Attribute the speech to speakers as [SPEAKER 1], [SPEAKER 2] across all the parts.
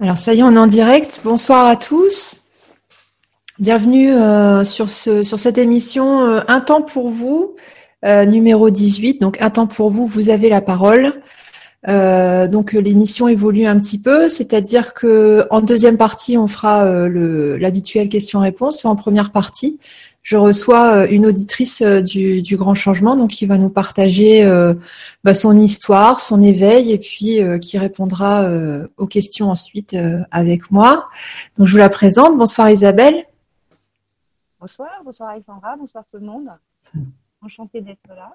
[SPEAKER 1] Alors ça y est, on est en direct. Bonsoir à tous. Bienvenue sur cette émission Un temps pour vous, numéro 18. Donc Un temps pour vous, vous avez la parole. Donc l'émission évolue un petit peu, c'est-à-dire que en deuxième partie, on fera l'habituelle question-réponse. En première partie, je reçois une auditrice du Grand Changement, donc qui va nous partager son histoire, son éveil, et puis qui répondra aux questions ensuite avec moi. Donc je vous la présente. Bonsoir Isabelle.
[SPEAKER 2] Bonsoir Alexandra, bonsoir tout le monde. Enchantée d'être là.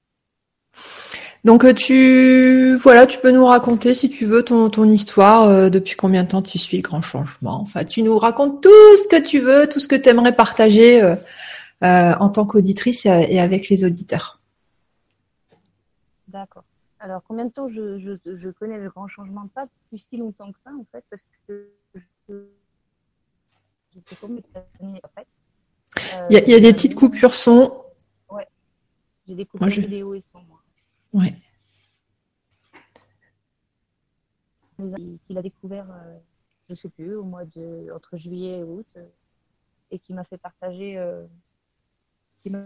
[SPEAKER 1] Donc tu peux nous raconter si tu veux ton histoire, depuis combien de temps tu suis le Grand Changement. Enfin, tu nous racontes tout ce que tu veux, tout ce que tu aimerais partager en tant qu'auditrice et avec les auditeurs.
[SPEAKER 2] D'accord. Alors, combien de temps je connais le grand changement? Pas depuis si longtemps que ça, en fait, parce que j'étais combien d'années après.
[SPEAKER 1] Il y a des petites
[SPEAKER 2] Mais,
[SPEAKER 1] coupures son.
[SPEAKER 2] ouais, j'ai des
[SPEAKER 1] Moi,
[SPEAKER 2] coupures vidéo et son, moi.
[SPEAKER 1] ouais.
[SPEAKER 2] Qu'il a découvert, je sais plus, entre juillet et août, et qui m'a fait partager, qui m'a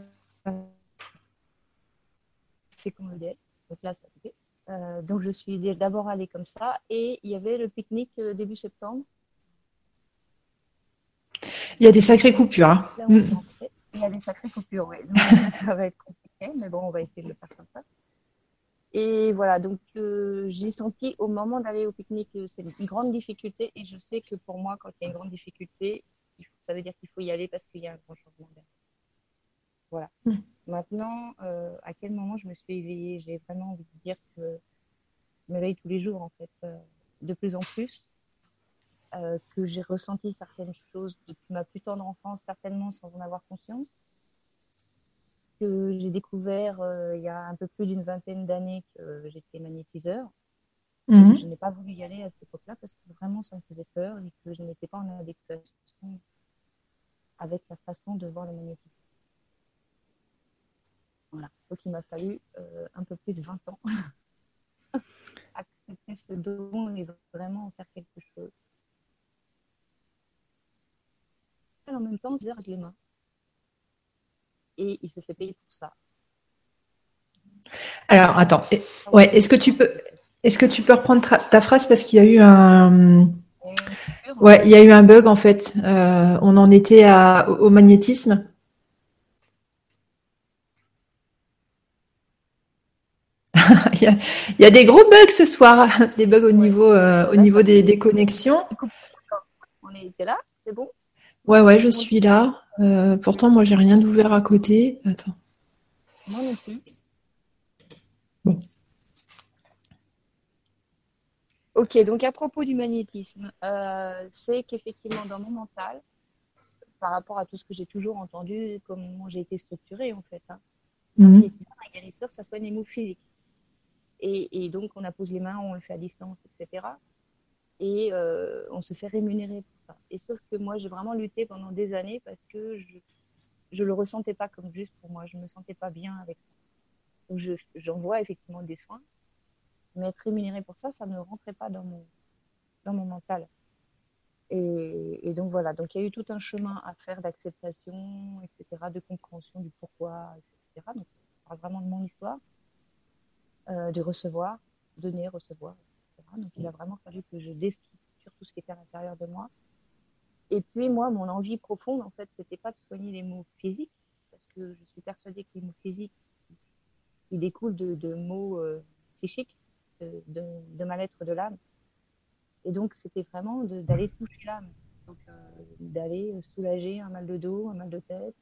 [SPEAKER 2] fait qu'on le dise. Donc là, ça a coupé. Donc je suis d'abord allée comme ça, et il y avait le pique-nique début septembre.
[SPEAKER 1] Il y a des sacrées coupures. Hein.
[SPEAKER 2] Là, on s'est rencontrés. Il y a des sacrées coupures, oui. Donc, ça va être compliqué, mais bon, on va essayer de le faire comme ça. Et voilà, donc j'ai senti au moment d'aller au pique-nique, c'est une grande difficulté. Et je sais que pour moi, quand il y a une grande difficulté, ça veut dire qu'il faut y aller parce qu'il y a un grand changement d'air. Voilà. Maintenant, à quel moment je me suis éveillée? J'ai vraiment envie de dire que je m'éveille tous les jours, en fait, de plus en plus. Que j'ai ressenti certaines choses depuis ma plus tendre enfance, certainement sans en avoir conscience. Que j'ai découvert il y a un peu plus d'une vingtaine d'années que j'étais magnétiseur. Et je
[SPEAKER 1] Mhm.
[SPEAKER 2] n'ai pas voulu y aller à cette époque-là parce que vraiment ça me faisait peur et que je n'étais pas en adéquation avec la façon de voir le magnétisme. Voilà. Donc il m'a fallu un peu plus de 20 ans accepter ce don et vraiment en faire quelque chose. Et en même temps, je les mains. Et il se fait payer pour ça.
[SPEAKER 1] Alors attends.
[SPEAKER 2] Ah
[SPEAKER 1] Ouais.
[SPEAKER 2] oui,
[SPEAKER 1] Est-ce que tu peux reprendre ta phrase parce qu'il y a eu un
[SPEAKER 2] il y a eu une coupure.
[SPEAKER 1] ouais, il y a eu un bug en fait. On en était au magnétisme. Il y a des gros bugs ce soir, des bugs
[SPEAKER 2] Ouais.
[SPEAKER 1] au
[SPEAKER 2] Là, ça
[SPEAKER 1] niveau
[SPEAKER 2] coupe.
[SPEAKER 1] des connexions.
[SPEAKER 2] Il coupe. On était là, c'est bon?
[SPEAKER 1] Ouais, je
[SPEAKER 2] Tout le monde.
[SPEAKER 1] suis là. Pourtant, moi, j'ai rien d'ouvert à côté. Attends.
[SPEAKER 2] Moi non plus.
[SPEAKER 1] Bon.
[SPEAKER 2] Ok, donc à propos du magnétisme, c'est qu'effectivement dans mon mental, par rapport à tout ce que j'ai toujours entendu, comment j'ai été structurée en fait, hein, un
[SPEAKER 1] Mhm.
[SPEAKER 2] magnétiseur, un guérisseur, ça soigne les maux physiques. Et donc on appose les mains, on le fait à distance, etc. Et on se fait rémunérer pour ça. Et sauf que moi j'ai vraiment lutté pendant des années parce que je le ressentais pas comme juste pour moi, je me sentais pas bien avec ça. Donc j'envoie effectivement des soins, mais être rémunéré pour ça, ça ne rentrait pas dans mon mental. Et donc voilà, donc il y a eu tout un chemin à faire d'acceptation, etc., de compréhension du pourquoi, etc. Donc ça parle vraiment de mon histoire, de recevoir, donner, recevoir, etc. Donc il a vraiment fallu que je déstructure tout ce qui était à l'intérieur de moi. Et puis moi, mon envie profonde, en fait, c'était pas de soigner les maux physiques, parce que je suis persuadée que les maux physiques, ils découlent de maux psychiques, de mal-être de l'âme. Et donc, c'était vraiment d'aller toucher l'âme. Donc, d'aller soulager un mal de dos, un mal de tête.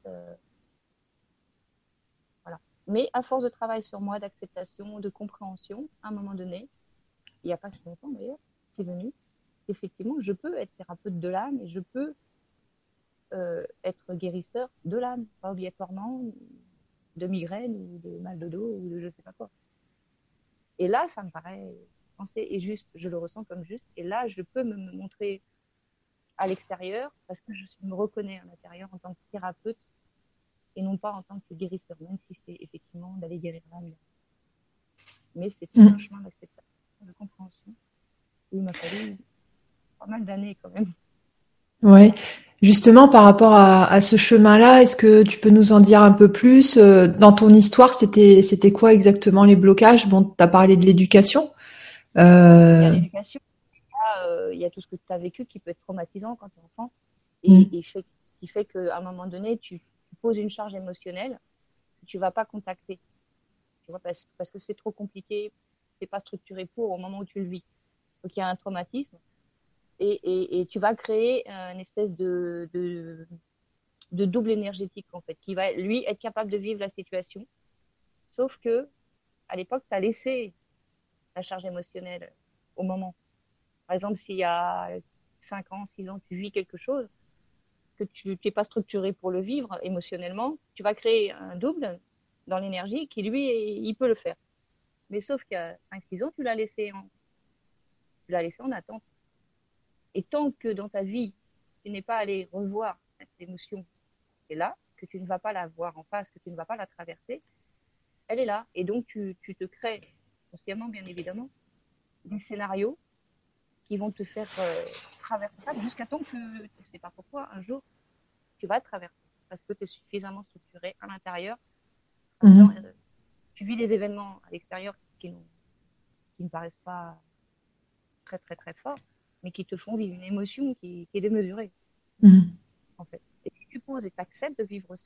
[SPEAKER 2] Voilà. Mais à force de travail sur moi, d'acceptation, de compréhension, à un moment donné, il n'y a pas si longtemps d'ailleurs, c'est venu. Effectivement, je peux être thérapeute de l'âme et je peux être guérisseur de l'âme, pas obligatoirement de migraine ou de mal de dos ou de je sais pas quoi. Et là, ça me paraît sensé et juste. Je le ressens comme juste. Et là, je peux me montrer à l'extérieur parce que me reconnais à l'intérieur en tant que thérapeute et non pas en tant que guérisseur, même si c'est effectivement d'aller guérir l'âme. Mais c'est tout un
[SPEAKER 1] Mhm.
[SPEAKER 2] chemin d'acceptation, de compréhension. Il m'a fallu pas mal d'années quand même.
[SPEAKER 1] Ouais. Justement, par rapport à ce chemin-là, est-ce que tu peux nous en dire un peu plus? Dans ton histoire, c'était quoi exactement les blocages? Bon, tu as parlé de l'éducation.
[SPEAKER 2] Il y a
[SPEAKER 1] Euh,
[SPEAKER 2] l'éducation, il y a tout ce que tu as vécu qui peut être traumatisant quand tu es enfant
[SPEAKER 1] mm,
[SPEAKER 2] ce qui fait qu'à un moment donné, tu poses une charge émotionnelle que tu vas pas contacter, tu vois, parce que c'est trop compliqué, c'est pas structuré pour au moment où tu le vis. Donc il y a un traumatisme et tu vas créer une espèce de double énergétique en fait, qui va lui être capable de vivre la situation. Sauf que à l'époque, tu as laissé la charge émotionnelle au moment. Par exemple, s'il y a 5 ans, 6 ans, tu vis quelque chose, que tu n'es pas structuré pour le vivre émotionnellement, tu vas créer un double dans l'énergie qui, lui, il peut le faire. Mais sauf qu'à 5-6 ans, tu l'as laissé en attente. Et tant que dans ta vie, tu n'es pas allé revoir cette émotion qui est là, que tu ne vas pas la voir en face, que tu ne vas pas la traverser, elle est là. Et donc, tu te crées, consciemment bien évidemment, des scénarios qui vont te faire traverser ça jusqu'à temps que, tu ne sais pas pourquoi, un jour, tu vas traverser parce que tu es suffisamment structuré à l'intérieur. En disant,
[SPEAKER 1] mhm,
[SPEAKER 2] tu vis des événements à l'extérieur qui ne paraissent pas très, très, très forts, mais qui te font vivre une émotion qui est démesurée,
[SPEAKER 1] mhm,
[SPEAKER 2] en fait. Et si tu poses et tu acceptes de vivre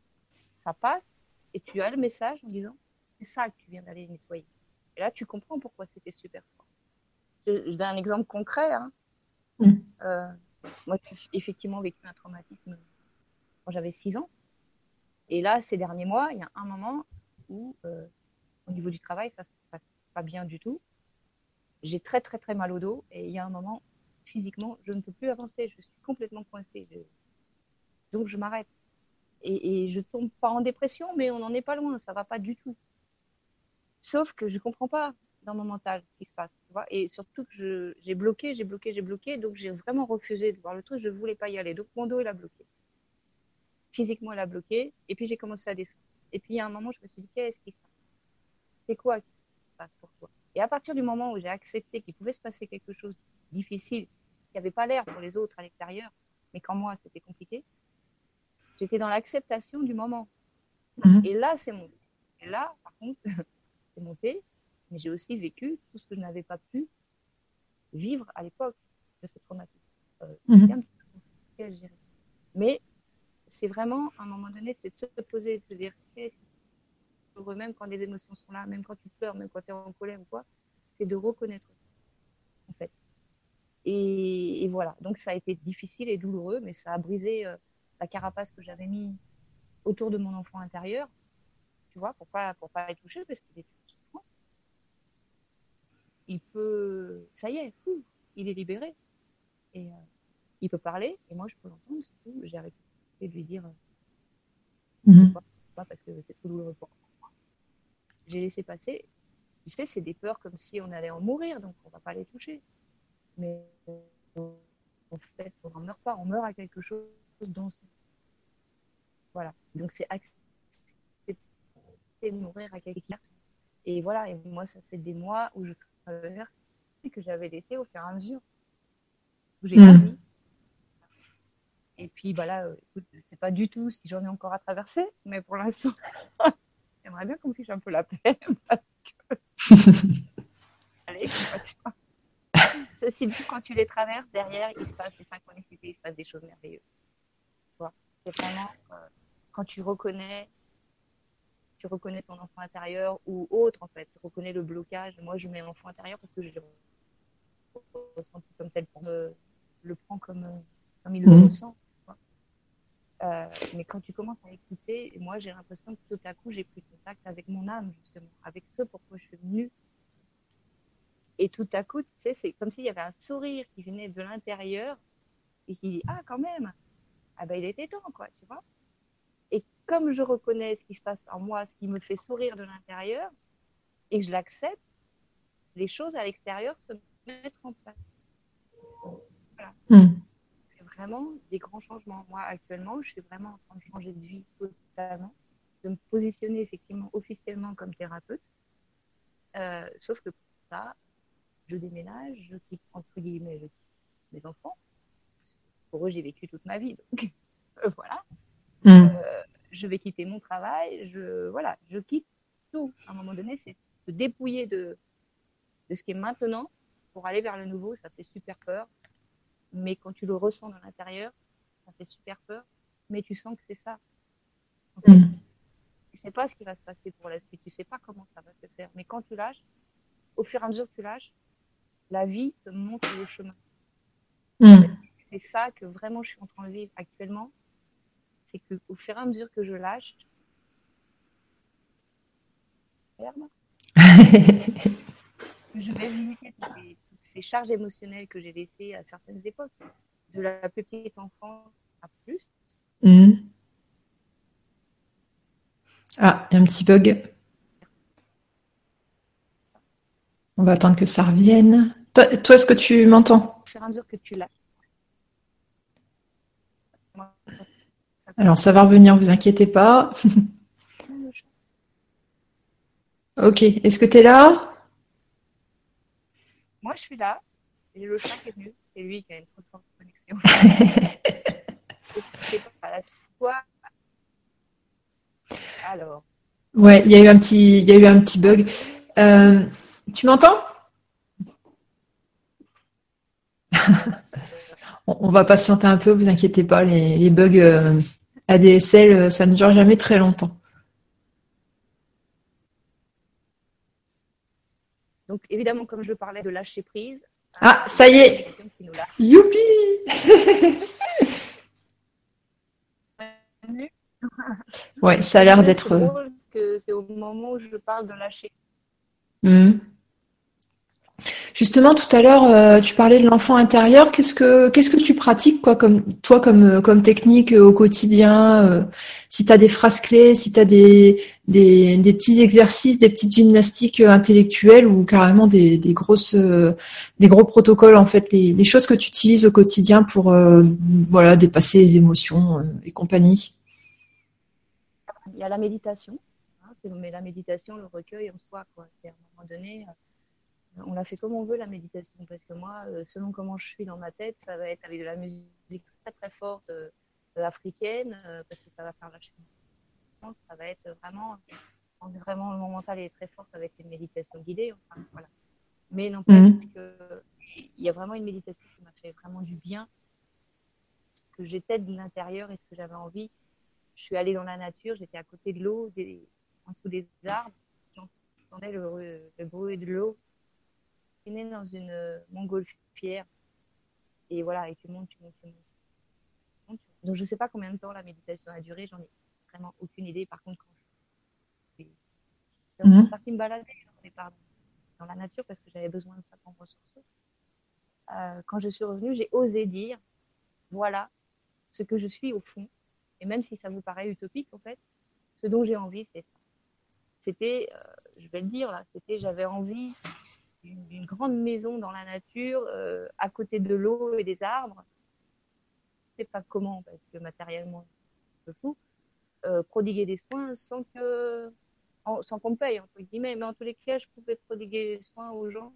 [SPEAKER 2] ça passe, et tu as le message en disant, c'est ça que tu viens d'aller nettoyer. Et là, tu comprends pourquoi c'était super fort. Je donne un exemple concret. Hein.
[SPEAKER 1] mhm,
[SPEAKER 2] Euh, moi, j'ai effectivement vécu un traumatisme quand j'avais 6 ans. Et là, ces derniers mois, il y a un moment où, au niveau du travail, ça se passe pas bien du tout. J'ai très, très, très mal au dos. Et il y a un moment, physiquement, je ne peux plus avancer. Je suis complètement coincée. Donc, je m'arrête. Et je tombe pas en dépression, mais on n'en est pas loin. Ça va pas du tout. Sauf que je comprends pas dans mon mental ce qui se passe. Tu vois, et surtout que j'ai bloqué, j'ai bloqué, j'ai bloqué. Donc, j'ai vraiment refusé de voir le truc. Je voulais pas y aller. Donc, mon dos, il a bloqué. Physiquement, il a bloqué. Et puis, j'ai commencé à descendre. Et puis, il y a un moment, je me suis dit, qu'est-ce qui se passe? C'est quoi qui se passe pour toi? Et à partir du moment où j'ai accepté qu'il pouvait se passer quelque chose de difficile, qui n'avait pas l'air pour les autres à l'extérieur, mais qu'en moi, c'était compliqué, j'étais dans l'acceptation du moment.
[SPEAKER 1] mhm,
[SPEAKER 2] Et là, c'est monté. Et là, par contre, c'est monté, mais j'ai aussi vécu tout ce que je n'avais pas pu vivre à l'époque de ce traumatisme. Ça a été un
[SPEAKER 1] mhm,
[SPEAKER 2] petit peu compliqué à gérer. Mais c'est vraiment, à un moment donné, c'est de se poser, de se dire, qu'est-ce heureux, même quand les émotions sont là, même quand tu pleures, même quand tu es en colère ou quoi, c'est de reconnaître, en fait. Et voilà. Donc, ça a été difficile et douloureux, mais ça a brisé la carapace que j'avais mis autour de mon enfant intérieur, tu vois, pour pas être touché, parce qu'il est en souffrance. Il peut, ça y est, fou, il est libéré. Et il peut parler, et moi, je peux l'entendre, c'est tout. J'ai arrêté de lui dire, je peux
[SPEAKER 1] mhm.
[SPEAKER 2] pas parce que c'est trop douloureux pour moi. J'ai laissé passer. Tu sais, c'est des peurs comme si on allait en mourir, donc on va pas les toucher. Mais en fait, on ne meurt pas, on meurt à quelque chose d'ancien. Voilà. Donc, c'est accepter de mourir à quelque chose. Et voilà, et moi, ça fait des mois où je traverse que j'avais laissé au fur et à mesure, où j'ai
[SPEAKER 1] Mhm.
[SPEAKER 2] grandi. Et puis, bah là, écoute, je sais pas du tout si j'en ai encore à traverser, mais pour l'instant, j'aimerais bien qu'on me fiche un peu la paix. Allez, quoi, tu vois. Ceci dit, quand tu les traverses, derrière, il se passe des synchronicités, il se passe des choses merveilleuses. Tu vois. C'est vraiment quand tu reconnais ton enfant intérieur ou autre, en fait, tu reconnais le blocage. Moi, je mets enfant intérieur parce que je le ressenti comme tel, pour le prend comme il le
[SPEAKER 1] Mhm.
[SPEAKER 2] ressent. Mais quand tu commences à écouter, moi j'ai l'impression que tout à coup j'ai pris contact avec mon âme, justement, avec ce pourquoi je suis venue. Et tout à coup, tu sais, c'est comme s'il y avait un sourire qui venait de l'intérieur et qui dit, ah, quand même, ah ben il était temps, quoi, tu vois. Et comme je reconnais ce qui se passe en moi, ce qui me fait sourire de l'intérieur, et que je l'accepte, les choses à l'extérieur se mettent en place. Voilà.
[SPEAKER 1] Mhm.
[SPEAKER 2] C'est vraiment des grands changements. Moi, actuellement, je suis vraiment en train de changer de vie totalement, de me positionner effectivement officiellement comme thérapeute. Sauf que pour ça, je déménage, je quitte, entre guillemets, je quitte mes enfants. Pour eux, j'ai vécu toute ma vie. Donc, voilà.
[SPEAKER 1] Mm.
[SPEAKER 2] Je vais quitter mon travail. Je quitte tout. À un moment donné, c'est se dépouiller de ce qui est maintenant pour aller vers le nouveau. Ça fait super peur. Mais quand tu le ressens dans l'intérieur, ça fait super peur. Mais tu sens que c'est ça. En fait,
[SPEAKER 1] Mm.
[SPEAKER 2] tu sais pas ce qui va se passer pour la suite. Tu sais pas comment ça va se faire. Mais quand tu lâches, au fur et à mesure que tu lâches, la vie te montre le chemin. En fait,
[SPEAKER 1] Mm.
[SPEAKER 2] c'est ça que vraiment je suis en train de vivre actuellement. C'est qu'au fur et à mesure que je lâche, je vais visiter toutes ces charges émotionnelles que j'ai laissées à certaines époques, de la plus petite enfance à plus.
[SPEAKER 1] Mm. Ah, il y a un petit bug. On va attendre que ça revienne. Toi, est-ce que tu m'entends?
[SPEAKER 2] Au fur et à mesure que tu lâches, moi, ça
[SPEAKER 1] Alors, ça va revenir, vous inquiétez pas. Ok, est-ce que tu es là?
[SPEAKER 2] moi, je suis là, et le chat qui est venu, c'est lui qui a une trop forte connexion. C'est pas là. Toi, alors,
[SPEAKER 1] Ouais, il y a eu un petit bug. Euh, Tu m'entends? On va patienter un peu, vous inquiétez pas, les bugs ADSL, ça ne dure jamais très longtemps.
[SPEAKER 2] donc évidemment, comme je parlais de lâcher prise,
[SPEAKER 1] Ah,
[SPEAKER 2] il y
[SPEAKER 1] ça
[SPEAKER 2] a
[SPEAKER 1] y
[SPEAKER 2] la
[SPEAKER 1] est!
[SPEAKER 2] connexion qui nous lâche.
[SPEAKER 1] Youpi! Ouais, ça a
[SPEAKER 2] Je
[SPEAKER 1] l'air
[SPEAKER 2] disais, c'est
[SPEAKER 1] d'être.
[SPEAKER 2] drôle que c'est au moment où je parle de lâcher.
[SPEAKER 1] Hmm. Justement, tout à l'heure, tu parlais de l'enfant intérieur. Qu'est-ce que tu pratiques, quoi, comme technique au quotidien, si tu as des phrases clés, si tu as des petits exercices, des petites gymnastiques intellectuelles ou carrément des gros protocoles, en fait, les choses que tu utilises au quotidien pour, voilà, dépasser les émotions et compagnie.
[SPEAKER 2] Il y a la méditation, hein, mais la méditation, le recueil en soi, quoi. C'est à un moment donné, on la fait comme on veut, la méditation, parce que moi, selon comment je suis dans ma tête, ça va être avec de la musique très très forte africaine, parce que ça va faire lâcher mon sens, ça va être vraiment, quand vraiment mon mental est très fort, ça va être une méditation guidée, enfin, voilà. Mais n'empêche
[SPEAKER 1] Mhm.
[SPEAKER 2] que il y a vraiment une méditation qui m'a fait vraiment du bien, que j'étais de l'intérieur et ce que j'avais envie. Je suis allée dans la nature, j'étais à côté de l'eau, en dessous des arbres, j'entendais le bruit de l'eau. Je suis née dans une montgolfière et voilà, et tu montes, tu montes, tu montes, tu montes. Donc je ne sais pas combien de temps la méditation a duré, j'en ai vraiment aucune idée. Par contre, quand je suis
[SPEAKER 1] Mhm.
[SPEAKER 2] partie me balader au départ dans la nature parce que j'avais besoin de ça pour me ressourcer, quand je suis revenue, j'ai osé dire voilà ce que je suis au fond. Et même si ça vous paraît utopique, en fait, ce dont j'ai envie, c'est ça. C'était, je vais le dire là, j'avais envie d'une grande maison dans la nature, à côté de l'eau et des arbres. Je ne sais pas comment, parce que matériellement, c'est un peu fou. Prodiguer des soins sans qu'on me paye, entre guillemets. Mais en tous les cas, je pouvais prodiguer des soins aux gens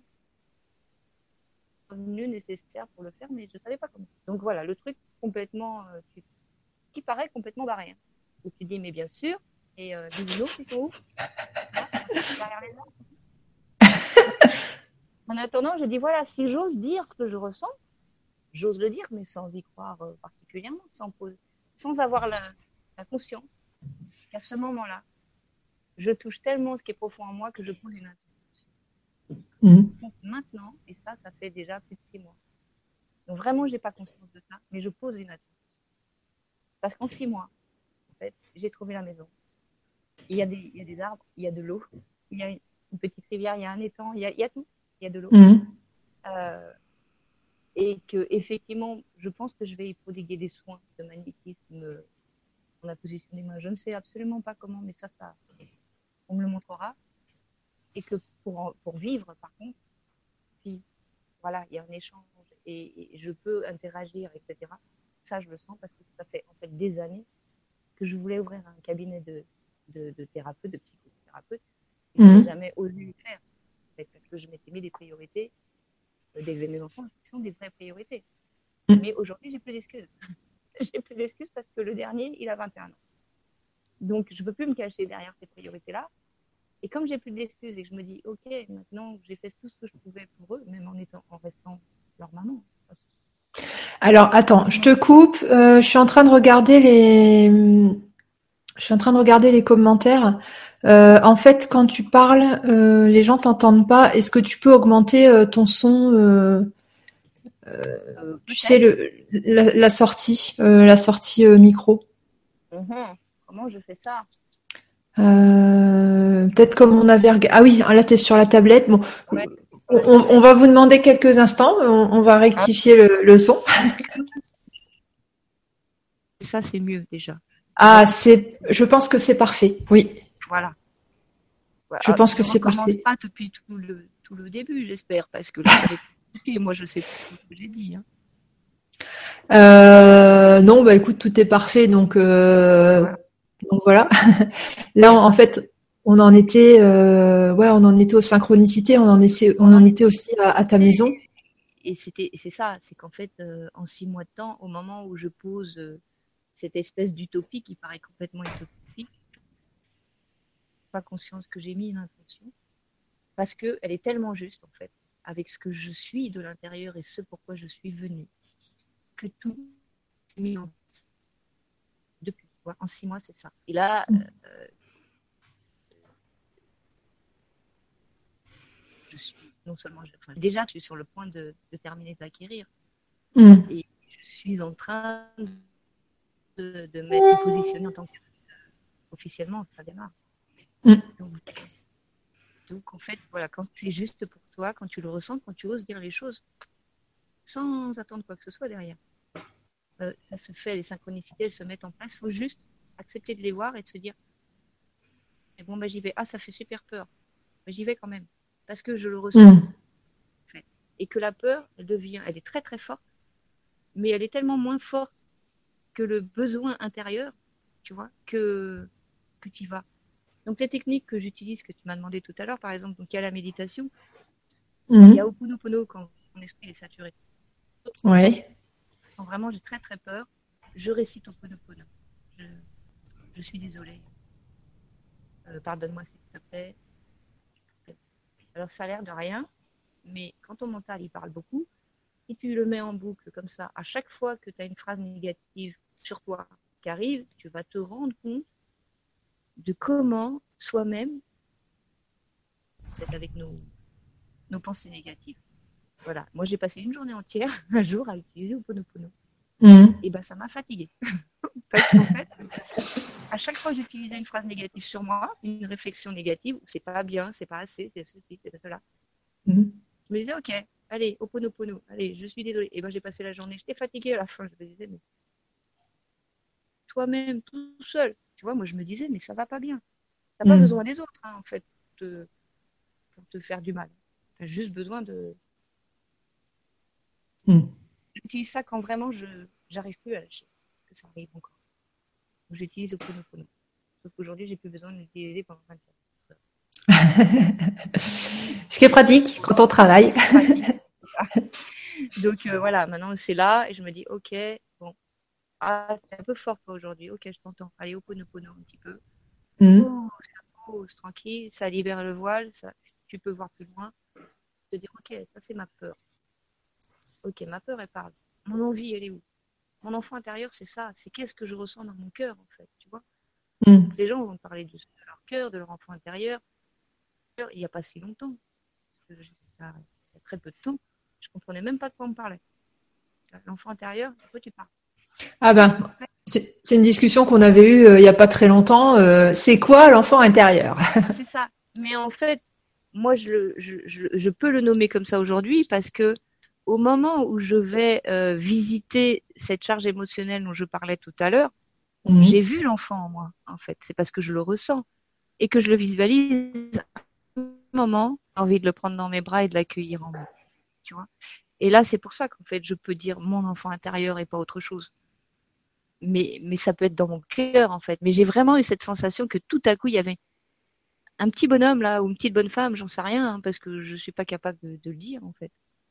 [SPEAKER 2] revenus nécessaires pour le faire, mais je ne savais pas comment. Donc voilà, le truc complètement, qui paraît complètement barré. Hein. Où tu dis, mais bien sûr, et bisounours, ils sont où là, derrière les arbres. En attendant, je dis, voilà, si j'ose dire ce que je ressens, j'ose le dire, mais sans y croire particulièrement, sans avoir la conscience qu'à ce moment-là, je touche tellement ce qui est profond en moi que je pose une intention.
[SPEAKER 1] Mhm.
[SPEAKER 2] Donc maintenant, et ça fait déjà plus de 6 mois. Donc vraiment, j'ai pas conscience de ça, mais je pose une intention. Parce qu'en 6 mois, en fait, j'ai trouvé la maison. Il y a des arbres, il y a de l'eau, il y a une petite rivière, il y a un étang, il y a tout, il y a de l'eau.
[SPEAKER 1] Mhm.
[SPEAKER 2] Euh, et que effectivement, je pense que je vais y prodiguer des soins de magnétisme dans la position des mains. Je ne sais absolument pas comment, mais ça, on me le montrera. Et que pour vivre, par contre, puis voilà, il y a un échange et je peux interagir, etc. Ça, je le sens parce que ça fait en fait des années que je voulais ouvrir un cabinet de thérapeute, de psychothérapeute, et je n'ai
[SPEAKER 1] Mhm.
[SPEAKER 2] jamais osé le faire, en fait, parce que je m'étais mis des priorités d'élever mes enfants qui sont des vraies priorités. Mais aujourd'hui, j'ai plus d'excuses. J'ai plus d'excuses parce que le dernier, il a 21 ans. Donc, je ne peux plus me cacher derrière ces priorités-là. Et comme j'ai plus d'excuses et que je me dis, OK, maintenant, j'ai fait tout ce que je pouvais pour eux, même en restant leur maman.
[SPEAKER 1] Alors, attends, je te coupe. Je suis en train de regarder les commentaires. En fait, quand tu parles, les gens t'entendent pas. Est-ce que tu peux augmenter ton son, tu sais, la sortie micro?
[SPEAKER 2] Comment je fais ça?
[SPEAKER 1] Peut-être comme on avait regardé. Ah oui, là, tu es sur la tablette. Bon,
[SPEAKER 2] Ouais.
[SPEAKER 1] on va vous demander quelques instants. On va rectifier le son.
[SPEAKER 2] Ça, c'est mieux déjà.
[SPEAKER 1] Ah, je pense que c'est parfait. Oui.
[SPEAKER 2] Voilà.
[SPEAKER 1] Je pense que c'est parfait.
[SPEAKER 2] On ne recommence pas depuis tout le début, j'espère, parce que là, ça va être compliqué. Moi, je sais pas ce que j'ai dit.
[SPEAKER 1] Non, bah écoute, tout est parfait, donc voilà. Là, en fait, on en était aux synchronicités, on en était aussi à ta maison.
[SPEAKER 2] Et c'est ça, c'est qu'en fait, en 6 mois de temps, au moment où je pose cette espèce d'utopie qui paraît complètement utopique, pas conscience que j'ai mis une intention, parce qu'elle est tellement juste, en fait, avec ce que je suis de l'intérieur et ce pourquoi je suis venue, que tout s'est mis en place. Depuis, en 6 mois, c'est ça. Et là, je suis non seulement, déjà, je suis sur le point de terminer d'acquérir. Et je suis en train de me positionner en tant qu'officiellement, ça démarre. Donc, en fait, voilà, quand c'est juste pour toi, quand tu le ressens, quand tu oses dire les choses, sans attendre quoi que ce soit derrière, ça se fait, les synchronicités, elles se mettent en place. Il faut juste accepter de les voir et de se dire, et bon, bah, j'y vais. Ah, ça fait super peur. Mais j'y vais quand même. Parce que je le ressens. En fait. Et que la peur, elle est très très forte, mais elle est tellement moins forte que le besoin intérieur, tu vois, que tu y vas. Donc, les techniques que j'utilise, que tu m'as demandé tout à l'heure, par exemple, donc il y a la méditation, il y a Ho'oponopono quand mon esprit est saturé.
[SPEAKER 1] Ouais.
[SPEAKER 2] Quand vraiment j'ai très très peur, je récite Ho'oponopono. Je suis désolée. Pardonne-moi s'il te plaît. Alors, ça a l'air de rien, mais quand ton mental, il parle beaucoup, si tu le mets en boucle comme ça, à chaque fois que tu as une phrase négative sur toi qui arrive, tu vas te rendre compte de comment soi-même, c'est avec nos pensées négatives. Voilà. Moi, j'ai passé une journée entière, un jour, à utiliser Ho'oponopono. Et ben, ça m'a fatiguée. Parce qu'en fait, à chaque fois que j'utilisais une phrase négative sur moi, une réflexion négative, c'est pas bien, c'est pas assez, c'est ceci, c'est cela. Je me disais, ok, allez, Ho'oponopono, allez, je suis désolée. Et ben, j'ai passé la journée, j'étais fatiguée à la fin. Je me disais, mais toi-même, tout seul, tu vois, moi, je me disais, mais ça va pas bien. T'as pas besoin des autres, hein, en fait, pour te faire du mal. T'as juste besoin de. J'utilise ça quand vraiment j'arrive plus à lâcher, que ça arrive encore. Donc, j'utilise Ho'oponopono. Sauf qu'aujourd'hui, j'ai plus besoin de l'utiliser pendant 24 heures.
[SPEAKER 1] Ce qui est pratique quand on travaille.
[SPEAKER 2] Donc voilà, maintenant c'est là et je me dis, ok, bon, c'est un peu fort toi aujourd'hui, ok, je t'entends. Allez, Ho'oponopono un petit peu. Oh, ça pose tranquille, ça libère le voile, tu peux voir plus loin. Te dire, ok, ça c'est ma peur. Ok, ma peur, elle parle. Mon envie, elle est où? Mon enfant intérieur, c'est ça. C'est qu'est-ce que je ressens dans mon cœur, en fait, tu vois. Donc, les gens vont parler de leur cœur, de leur enfant intérieur. Il n'y a pas si longtemps. Parce que il y a très peu de temps. Je ne comprenais même pas de quoi on me parlait. L'enfant intérieur, de quoi tu parles?
[SPEAKER 1] Ah ben, c'est une discussion qu'on avait eue il n'y a pas très longtemps. C'est quoi l'enfant intérieur?
[SPEAKER 2] C'est ça. Mais en fait, moi, je peux le nommer comme ça aujourd'hui parce que au moment où je vais visiter cette charge émotionnelle dont je parlais tout à l'heure, j'ai vu l'enfant en moi, en fait. C'est parce que je le ressens et que je le visualise. À un moment, j'ai envie de le prendre dans mes bras et de l'accueillir en moi. Tu vois. Et là, c'est pour ça qu'en fait, je peux dire mon enfant intérieur et pas autre chose. Mais ça peut être dans mon cœur, en fait. Mais j'ai vraiment eu cette sensation que tout à coup, il y avait un petit bonhomme là ou une petite bonne femme, j'en sais rien, hein, parce que je suis pas capable de le dire, en fait.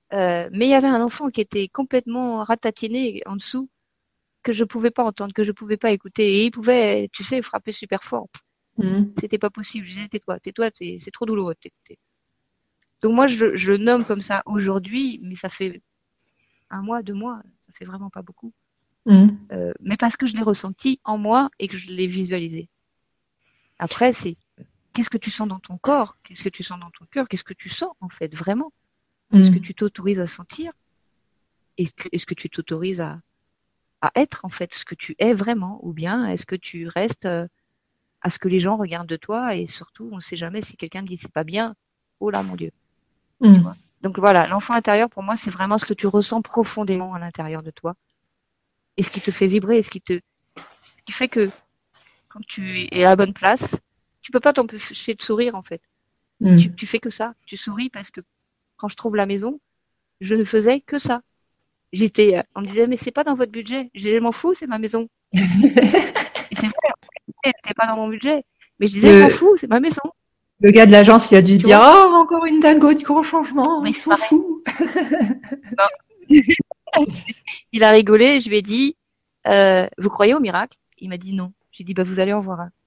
[SPEAKER 2] Mais il y avait un enfant qui était complètement ratatiné en dessous, que je pouvais pas entendre, que je pouvais pas écouter. Et il pouvait, tu sais, frapper super fort. C'était pas possible. Je disais, tais-toi, c'est trop douloureux. Donc moi, je le nomme comme ça aujourd'hui, mais ça fait 1 mois, 2 mois, ça fait vraiment pas beaucoup. Mais parce que je l'ai ressenti en moi et que je l'ai visualisé. Après, c'est qu'est-ce que tu sens dans ton corps, qu'est-ce que tu sens dans ton cœur, qu'est-ce que tu sens en fait vraiment. Est-ce que tu t'autorises à sentir? Est-ce que tu t'autorises à être en fait ce que tu es vraiment, ou bien est-ce que tu restes à ce que les gens regardent de toi, et surtout on ne sait jamais si quelqu'un dit c'est pas bien, oh là mon Dieu, tu vois. Donc voilà, l'enfant intérieur pour moi c'est vraiment ce que tu ressens profondément à l'intérieur de toi, et ce qui te fait vibrer, et ce qui fait que quand tu es à la bonne place, tu peux pas t'empêcher de sourire en fait. Tu fais que ça, tu souris parce que quand je trouve la maison, je ne faisais que ça. On me disait mais c'est pas dans votre budget. Je m'en fous, c'est ma maison. Et c'est vrai, c'était pas dans mon budget. Mais je disais m'en fous, c'est ma maison.
[SPEAKER 1] Le gars de l'agence, il a dû se dire
[SPEAKER 2] vois,
[SPEAKER 1] encore une dingo du grand changement,
[SPEAKER 2] mais
[SPEAKER 1] ils sont fous.
[SPEAKER 2] Il a rigolé, je lui ai dit vous croyez au miracle? Il m'a dit non. J'ai dit bah vous allez en voir un.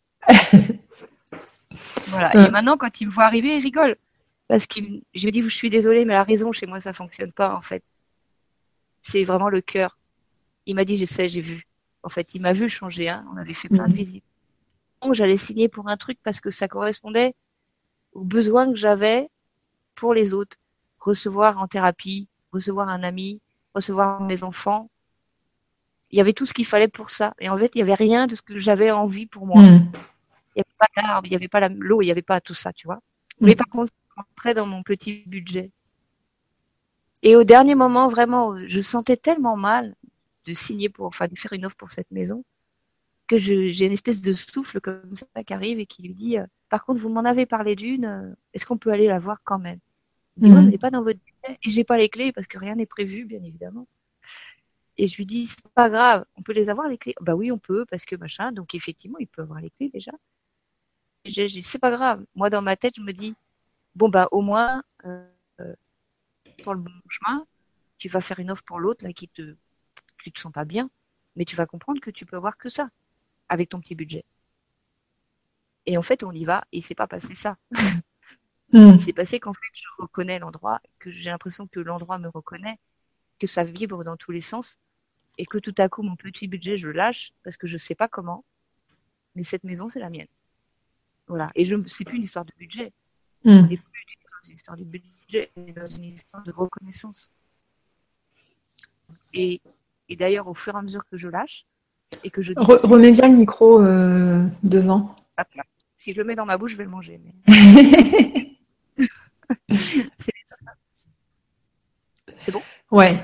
[SPEAKER 2] Voilà. Et maintenant quand il me voit arriver, il rigole. Parce que je lui ai dit je suis désolée, mais la raison chez moi ça fonctionne pas en fait. C'est vraiment le cœur. Il m'a dit je sais, j'ai vu. En fait, il m'a vu changer. On avait fait plein de visites. J'allais signer pour un truc parce que ça correspondait aux besoins que j'avais pour les autres. Recevoir en thérapie, recevoir un ami, recevoir mes enfants. Il y avait tout ce qu'il fallait pour ça. Et en fait, il n'y avait rien de ce que j'avais envie pour moi. Il n'y avait pas d'arbre, il n'y avait pas l'eau, il n'y avait pas tout ça, tu vois. Mais par contre, ça rentrait dans mon petit budget. Et au dernier moment, vraiment, je sentais tellement mal de signer de faire une offre pour cette maison, que j'ai une espèce de souffle comme ça qui arrive et qui lui dit par contre, vous m'en avez parlé d'une, est-ce qu'on peut aller la voir quand même? Il dit ouais, mais elle n'est pas dans votre budget. Et j'ai pas les clés parce que rien n'est prévu, bien évidemment. Et je lui dis c'est pas grave, on peut les avoir les clés? Bah oui, on peut parce que machin. Donc effectivement, il peut avoir les clés déjà. Et j'ai dit c'est pas grave. Moi, dans ma tête, je me dis bon bah au moins dans le bon chemin, tu vas faire une offre pour l'autre là tu te sens pas bien, mais tu vas comprendre que tu peux avoir que ça avec ton petit budget. Et en fait, on y va, et c'est pas passé ça. Il s'est passé qu'en fait, je reconnais l'endroit, que j'ai l'impression que l'endroit me reconnaît, que ça vibre dans tous les sens, et que tout à coup, mon petit budget, je le lâche, parce que je sais pas comment, mais cette maison, c'est la mienne. Voilà. Et c'est plus une histoire de budget. On n'est plus dans une histoire de budget, on est dans une histoire de reconnaissance. Et d'ailleurs, au fur et à mesure que je lâche, et que je dis
[SPEAKER 1] remets bien le micro devant.
[SPEAKER 2] Si je le mets dans ma bouche, je vais le manger. Mais... c'est bon?
[SPEAKER 1] Ouais.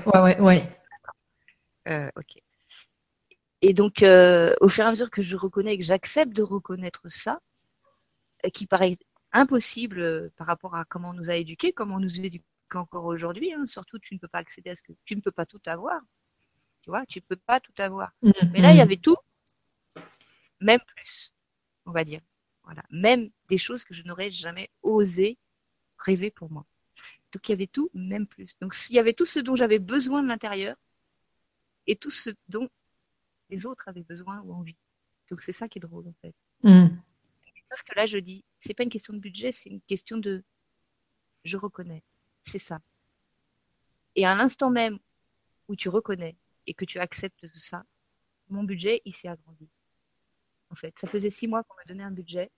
[SPEAKER 2] Ok. Et donc, au fur et à mesure que je reconnais et que j'accepte de reconnaître ça, qui paraît impossible par rapport à comment on nous a éduqués, comment on nous éduque encore aujourd'hui, surtout tu ne peux pas accéder à ce que tu ne peux pas tout avoir. Tu vois, tu ne peux pas tout avoir. Mais là, il y avait tout, même plus, on va dire. Voilà. Même des choses que je n'aurais jamais osé rêver pour moi. Donc, il y avait tout, même plus. Donc, il y avait tout ce dont j'avais besoin de l'intérieur et tout ce dont les autres avaient besoin ou envie. Donc, c'est ça qui est drôle, en fait. Sauf que là, je dis, c'est pas une question de budget, c'est une question de je reconnais. C'est ça. Et à l'instant même où tu reconnais et que tu acceptes ça, mon budget, il s'est agrandi. En fait, ça faisait 6 mois qu'on m'a donné un budget.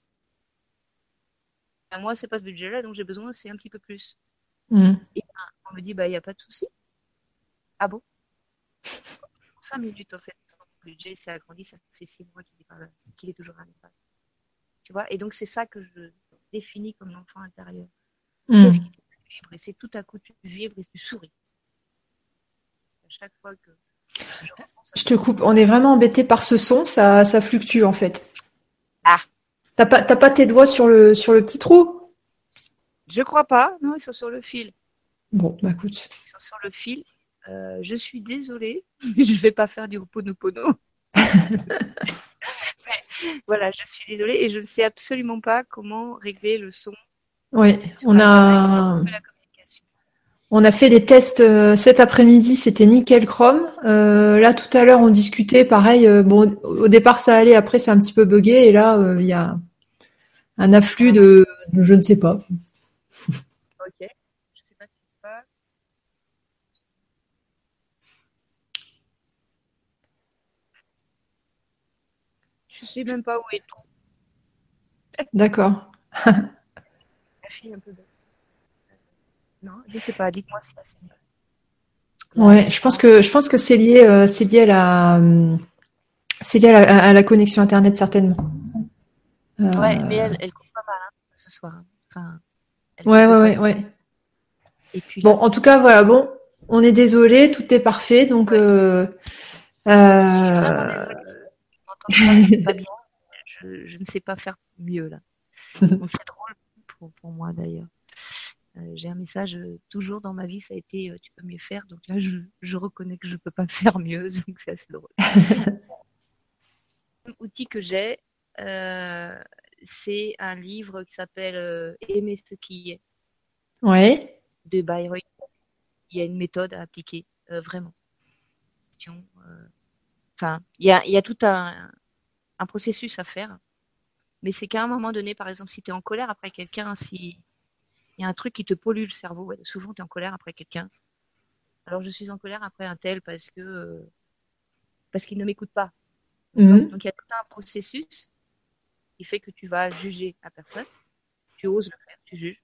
[SPEAKER 2] Moi, c'est pas ce budget-là, donc j'ai besoin, c'est un petit peu plus. Et on me dit, bah, il n'y a pas de souci. Ah bon? 5 minutes, en fait, mon budget s'est agrandi, ça fait 6 mois qu'il est toujours à l'espace. Tu vois? Et donc, c'est ça que je définis comme l'enfant intérieur. Qu'est-ce qui te fait vibrer? C'est tout à coup, tu vibres et tu souris. À chaque fois que
[SPEAKER 1] je te coupe, on est vraiment embêté par ce son, ça fluctue en fait.
[SPEAKER 2] Ah!
[SPEAKER 1] T'as pas tes doigts sur le petit trou?
[SPEAKER 2] Je crois pas, non, ils sont sur le fil.
[SPEAKER 1] Bon, bah écoute.
[SPEAKER 2] Ils sont sur le fil. Je suis désolée, je vais pas faire du Ho'oponopono. Voilà, je suis désolée et je ne sais absolument pas comment régler le son.
[SPEAKER 1] Oui, on a.
[SPEAKER 2] La communication.
[SPEAKER 1] On a fait des tests cet après-midi, c'était nickel chrome. Là, tout à l'heure, on discutait, pareil. Bon, au départ, ça allait, après, c'est un petit peu buggé, et là, il y a un afflux
[SPEAKER 2] Carrément.
[SPEAKER 1] de je ne sais pas.
[SPEAKER 2] Ok. Je sais pas ce qui se passe. Je sais même pas où est tout.
[SPEAKER 1] D'accord.
[SPEAKER 2] La fille un peu bête. Non, je sais pas. Dites-moi si là c'est mieux. Là,
[SPEAKER 1] Ouais,
[SPEAKER 2] je pense.
[SPEAKER 1] je pense que c'est lié à à la connexion internet certainement.
[SPEAKER 2] Ouais, mais
[SPEAKER 1] Euh,
[SPEAKER 2] elle coupe pas mal hein, ce soir, hein. Enfin, elle
[SPEAKER 1] ouais,
[SPEAKER 2] coupe
[SPEAKER 1] ouais,
[SPEAKER 2] pas
[SPEAKER 1] ouais,
[SPEAKER 2] mal.
[SPEAKER 1] ouais.
[SPEAKER 2] Et puis
[SPEAKER 1] Bon,
[SPEAKER 2] là,
[SPEAKER 1] en
[SPEAKER 2] c'est
[SPEAKER 1] tout
[SPEAKER 2] vrai
[SPEAKER 1] cas,
[SPEAKER 2] que
[SPEAKER 1] voilà, bon, on est désolé, tout est parfait, donc
[SPEAKER 2] ouais, je suis vraiment désolée. Si vous m'entendez pas bien. Je ne sais pas faire mieux là. Bon, c'est drôle pour moi d'ailleurs. J'ai un message toujours dans ma vie, ça a été tu peux mieux faire. Donc là, je reconnais que je peux pas faire mieux, donc c'est assez drôle. Outil que j'ai, euh, c'est un livre qui s'appelle Aimer ce qui est
[SPEAKER 1] ouais.
[SPEAKER 2] de Byron. Il y a une méthode à appliquer, vraiment. Enfin, il y a tout un processus à faire, mais c'est qu'à un moment donné, par exemple, si tu es en colère après quelqu'un, si il y a un truc qui te pollue le cerveau, ouais, souvent tu es en colère après quelqu'un. Alors je suis en colère après un tel parce qu'il ne m'écoute pas. D'accord.
[SPEAKER 1] Mhm.
[SPEAKER 2] Donc il y a tout un processus qui fait que tu vas juger la personne, tu oses le faire, tu juges.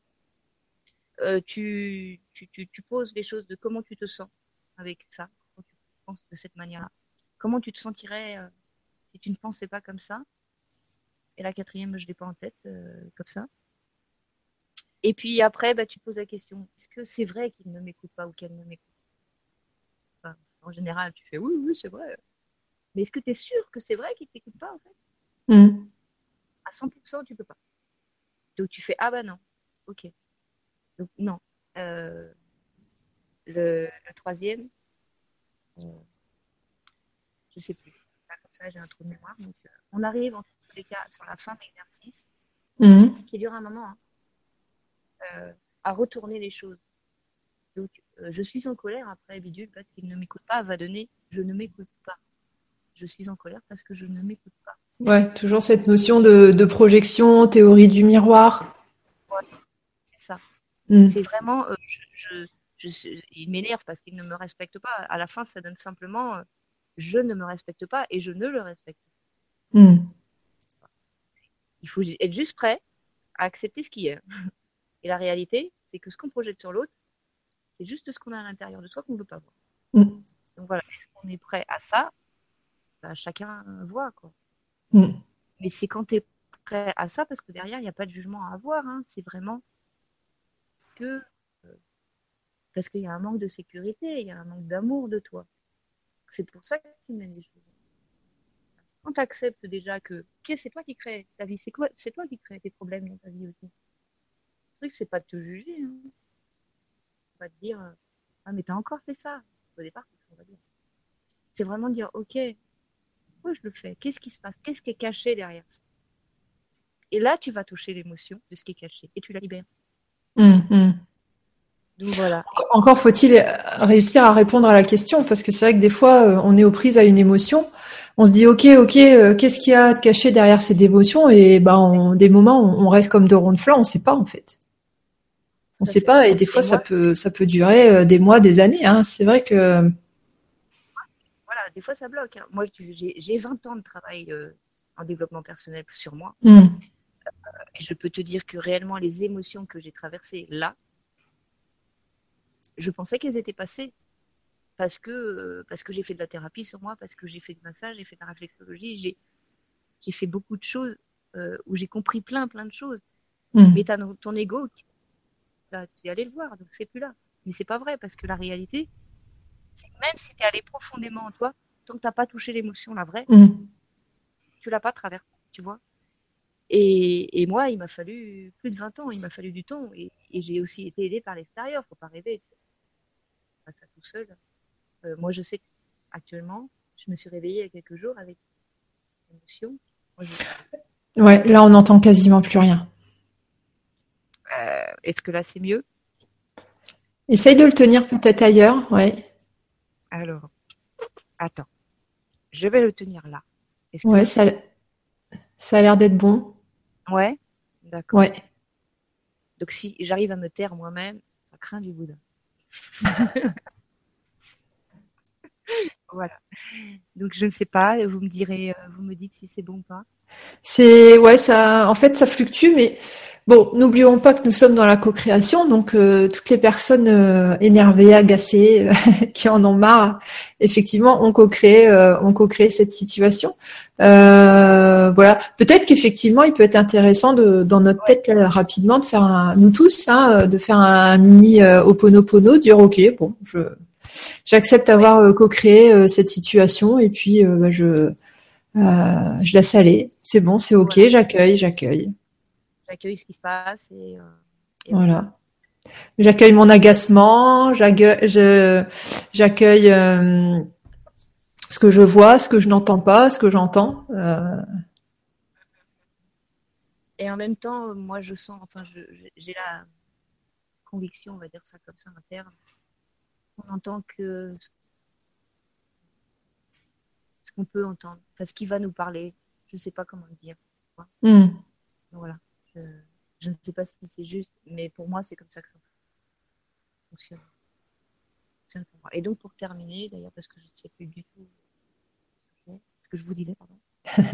[SPEAKER 2] Tu poses les choses de comment tu te sens avec ça, comment tu penses de cette manière-là. Comment tu te sentirais si tu ne pensais pas comme ça. Et la quatrième, je ne l'ai pas en tête, comme ça. Et puis après, bah, tu te poses la question, est-ce que c'est vrai qu'il ne m'écoute pas ou qu'elle ne m'écoute pas? En général, tu fais oui, oui, c'est vrai. Mais est-ce que tu es sûr que c'est vrai qu'il ne t'écoute pas en fait?
[SPEAKER 1] Mhm.
[SPEAKER 2] À 100%, tu peux pas. Donc tu fais ah bah non, ok. Donc non. Euh, le troisième, euh, je sais plus. Là, comme ça, j'ai un trou de mémoire. Donc on arrive en tous les cas sur la fin de l'exercice,
[SPEAKER 1] Mhm.
[SPEAKER 2] qui dure un moment, hein, à retourner les choses. Donc je suis en colère après bidule parce qu'il ne m'écoute pas va donner je ne m'écoute pas. Je suis en colère parce que je ne m'écoute pas.
[SPEAKER 1] Ouais, toujours cette notion de projection, théorie du miroir.
[SPEAKER 2] Ouais, c'est ça.
[SPEAKER 1] Mhm.
[SPEAKER 2] C'est vraiment, il m'énerve parce qu'il ne me respecte pas. À la fin, ça donne simplement, je ne me respecte pas et je ne le respecte pas.
[SPEAKER 1] Mhm.
[SPEAKER 2] Il faut être juste prêt à accepter ce qui est. Et la réalité, c'est que ce qu'on projette sur l'autre, c'est juste ce qu'on a à l'intérieur de soi qu'on ne veut pas voir.
[SPEAKER 1] Mhm.
[SPEAKER 2] Donc voilà, est-ce qu'on est prêt à ça? Bah, chacun voit, quoi.
[SPEAKER 1] Mhm.
[SPEAKER 2] Mais c'est quand tu es prêt à ça, parce que derrière, il n'y a pas de jugement à avoir, hein. C'est vraiment que parce qu'il y a un manque de sécurité, il y a un manque d'amour de toi. C'est pour ça que tu mènes les choses. Quand tu acceptes déjà que ok, c'est toi qui crée ta vie, c'est toi qui crée tes problèmes dans ta vie aussi. Le truc, c'est pas de te juger, hein. Pas de dire ah mais t'as encore fait ça. Au départ, c'est ce qu'on va dire. C'est vraiment de dire ok, pourquoi je le fais? Qu'est-ce qui se passe? Qu'est-ce qui est caché derrière ça? Et là, tu vas toucher l'émotion de ce qui est caché et tu la libères.
[SPEAKER 1] Mhm.
[SPEAKER 2] Donc voilà.
[SPEAKER 1] Encore faut-il réussir à répondre à la question, parce que c'est vrai que des fois, on est aux prises à une émotion. On se dit, ok, qu'est-ce qu'il y a de caché derrière cette émotion? Et ben, des moments, on reste comme deux ronds de flanc, on ne sait pas en fait. On
[SPEAKER 2] Tout à
[SPEAKER 1] sait
[SPEAKER 2] fait.
[SPEAKER 1] pas, et des
[SPEAKER 2] Et
[SPEAKER 1] fois,
[SPEAKER 2] moi,
[SPEAKER 1] ça peut durer des mois, des années. Hein. C'est vrai que.
[SPEAKER 2] voilà, des fois ça bloque, hein. Moi, j'ai 20 ans de travail en développement personnel sur moi.
[SPEAKER 1] Hmm.
[SPEAKER 2] Et je peux te dire que réellement, les émotions que j'ai traversées là, je pensais qu'elles étaient passées parce que j'ai fait de la thérapie sur moi, parce que j'ai fait de massage, j'ai fait de la réflexologie, j'ai fait beaucoup de choses où j'ai compris plein de choses. Mais
[SPEAKER 1] Hmm.
[SPEAKER 2] tu as ton ego, tu es allé le voir, donc c'est plus là. Mais c'est pas vrai, parce que la réalité, c'est que même si tu es allé profondément en toi, tant que tu n'as pas touché l'émotion, la vraie,
[SPEAKER 1] Hmm.
[SPEAKER 2] tu l'as pas traversée, tu vois. Et moi, il m'a fallu plus de 20 ans, il m'a fallu du temps. Et j'ai aussi été aidée par l'extérieur, faut pas rêver. Pas ça tout seul. Moi, je sais qu'actuellement, je me suis réveillée il y a quelques jours avec une émotion. Moi,
[SPEAKER 1] Ouais, là, on n'entend quasiment plus rien.
[SPEAKER 2] est-ce que là, c'est mieux?
[SPEAKER 1] Essaye de le tenir peut-être ailleurs, ouais.
[SPEAKER 2] Alors, attends, je vais le tenir là. Est-ce que
[SPEAKER 1] Ouais,
[SPEAKER 2] là, c'est bon?
[SPEAKER 1] ça a l'air d'être bon.
[SPEAKER 2] Ouais, d'accord.
[SPEAKER 1] Ouais.
[SPEAKER 2] Donc si j'arrive à me taire moi-même, ça craint du boudin. Voilà. Donc je ne sais pas, vous me direz, vous me dites si c'est bon ou pas.
[SPEAKER 1] Ouais, ça, en fait, ça fluctue, mais bon, n'oublions pas que nous sommes dans la co-création, donc toutes les personnes énervées, agacées, qui en ont marre, effectivement, ont co-créé cette situation. Voilà, peut-être qu'effectivement, il peut être intéressant dans notre
[SPEAKER 2] Ouais,
[SPEAKER 1] tête là, rapidement de faire nous tous, hein, de faire un mini Ho'oponopono, dire ok, bon, j'accepte
[SPEAKER 2] ouais.
[SPEAKER 1] d'avoir co-créé cette situation et puis je laisse aller. C'est bon, c'est ok,
[SPEAKER 2] Voilà.
[SPEAKER 1] j'accueille.
[SPEAKER 2] J'accueille ce qui se passe et voilà.
[SPEAKER 1] Voilà. J'accueille mon agacement, j'accueille ce que je vois, ce que je n'entends pas, ce que j'entends.
[SPEAKER 2] Et en même temps, moi je sens, enfin j'ai la conviction, on va dire ça comme ça, interne, on entend que ce qu'on peut entendre, enfin ce qui va nous parler. Je ne sais pas comment le dire.
[SPEAKER 1] Hmm.
[SPEAKER 2] Voilà. Je, je ne sais pas si c'est juste, mais pour moi, c'est comme ça que ça fonctionne. Pour moi. Et donc, pour terminer, d'ailleurs, parce que je ne sais plus du tout ce que je vous disais, pardon.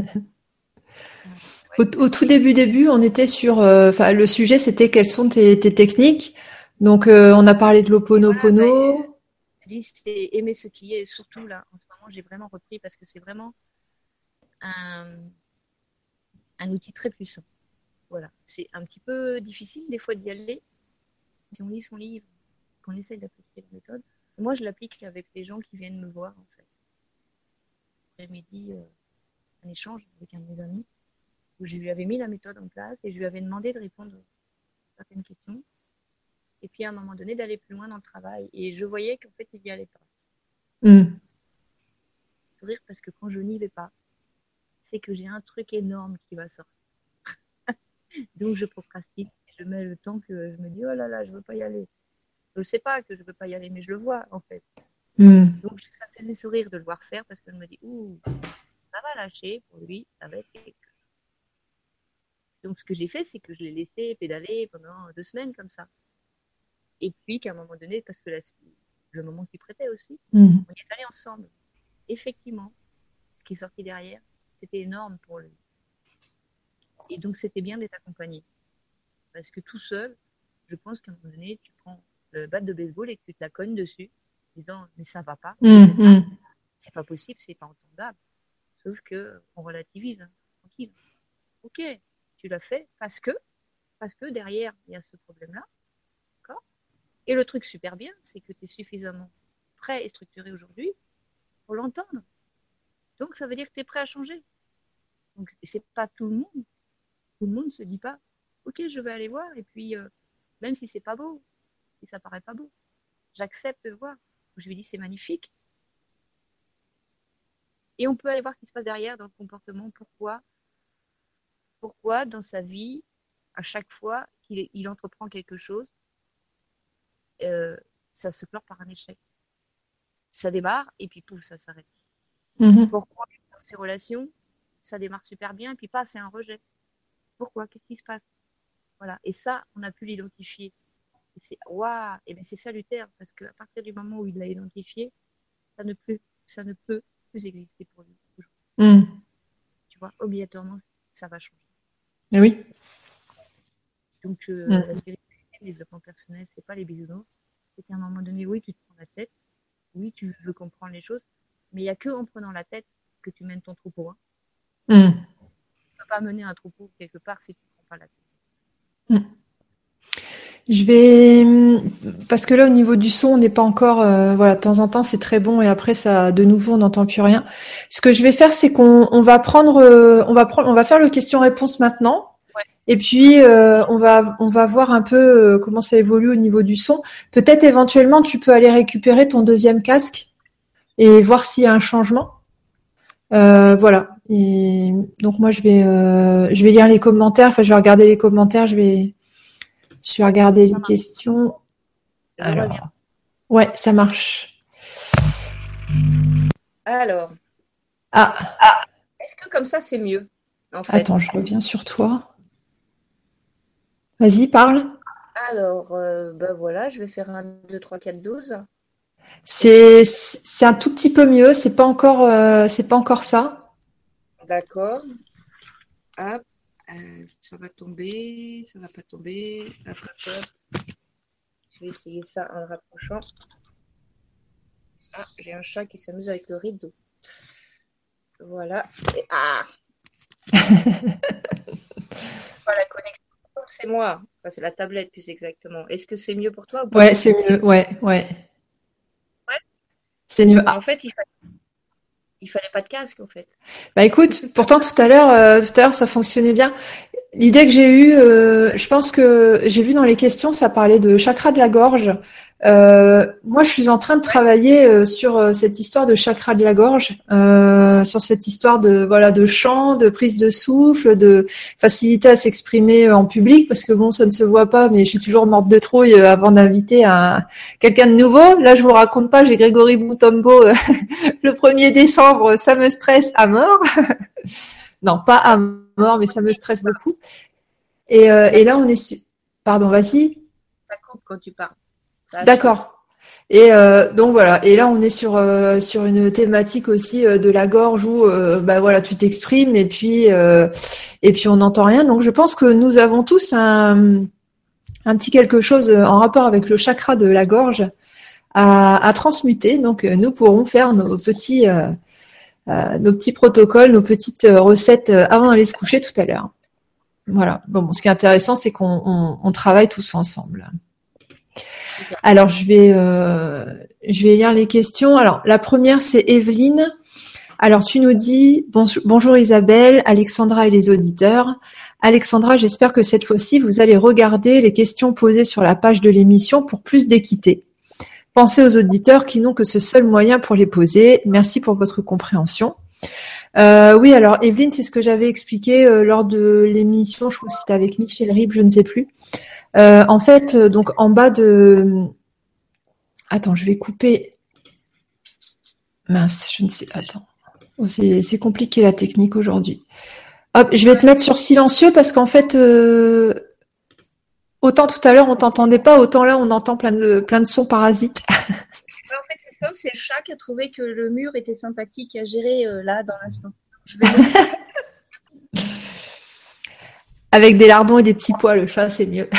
[SPEAKER 2] Ouais.
[SPEAKER 1] Au tout début, on était sur, enfin, le sujet, c'était quelles sont tes techniques. Donc, on a parlé de
[SPEAKER 2] Voilà, bah,
[SPEAKER 1] l'Ho'oponopono.
[SPEAKER 2] Alice, c'est aimer ce qui est. Surtout là, en ce moment, j'ai vraiment repris parce que c'est vraiment un, un outil très puissant. Voilà. C'est un petit peu difficile des fois d'y aller. Si on lit son livre, qu'on essaye d'appliquer la méthode. Moi, je l'applique avec les gens qui viennent me voir, en fait. Après-midi, un échange avec un de mes amis où je lui avais mis la méthode en place et je lui avais demandé de répondre à certaines questions. Et puis, à un moment donné, d'aller plus loin dans le travail. Et je voyais qu'en fait, il n'y allait pas.
[SPEAKER 1] Hmm.
[SPEAKER 2] Sourire parce que quand je n'y vais pas, c'est que j'ai un truc énorme qui va sortir. Donc, je procrastine. Je mets le temps que je me dis, oh là là, je ne veux pas y aller. Je ne sais pas que je ne veux pas y aller, mais je le vois, en fait.
[SPEAKER 1] Hmm.
[SPEAKER 2] Donc, ça me faisait sourire de le voir faire parce que je me dis, ouh, ça va lâcher pour lui, ça va être quelque chose. Donc, ce que j'ai fait, c'est que je l'ai laissé pédaler pendant 2 semaines comme ça. Et puis, qu'à un moment donné, parce que le moment s'y prêtait aussi,
[SPEAKER 1] Hmm.
[SPEAKER 2] on y est allé ensemble. Effectivement, ce qui est sorti derrière, c'était énorme pour lui. Et donc, c'était bien d'être accompagné. Parce que tout seul, je pense qu'à un moment donné, tu prends le bat de baseball et que tu te la cognes dessus, en disant, mais ça va pas, j'ai
[SPEAKER 1] Hmm.
[SPEAKER 2] fait ça,
[SPEAKER 1] Hmm.
[SPEAKER 2] c'est pas possible, c'est pas entendable. Sauf que on relativise, hein, tranquille. Ok, tu l'as fait parce que derrière, il y a ce problème-là, d'accord. Et le truc super bien, c'est que tu es suffisamment prêt et structuré aujourd'hui pour l'entendre. Donc, ça veut dire que tu es prêt à changer. Donc, c'est pas tout le monde. Tout le monde ne se dit pas, ok, je vais aller voir, et puis, même si c'est pas beau, si ça paraît pas beau, j'accepte de voir. Je lui dis, c'est magnifique. Et on peut aller voir ce qui se passe derrière dans le comportement. Pourquoi dans sa vie, à chaque fois qu'il entreprend quelque chose, euh, ça se clore par un échec. Ça démarre, et puis pouf, ça s'arrête.
[SPEAKER 1] Hmm.
[SPEAKER 2] Pourquoi dans ses relations, ça démarre super bien, et puis pas, c'est un rejet. Pourquoi? Qu'est-ce qui se passe? Voilà. Et ça, on a pu l'identifier. Et c'est waouh, et bien c'est salutaire parce qu'à partir du moment où il l'a identifié, ça ne peut plus exister pour lui.
[SPEAKER 1] Hmm.
[SPEAKER 2] Tu vois, obligatoirement, ça va changer.
[SPEAKER 1] Eh oui.
[SPEAKER 2] Donc la
[SPEAKER 1] Hmm.
[SPEAKER 2] spiritualité, le développement personnel, c'est pas les bisounours. C'est qu'à un moment donné, oui, tu te prends la tête, oui, tu veux comprendre les choses, mais il n'y a que en prenant la tête que tu mènes ton troupeau. Hein.
[SPEAKER 1] Hmm.
[SPEAKER 2] Tu ne peux pas mener un troupeau quelque part si tu ne prends pas la tête.
[SPEAKER 1] Hmm. Je vais parce que là au niveau du son, on n'est pas encore voilà, de temps en temps c'est très bon et après ça de nouveau on n'entend plus rien. Ce que je vais faire c'est qu'on va prendre on va faire le question-réponse maintenant
[SPEAKER 2] Ouais,
[SPEAKER 1] et
[SPEAKER 2] ouais,
[SPEAKER 1] puis on va voir un peu comment ça évolue au niveau du son. Peut-être éventuellement tu peux aller récupérer ton deuxième casque et voir s'il y a un changement.
[SPEAKER 2] ouais.
[SPEAKER 1] Voilà. Et donc moi je vais lire les commentaires, enfin je vais regarder les commentaires, je vais regarder
[SPEAKER 2] Ça
[SPEAKER 1] les
[SPEAKER 2] marche.
[SPEAKER 1] questions.
[SPEAKER 2] Je vois bien.
[SPEAKER 1] Alors, ouais, ça marche.
[SPEAKER 2] Alors,
[SPEAKER 1] Ah,
[SPEAKER 2] est-ce que comme ça, c'est mieux, en fait?
[SPEAKER 1] attends, je reviens sur toi. Vas-y, parle.
[SPEAKER 2] Alors, ben voilà, je vais faire 1, 2, 3, 4, 12.
[SPEAKER 1] C'est un tout petit peu mieux. C'est pas encore ça.
[SPEAKER 2] D'accord. Hop. Ça va tomber, ça va pas tomber. Hop, hop, hop. Je vais essayer ça en le rapprochant. Ah, j'ai un chat qui s'amuse avec le rideau. Voilà. Et, ah, pas la connexion, c'est moi. Enfin, c'est la tablette plus exactement. Est-ce que c'est mieux pour toi ou pas?
[SPEAKER 1] Ouais, c'est mieux. Ouais, ouais.
[SPEAKER 2] Ouais.
[SPEAKER 1] C'est mieux.
[SPEAKER 2] Mais en
[SPEAKER 1] Ah,
[SPEAKER 2] fait, il fallait pas de casque en fait.
[SPEAKER 1] bah écoute, pourtant tout à l'heure, ça fonctionnait bien. L'idée que j'ai eue, je pense que j'ai vu dans les questions, ça parlait de chakra de la gorge. Moi, je suis en train de travailler sur cette histoire de chakra de la gorge, sur cette histoire de voilà de chant, de prise de souffle, de facilité à s'exprimer en public, parce que bon, ça ne se voit pas, mais je suis toujours morte de trouille avant d'inviter quelqu'un de nouveau. Là, je vous raconte pas, j'ai Grégory Mutombo le 1er décembre, ça me stresse à mort. Non, pas à mort, mais ça me stresse beaucoup. Et là, on est sur... Pardon, vas-y.
[SPEAKER 2] Ça coupe quand tu parles. Ça hache pas.
[SPEAKER 1] D'accord. Donc voilà. Et là, on est sur une thématique aussi de la gorge où bah voilà, tu t'exprimes et puis on n'entend rien. Donc je pense que nous avons tous un petit quelque chose en rapport avec le chakra de la gorge à transmuter. Donc nous pourrons faire nos petits protocoles, nos petites recettes avant d'aller se coucher tout à l'heure. Voilà. Bon, ce qui est intéressant, c'est qu'on travaille tous ensemble. Alors, je vais lire les questions. Alors, la première, c'est Evelyne. Alors, tu nous dis bonjour Isabelle, Alexandra et les auditeurs. Alexandra, j'espère que cette fois-ci, vous allez regarder les questions posées sur la page de l'émission pour plus d'équité. Pensez aux auditeurs qui n'ont que ce seul moyen pour les poser. Merci pour votre compréhension. Oui, alors Evelyne, c'est ce que j'avais expliqué lors de l'émission, je crois que c'était avec Michel Rib, je ne sais plus. En fait, donc en bas de... Attends, je vais couper... Mince, je ne sais... Attends. Oh, c'est compliqué la technique aujourd'hui. Hop, je vais te mettre sur silencieux parce qu'en fait, autant tout à l'heure on t'entendait pas, autant là on entend plein de sons parasites.
[SPEAKER 2] Ouais, en fait, c'est simple, c'est le chat qui a trouvé que le mur était sympathique à gérer là dans l'instant. Je vais le...
[SPEAKER 1] Avec des lardons et des petits pois, le chat, c'est mieux.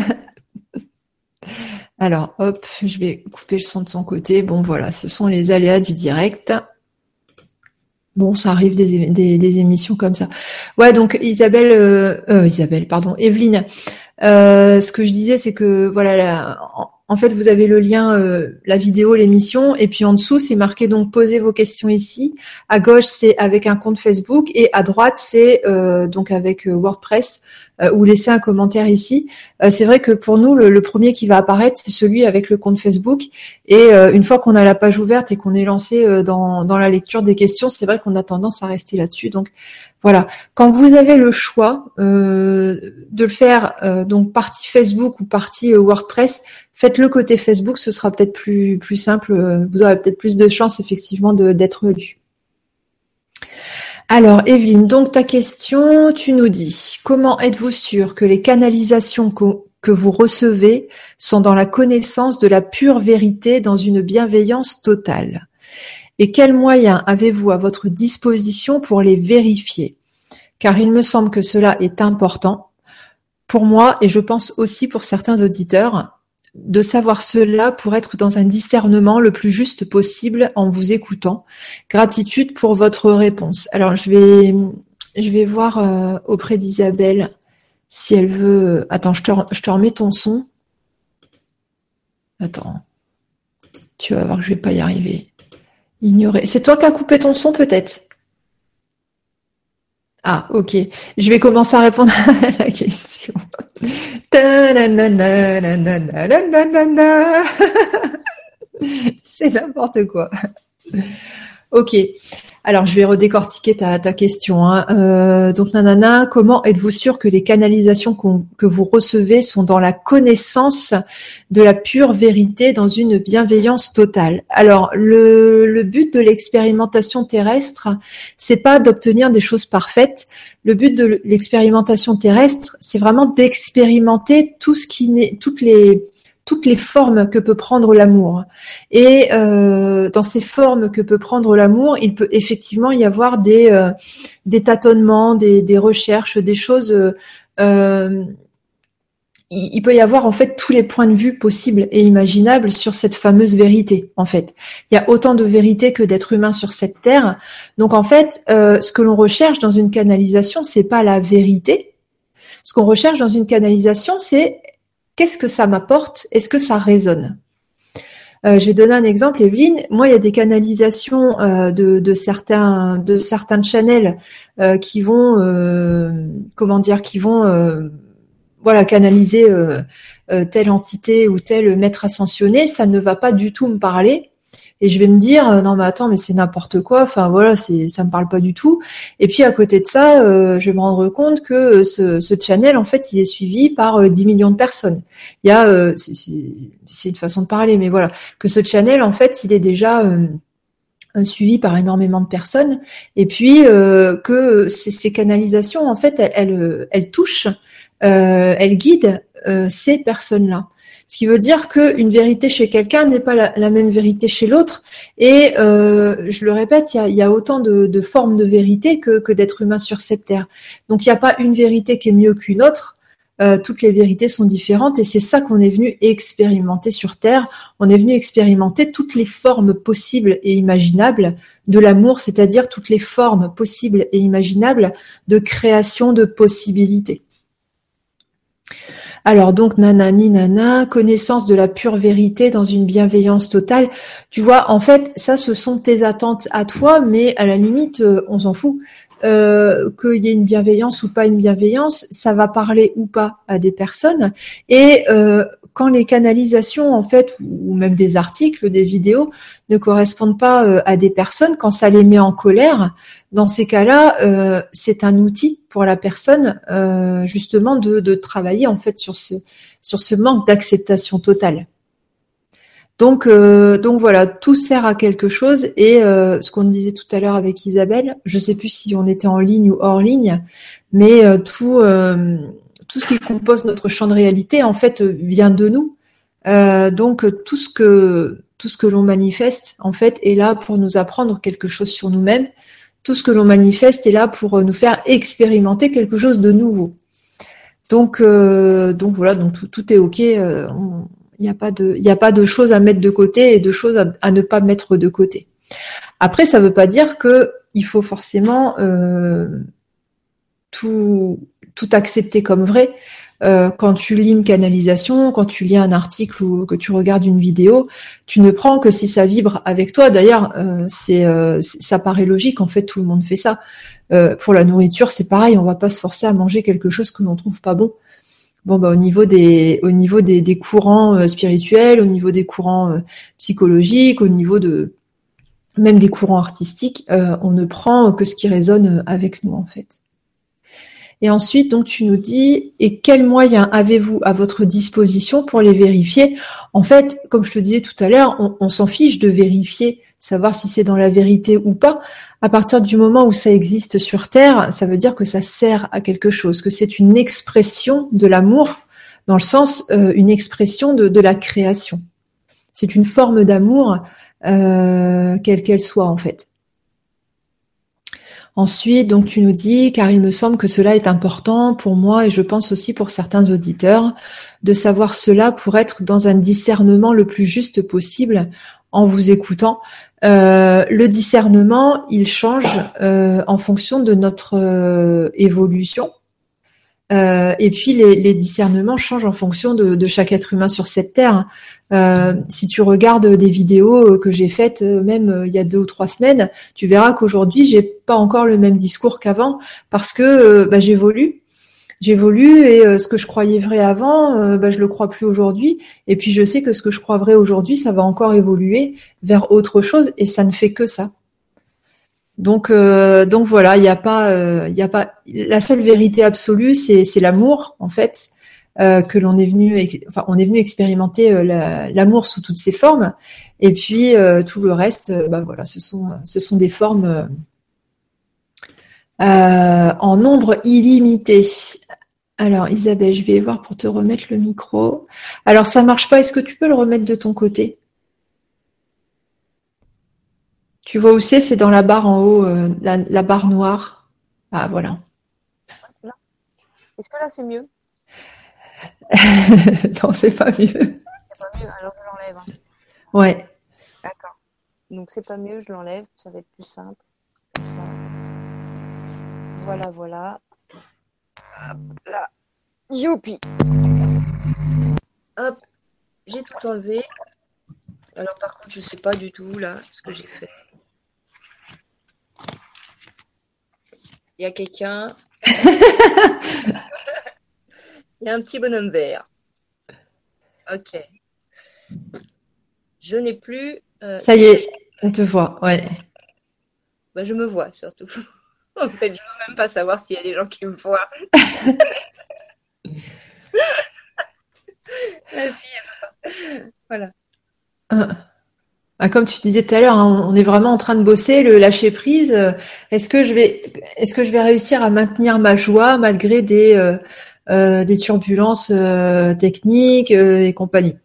[SPEAKER 1] Alors, hop, je vais couper le son de son côté. Bon, voilà, ce sont les aléas du direct. Bon, ça arrive des émissions comme ça. Ouais, donc Isabelle, pardon, Evelyne. Ce que je disais, c'est que voilà, en fait, vous avez le lien, la vidéo, l'émission, et puis en dessous, c'est marqué donc posez vos questions ici. À gauche, c'est avec un compte Facebook, et à droite, c'est donc avec WordPress, ou laissez un commentaire ici. C'est vrai que pour nous, le premier qui va apparaître, c'est celui avec le compte Facebook. Et une fois qu'on a la page ouverte et qu'on est lancé dans la lecture des questions, c'est vrai qu'on a tendance à rester là-dessus. Donc voilà, quand vous avez le choix de le faire donc partie Facebook ou partie WordPress, faites-le côté Facebook, ce sera peut-être plus simple. Vous aurez peut-être plus de chances effectivement d'être lu. Alors Evelyne, donc ta question, tu nous dis comment êtes-vous sûr que les canalisations que vous recevez sont dans la connaissance de la pure vérité, dans une bienveillance totale? Et quels moyens avez-vous à votre disposition pour les vérifier? Car il me semble que cela est important pour moi et je pense aussi pour certains auditeurs de savoir cela pour être dans un discernement le plus juste possible en vous écoutant. Gratitude pour votre réponse. Alors je vais voir auprès d'Isabelle si elle veut. Attends, je te remets ton son. Attends, tu vas voir que je vais pas y arriver. Ignorer. C'est toi qui as coupé ton son peut-être? Ah, ok. Je vais commencer à répondre à la question. C'est n'importe quoi. Ok. Alors, je vais redécortiquer ta question, hein. Donc, nanana, comment êtes-vous sûr que les canalisations que vous recevez sont dans la connaissance de la pure vérité, dans une bienveillance totale? Alors, le but de l'expérimentation terrestre, c'est pas d'obtenir des choses parfaites. Le but de l'expérimentation terrestre, c'est vraiment d'expérimenter tout ce qui n'est, toutes les formes que peut prendre l'amour. Et dans ces formes que peut prendre l'amour, il peut effectivement y avoir des tâtonnements, des recherches, des choses. Il peut y avoir en fait tous les points de vue possibles et imaginables sur cette fameuse vérité. En fait, il y a autant de vérités que d'êtres humains sur cette terre. Donc en fait, ce que l'on recherche dans une canalisation, c'est pas la vérité. Ce qu'on recherche dans une canalisation, c'est qu'est-ce que ça m'apporte? Est-ce que ça résonne? Je vais donner un exemple, Evelyne. Moi, il y a des canalisations de certains channels qui vont, voilà, canaliser telle entité ou tel maître ascensionné. Ça ne va pas du tout me parler. Et je vais me dire non mais attends, mais c'est n'importe quoi, enfin voilà, ça me parle pas du tout. Et puis à côté de ça, je vais me rendre compte que ce channel en fait il est suivi par 10 millions de personnes. Il y a c'est une façon de parler, mais voilà, que ce channel en fait il est déjà suivi par énormément de personnes, et puis que ces canalisations en fait elles touchent, elles guident ces personnes-là. Ce qui veut dire qu'une vérité chez quelqu'un n'est pas la même vérité chez l'autre. Et je le répète, il y a autant de formes de vérité que d'êtres humains sur cette terre. Donc il n'y a pas une vérité qui est mieux qu'une autre. Toutes les vérités sont différentes et c'est ça qu'on est venu expérimenter sur Terre. On est venu expérimenter toutes les formes possibles et imaginables de l'amour, c'est-à-dire toutes les formes possibles et imaginables de création de possibilités. Alors donc nanani nana, connaissance de la pure vérité dans une bienveillance totale. Tu vois, en fait, ça ce sont tes attentes à toi, mais à la limite, on s'en fout. Qu'il y ait une bienveillance ou pas une bienveillance, ça va parler ou pas à des personnes. Et quand les canalisations, en fait, ou même des articles, des vidéos, ne correspondent pas à des personnes, quand ça les met en colère, dans ces cas-là, c'est un outil pour la personne, justement, de travailler en fait sur ce manque d'acceptation totale. Donc voilà, tout sert à quelque chose et ce qu'on disait tout à l'heure avec Isabelle, je sais plus si on était en ligne ou hors ligne, mais tout ce qui compose notre champ de réalité en fait vient de nous. Donc tout ce que l'on manifeste en fait est là pour nous apprendre quelque chose sur nous-mêmes. Tout ce que l'on manifeste est là pour nous faire expérimenter quelque chose de nouveau. Donc voilà, donc tout est ok. Il n'y a pas de choses à mettre de côté et de choses à ne pas mettre de côté. Après, ça ne veut pas dire que il faut forcément tout accepter comme vrai. Quand tu lis une canalisation, quand tu lis un article ou que tu regardes une vidéo, tu ne prends que si ça vibre avec toi. D'ailleurs, ça paraît logique. En fait, tout le monde fait ça. Pour la nourriture, c'est pareil. On va pas se forcer à manger quelque chose que l'on trouve pas bon. Bon, au niveau des courants spirituels, au niveau des courants psychologiques, au niveau même des courants artistiques, on ne prend que ce qui résonne avec nous en fait. Et ensuite, donc tu nous dis, et quels moyens avez-vous à votre disposition pour les vérifier? En fait, comme je te disais tout à l'heure, on s'en fiche de vérifier, savoir si c'est dans la vérité ou pas. À partir du moment où ça existe sur Terre, ça veut dire que ça sert à quelque chose, que c'est une expression de l'amour, dans le sens, une expression de la création. C'est une forme d'amour, quelle qu'elle soit en fait. Ensuite, donc tu nous dis, car il me semble que cela est important pour moi et je pense aussi pour certains auditeurs, de savoir cela pour être dans un discernement le plus juste possible en vous écoutant. Le discernement, il change en fonction de notre évolution. Et puis les discernements changent en fonction de chaque être humain sur cette terre. Si tu regardes des vidéos que j'ai faites même il y a 2 ou 3 semaines, tu verras qu'aujourd'hui j'ai pas encore le même discours qu'avant parce que j'évolue et ce que je croyais vrai avant, je le crois plus aujourd'hui. Et puis je sais que ce que je crois vrai aujourd'hui, ça va encore évoluer vers autre chose et ça ne fait que ça. Donc voilà, il y a pas la seule vérité absolue, c'est l'amour en fait, que l'on est venu, on est venu expérimenter l'amour sous toutes ses formes, et puis tout le reste, bah voilà, ce sont des formes en nombre illimité. Alors Isabelle, je vais voir pour te remettre le micro. Alors ça marche pas. Est-ce que tu peux le remettre de ton côté? Tu vois où c'est? C'est dans la barre en haut, la barre noire. Ah voilà.
[SPEAKER 2] Là. Est-ce que là c'est mieux?
[SPEAKER 1] Non, c'est pas mieux.
[SPEAKER 2] C'est pas mieux, alors je l'enlève. Hein.
[SPEAKER 1] Ouais.
[SPEAKER 2] D'accord. Donc c'est pas mieux, je l'enlève, ça va être plus simple. Comme ça. Voilà, voilà. Hop là. Youpi. Hop, j'ai tout enlevé. Alors par contre, je sais pas du tout là ce que j'ai fait. Il y a quelqu'un. Il y a un petit bonhomme vert. Ok. Je n'ai plus.
[SPEAKER 1] Ça y est, on te voit. Ouais.
[SPEAKER 2] Bah, je me vois surtout. En fait, je veux même pas savoir s'il y a des gens qui me voient. La fille, voilà.
[SPEAKER 1] Ah, comme tu disais tout à l'heure, hein, on est vraiment en train de bosser le lâcher prise. Est-ce que je vais réussir à maintenir ma joie malgré des turbulences techniques et compagnie?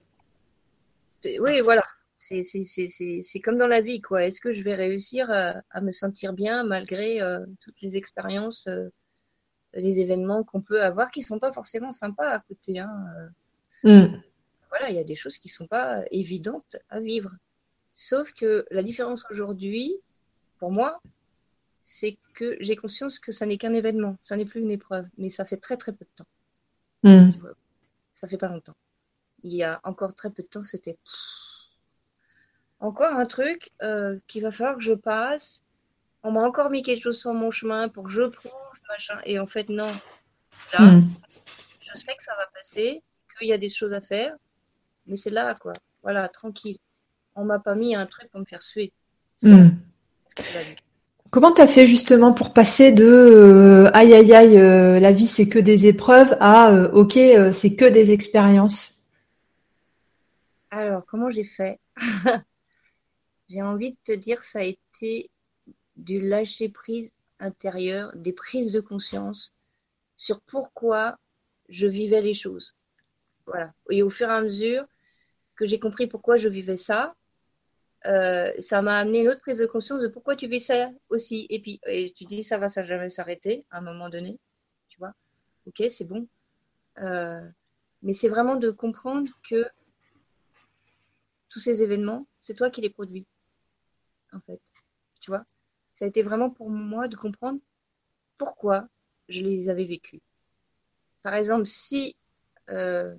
[SPEAKER 2] Oui, voilà. C'est comme dans la vie, quoi. Est-ce que je vais réussir à me sentir bien malgré toutes les expériences, les événements qu'on peut avoir qui sont pas forcément sympas à côté, hein.
[SPEAKER 1] Mm.
[SPEAKER 2] Voilà, il y a des choses qui sont pas évidentes à vivre. Sauf que la différence aujourd'hui, pour moi, c'est que j'ai conscience que ça n'est qu'un événement, ça n'est plus une épreuve, mais ça fait très très peu de temps.
[SPEAKER 1] Mm.
[SPEAKER 2] Tu vois. Ça fait pas longtemps. Il y a encore très peu de temps, c'était encore un truc qu'il va falloir que je passe. On m'a encore mis quelque chose sur mon chemin pour que je prouve, machin. Et en fait, non. Là,
[SPEAKER 1] Mm.
[SPEAKER 2] je sais que ça va passer, qu'il y a des choses à faire, mais c'est là, quoi. Voilà, tranquille. On m'a pas mis un truc pour me faire suer. Ça,
[SPEAKER 1] Mm.
[SPEAKER 2] c'est la vie.
[SPEAKER 1] Comment t'as fait justement pour passer de aïe aïe aïe, la vie c'est que des épreuves à ok, c'est que des expériences?
[SPEAKER 2] Alors, comment j'ai fait? J'ai envie de te dire, ça a été du lâcher prise intérieur, des prises de conscience sur pourquoi je vivais les choses. Voilà. Et au fur et à mesure que j'ai compris pourquoi je vivais ça, ça m'a amené une autre prise de conscience de pourquoi tu vis ça aussi. Et puis, tu dis, ça va, ça jamais s'arrêter à un moment donné. Tu vois, ok, c'est bon. Mais c'est vraiment de comprendre que tous ces événements, c'est toi qui les produis, en fait. Tu vois, ça a été vraiment pour moi de comprendre pourquoi je les avais vécus. Par exemple, euh,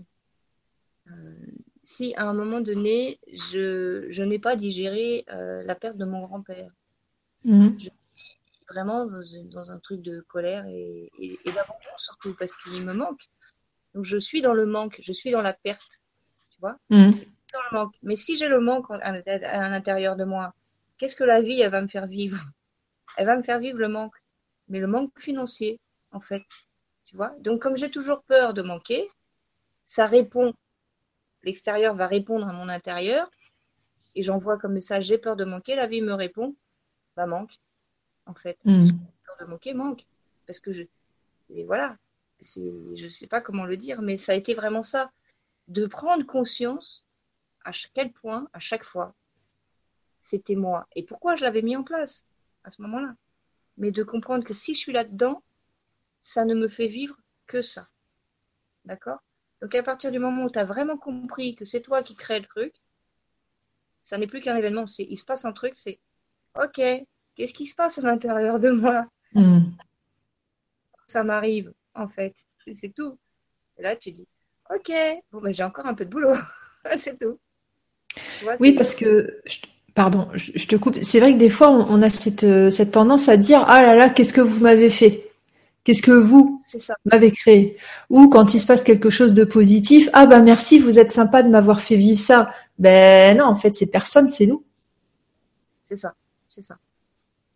[SPEAKER 2] si à un moment donné, je n'ai pas digéré la perte de mon grand-père,
[SPEAKER 1] Mm.
[SPEAKER 2] je suis vraiment dans un truc de colère et d'abandon surtout parce qu'il me manque. Donc je suis dans le manque, je suis dans la perte, tu vois,
[SPEAKER 1] Mm.
[SPEAKER 2] dans le manque. Mais si j'ai le manque à l'intérieur de moi, qu'est-ce que la vie, elle va me faire vivre? Elle va me faire vivre le manque, mais le manque financier, en fait, tu vois. Donc comme j'ai toujours peur de manquer, ça répond, l'extérieur va répondre à mon intérieur, et j'envoie comme message, j'ai peur de manquer, la vie me répond, bah manque, en fait. Parce que
[SPEAKER 1] Mm.
[SPEAKER 2] j'ai peur de manquer, manque. Parce que et voilà, je sais pas comment le dire, mais ça a été vraiment ça, de prendre conscience à quel point, à chaque fois, c'était moi. Et pourquoi je l'avais mis en place à ce moment-là. Mais de comprendre que si je suis là-dedans, ça ne me fait vivre que ça. D'accord? Donc à partir du moment où tu as vraiment compris que c'est toi qui crée le truc, ça n'est plus qu'un événement, il se passe un truc, c'est ok, qu'est-ce qui se passe à l'intérieur de moi?
[SPEAKER 1] Mm.
[SPEAKER 2] Ça m'arrive, en fait. C'est tout. Et là, tu dis, ok, bon, ben, j'ai encore un peu de boulot. C'est tout. Tu vois,
[SPEAKER 1] Oui, parce que, pardon, je te coupe. C'est vrai que des fois, on a cette tendance à dire, ah là là, qu'est-ce que vous m'avez fait? Qu'est-ce que vous
[SPEAKER 2] c'est ça.
[SPEAKER 1] m'avez créé? Ou quand il se passe quelque chose de positif, ah bah merci, vous êtes sympa de m'avoir fait vivre ça. Ben non, en fait, c'est personne, c'est nous.
[SPEAKER 2] C'est ça. C'est ça.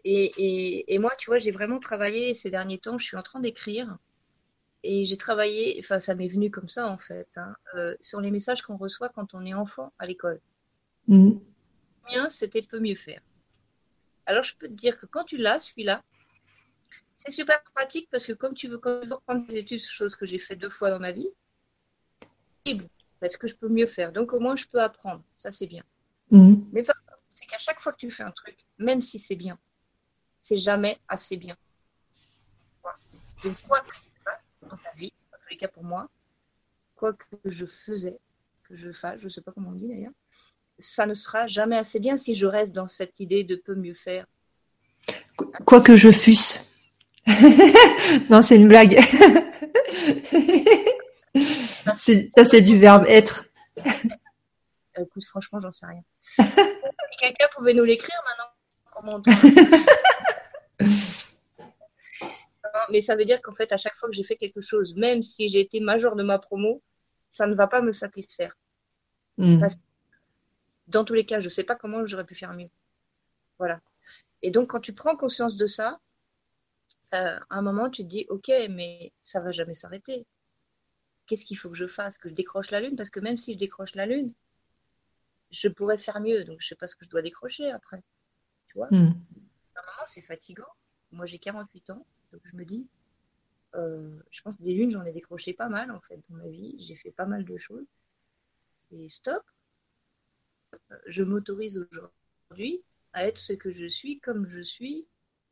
[SPEAKER 2] Et moi, tu vois, j'ai vraiment travaillé ces derniers temps. Je suis en train d'écrire. Et j'ai travaillé, enfin, ça m'est venu comme ça, en fait, hein, sur les messages qu'on reçoit quand on est enfant à l'école.
[SPEAKER 1] Mhm.
[SPEAKER 2] Le mien, c'était peut mieux faire. Alors, je peux te dire que quand tu l'as, celui-là, c'est super pratique parce que comme tu veux quand tu veux reprendre tes études, chose que j'ai fait 2 fois dans ma vie, c'est bon, parce que je peux mieux faire. Donc, au moins, je peux apprendre. Ça, c'est bien.
[SPEAKER 1] Mhm.
[SPEAKER 2] Mais par contre, c'est qu'à chaque fois que tu fais un truc, même si c'est bien, c'est jamais assez bien. Voilà. Donc, quoi que tu fasses dans ta vie, en tous les cas pour moi, quoi que je faisais, que je fasse, je ne sais pas comment on dit d'ailleurs, ça ne sera jamais assez bien si je reste dans cette idée de peut mieux faire.
[SPEAKER 1] Quoi que je fusse. Non, c'est une blague. Ça, c'est du verbe être.
[SPEAKER 2] Écoute, franchement, j'en sais rien. Si quelqu'un pouvait nous l'écrire maintenant, comment on traduit? Mais ça veut dire qu'en fait, à chaque fois que j'ai fait quelque chose, même si j'ai été major de ma promo, ça ne va pas me satisfaire. Parce
[SPEAKER 1] Mhm.
[SPEAKER 2] que dans tous les cas, je ne sais pas comment j'aurais pu faire mieux. Voilà. Et donc, quand tu prends conscience de ça, à un moment, tu te dis, OK, mais ça ne va jamais s'arrêter. Qu'est-ce qu'il faut que je fasse? Que je décroche la lune? Parce que même si je décroche la lune, je pourrais faire mieux. Donc, je ne sais pas ce que je dois décrocher après. Tu vois?
[SPEAKER 1] Mhm.
[SPEAKER 2] À un moment, c'est fatigant. Moi, j'ai 48 ans. Donc, je me dis, je pense que des lunes, j'en ai décroché pas mal, en fait, dans ma vie. J'ai fait pas mal de choses. Et stop, je m'autorise aujourd'hui à être ce que je suis, comme je suis.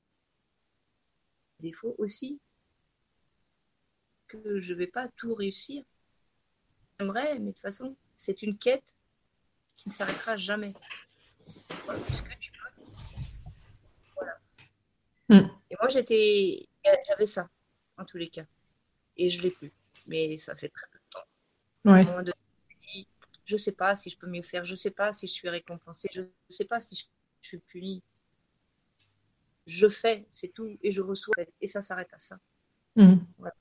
[SPEAKER 2] Défaut aussi, que je ne vais pas tout réussir. J'aimerais, mais de toute façon, c'est une quête qui ne s'arrêtera jamais. Puisque tu peux. Voilà.
[SPEAKER 1] Mhm.
[SPEAKER 2] Et moi, j'avais ça, en tous les cas. Et je ne l'ai plus. Mais ça fait très peu de temps. À un
[SPEAKER 1] Ouais.
[SPEAKER 2] moment donné, je ne sais pas si je peux mieux faire, je ne sais pas si je suis récompensée, je ne sais pas si je suis punie. Je fais, c'est tout, et je reçois, et ça s'arrête à ça.
[SPEAKER 1] Mhm.
[SPEAKER 2] Voilà.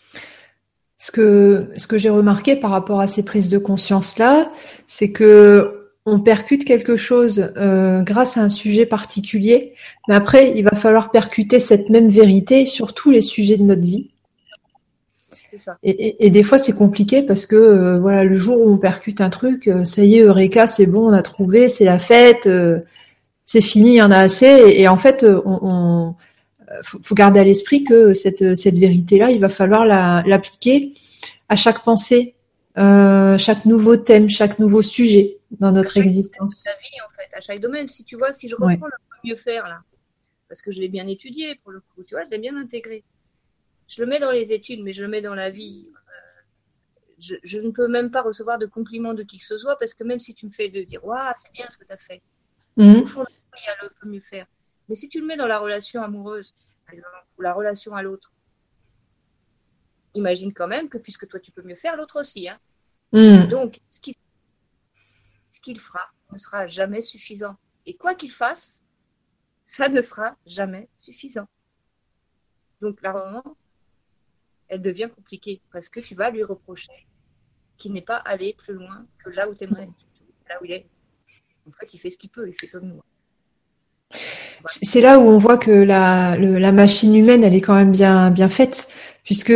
[SPEAKER 1] Ce que j'ai remarqué par rapport à ces prises de conscience-là, c'est que on percute quelque chose grâce à un sujet particulier, mais après, il va falloir percuter cette même vérité sur tous les sujets de notre vie.
[SPEAKER 2] C'est ça.
[SPEAKER 1] Et des fois, c'est compliqué parce que voilà, le jour où on percute un truc, ça y est, Eureka, c'est bon, on a trouvé, c'est la fête, c'est fini, il y en a assez. Et en fait, faut garder à l'esprit que cette vérité-là, il va falloir l'appliquer à chaque pensée, chaque nouveau thème, chaque nouveau sujet dans
[SPEAKER 2] À
[SPEAKER 1] notre
[SPEAKER 2] chaque domaine de
[SPEAKER 1] existence.
[SPEAKER 2] ta vie, en fait, à chaque domaine. Si tu vois, si je
[SPEAKER 1] Ouais.
[SPEAKER 2] reprends le mieux faire, là, parce que je l'ai bien étudié pour le coup, tu vois, je l'ai bien intégré. Je le mets dans les études, mais je le mets dans la vie. Je ne peux même pas recevoir de compliments de qui que ce soit, parce que même si tu me fais de dire, waouh, c'est bien ce que tu as fait, au
[SPEAKER 1] Mhm.
[SPEAKER 2] fond, il y a le peut mieux faire. Mais si tu le mets dans la relation amoureuse, par exemple, ou la relation à l'autre, imagine quand même que puisque toi tu peux mieux faire, l'autre aussi. Hein.
[SPEAKER 1] Mhm.
[SPEAKER 2] Donc, ce qu'il fera ne sera jamais suffisant. Et quoi qu'il fasse, ça ne sera jamais suffisant. Donc, la moment, elle devient compliquée parce que tu vas lui reprocher qu'il n'est pas allé plus loin que là où tu aimerais, là où il est. En fait, il fait ce qu'il peut, il fait comme nous. Voilà.
[SPEAKER 1] C'est là où on voit que la machine humaine, elle est quand même bien faite, puisque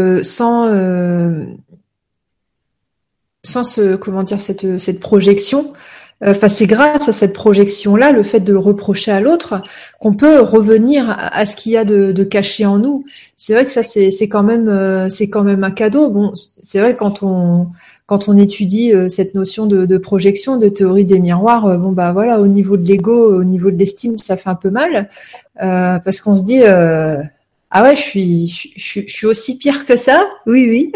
[SPEAKER 1] sans comment dire, cette projection, enfin, c'est grâce à cette projection-là, le fait de le reprocher à l'autre, qu'on peut revenir à ce qu'il y a de caché en nous. C'est vrai que ça, c'est quand même un cadeau. Bon, c'est vrai quand on étudie cette notion de projection, de théorie des miroirs, bon bah voilà, au niveau de l'ego, au niveau de l'estime, ça fait un peu mal parce qu'on se dit ah ouais, je suis aussi pire que ça. Oui, oui.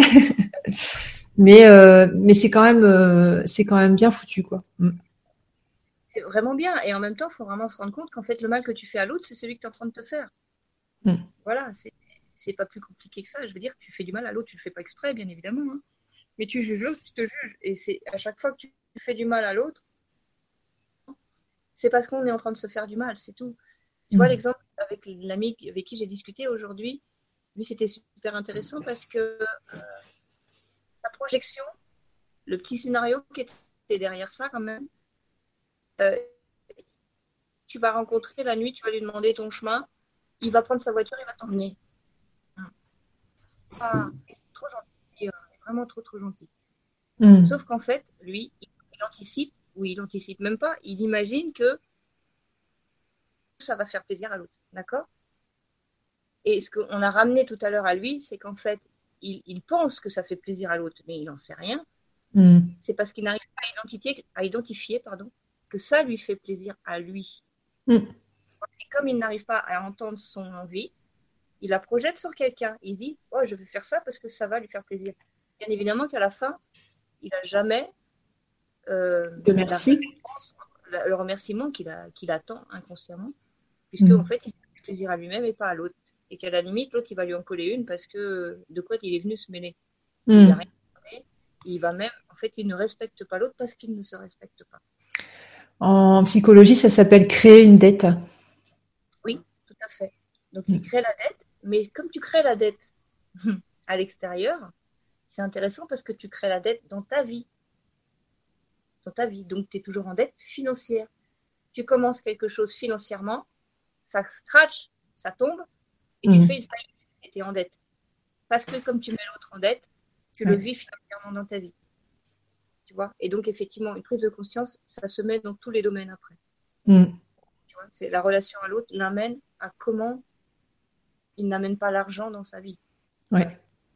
[SPEAKER 1] Mais c'est quand même bien foutu, quoi. Mm.
[SPEAKER 2] C'est vraiment bien. Et en même temps, il faut vraiment se rendre compte qu'en fait, le mal que tu fais à l'autre, c'est celui que tu es en train de te faire.
[SPEAKER 1] Mm.
[SPEAKER 2] Voilà, c'est pas plus compliqué que ça. Je veux dire, tu fais du mal à l'autre, tu le fais pas exprès, bien évidemment. Hein. Mais tu juges l'autre, tu te juges. Et c'est à chaque fois que tu fais du mal à l'autre, c'est parce qu'on est en train de se faire du mal, c'est tout. Tu vois
[SPEAKER 1] Mm.
[SPEAKER 2] l'exemple avec l'ami avec qui j'ai discuté aujourd'hui, lui c'était super intéressant parce que sa projection, le petit scénario qui était derrière ça quand même, euh, tu vas rencontrer la nuit, tu vas lui demander ton chemin, il va prendre sa voiture, il va t'emmener. Ah, trop gentil, vraiment trop gentil. Sauf qu'en fait, lui, il anticipe, ou il anticipe même pas, il imagine que ça va faire plaisir à l'autre, d'accord? Et ce qu'on a ramené tout à l'heure à lui, c'est qu'en fait, il pense que ça fait plaisir à l'autre, mais il n'en sait rien. C'est parce qu'il n'arrive pas à identifier que ça lui fait plaisir à lui. Et comme il n'arrive pas à entendre son envie, il la projette sur quelqu'un. Il dit, oh, je vais faire ça parce que ça va lui faire plaisir. Bien évidemment qu'à la fin, il n'a jamais le remerciement qu'il attend inconsciemment, puisque en fait, il fait plaisir à lui-même et pas à l'autre. Et qu'à la limite, l'autre, il va lui en coller une parce que de quoi il est venu se mêler. Il n'a rien fait. Il va même, en fait, il ne respecte pas l'autre parce qu'il ne se respecte pas.
[SPEAKER 1] En psychologie, ça s'appelle créer une dette.
[SPEAKER 2] Oui, tout à fait. Donc, il crée la dette, mais comme tu crées la dette à l'extérieur, c'est intéressant parce que tu crées la dette dans ta vie. Donc, tu es toujours en dette financière. Tu commences quelque chose financièrement, ça scratch, ça tombe, et tu fais une faillite et tu es en dette. Parce que comme tu mets l'autre en dette, tu le vis financièrement dans ta vie. Tu vois? Et donc, effectivement, une prise de conscience, ça se met dans tous les domaines après. Tu vois, c'est la relation à l'autre l'amène à comment il n'amène pas l'argent dans sa vie.
[SPEAKER 1] Ouais.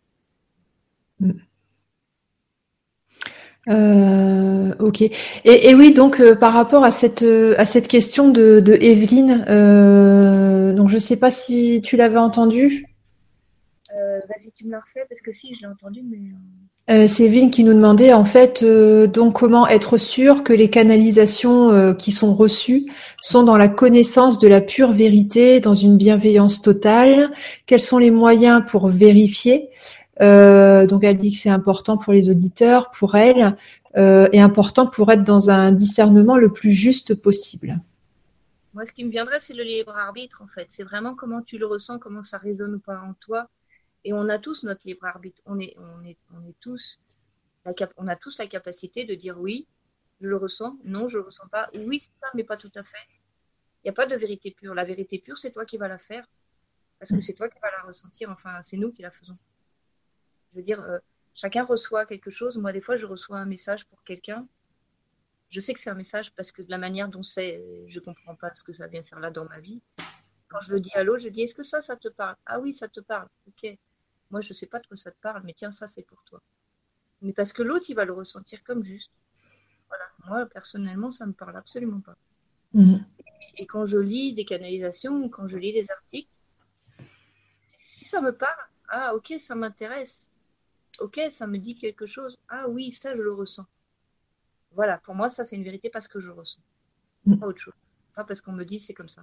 [SPEAKER 1] Ok. Et oui, donc par rapport à cette question de Evelyne, donc je sais pas si tu l'avais entendue.
[SPEAKER 2] Vas-y, tu me la refais parce que si, je l'ai entendu, mais
[SPEAKER 1] c'est Evelyne qui nous demandait en fait donc comment être sûr que les canalisations qui sont reçues sont dans la connaissance de la pure vérité, dans une bienveillance totale. Quels sont les moyens pour vérifier? Donc elle dit que c'est important pour les auditeurs, pour elle, et important pour être dans un discernement le plus juste possible.
[SPEAKER 2] Moi, ce qui me viendrait, c'est le libre arbitre, en fait. C'est vraiment comment tu le ressens, comment ça résonne ou pas en toi. Et on a tous notre libre arbitre. On a tous la capacité de dire oui, je le ressens, non, je le ressens pas. Oui, c'est ça, mais pas tout à fait. Il n'y a pas de vérité pure. La vérité pure, c'est toi qui vas la faire. Parce que c'est toi qui vas la ressentir. Enfin, c'est nous qui la faisons. Je veux dire, chacun reçoit quelque chose. Moi, des fois, je reçois un message pour quelqu'un. Je sais que c'est un message parce que de la manière dont c'est, je ne comprends pas ce que ça vient faire là dans ma vie. Quand je le dis à l'autre, je dis, est-ce que ça te parle? Ah oui, ça te parle. Ok. Moi, je ne sais pas de quoi ça te parle, mais tiens, ça, c'est pour toi. Mais parce que l'autre, il va le ressentir comme juste. Voilà. Moi, personnellement, ça ne me parle absolument pas. Et quand je lis des canalisations ou quand je lis des articles, si ça me parle, ah ok, ça m'intéresse. Ok, ça me dit quelque chose. Ah oui, ça, je le ressens. Voilà, pour moi, ça, c'est une vérité parce que je ressens. Pas autre chose. Pas parce qu'on me dit c'est comme ça.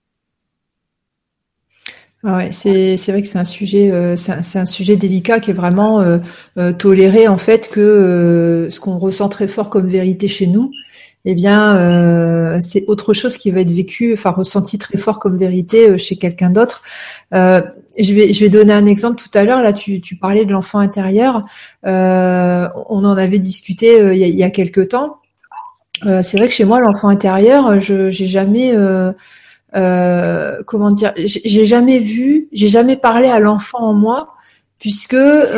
[SPEAKER 1] Ouais, c'est vrai que c'est un sujet délicat qui est vraiment toléré en fait que ce qu'on ressent très fort comme vérité chez nous, eh bien c'est autre chose qui va être vécu, enfin ressenti très fort comme vérité chez quelqu'un d'autre. Je vais donner un exemple tout à l'heure. Là, tu parlais de l'enfant intérieur. On en avait discuté il y a quelque temps. C'est vrai que chez moi, l'enfant intérieur, j'ai jamais comment dire, j'ai jamais parlé à l'enfant en moi, puisque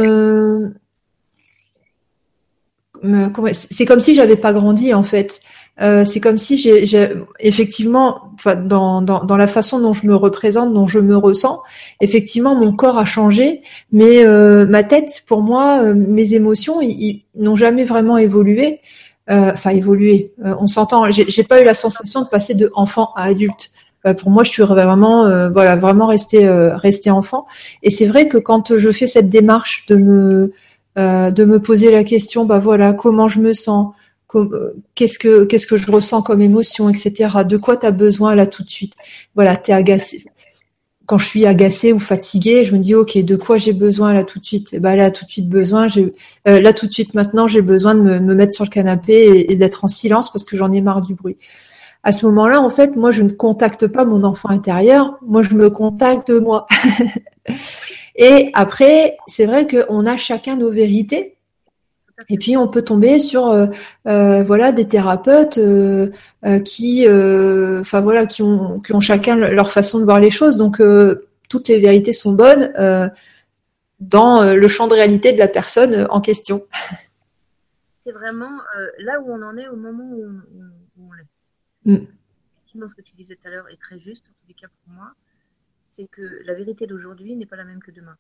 [SPEAKER 1] c'est comme si j'avais pas grandi en fait. C'est comme si j'ai effectivement, enfin dans la façon dont je me représente, dont je me ressens, effectivement mon corps a changé, mais ma tête, pour moi, mes émotions, ils n'ont jamais vraiment évolué. Enfin évolué. On s'entend. J'ai pas eu la sensation de passer de enfant à adulte. Pour moi, je suis vraiment, vraiment rester enfant. Et c'est vrai que quand je fais cette démarche de me poser la question, bah voilà, comment je me sens, qu'est-ce que je ressens comme émotion, etc. De quoi tu as besoin là tout de suite? Voilà, t'es agacé. Quand je suis agacée ou fatiguée, je me dis ok, de quoi j'ai besoin là tout de suite? Et bah là tout de suite là tout de suite maintenant, j'ai besoin de me mettre sur le canapé et d'être en silence parce que j'en ai marre du bruit. À ce moment-là, en fait, moi, je ne contacte pas mon enfant intérieur, moi, je me contacte moi. Et après, c'est vrai qu'on a chacun nos vérités. Et puis on peut tomber sur voilà des thérapeutes qui enfin voilà qui ont chacun leur façon de voir les choses. Donc toutes les vérités sont bonnes dans le champ de réalité de la personne en question.
[SPEAKER 2] C'est vraiment là où on en est au moment où on est. Effectivement, ce que tu disais tout à l'heure est très juste, en tous les cas pour moi, c'est que la vérité d'aujourd'hui n'est pas la même que demain.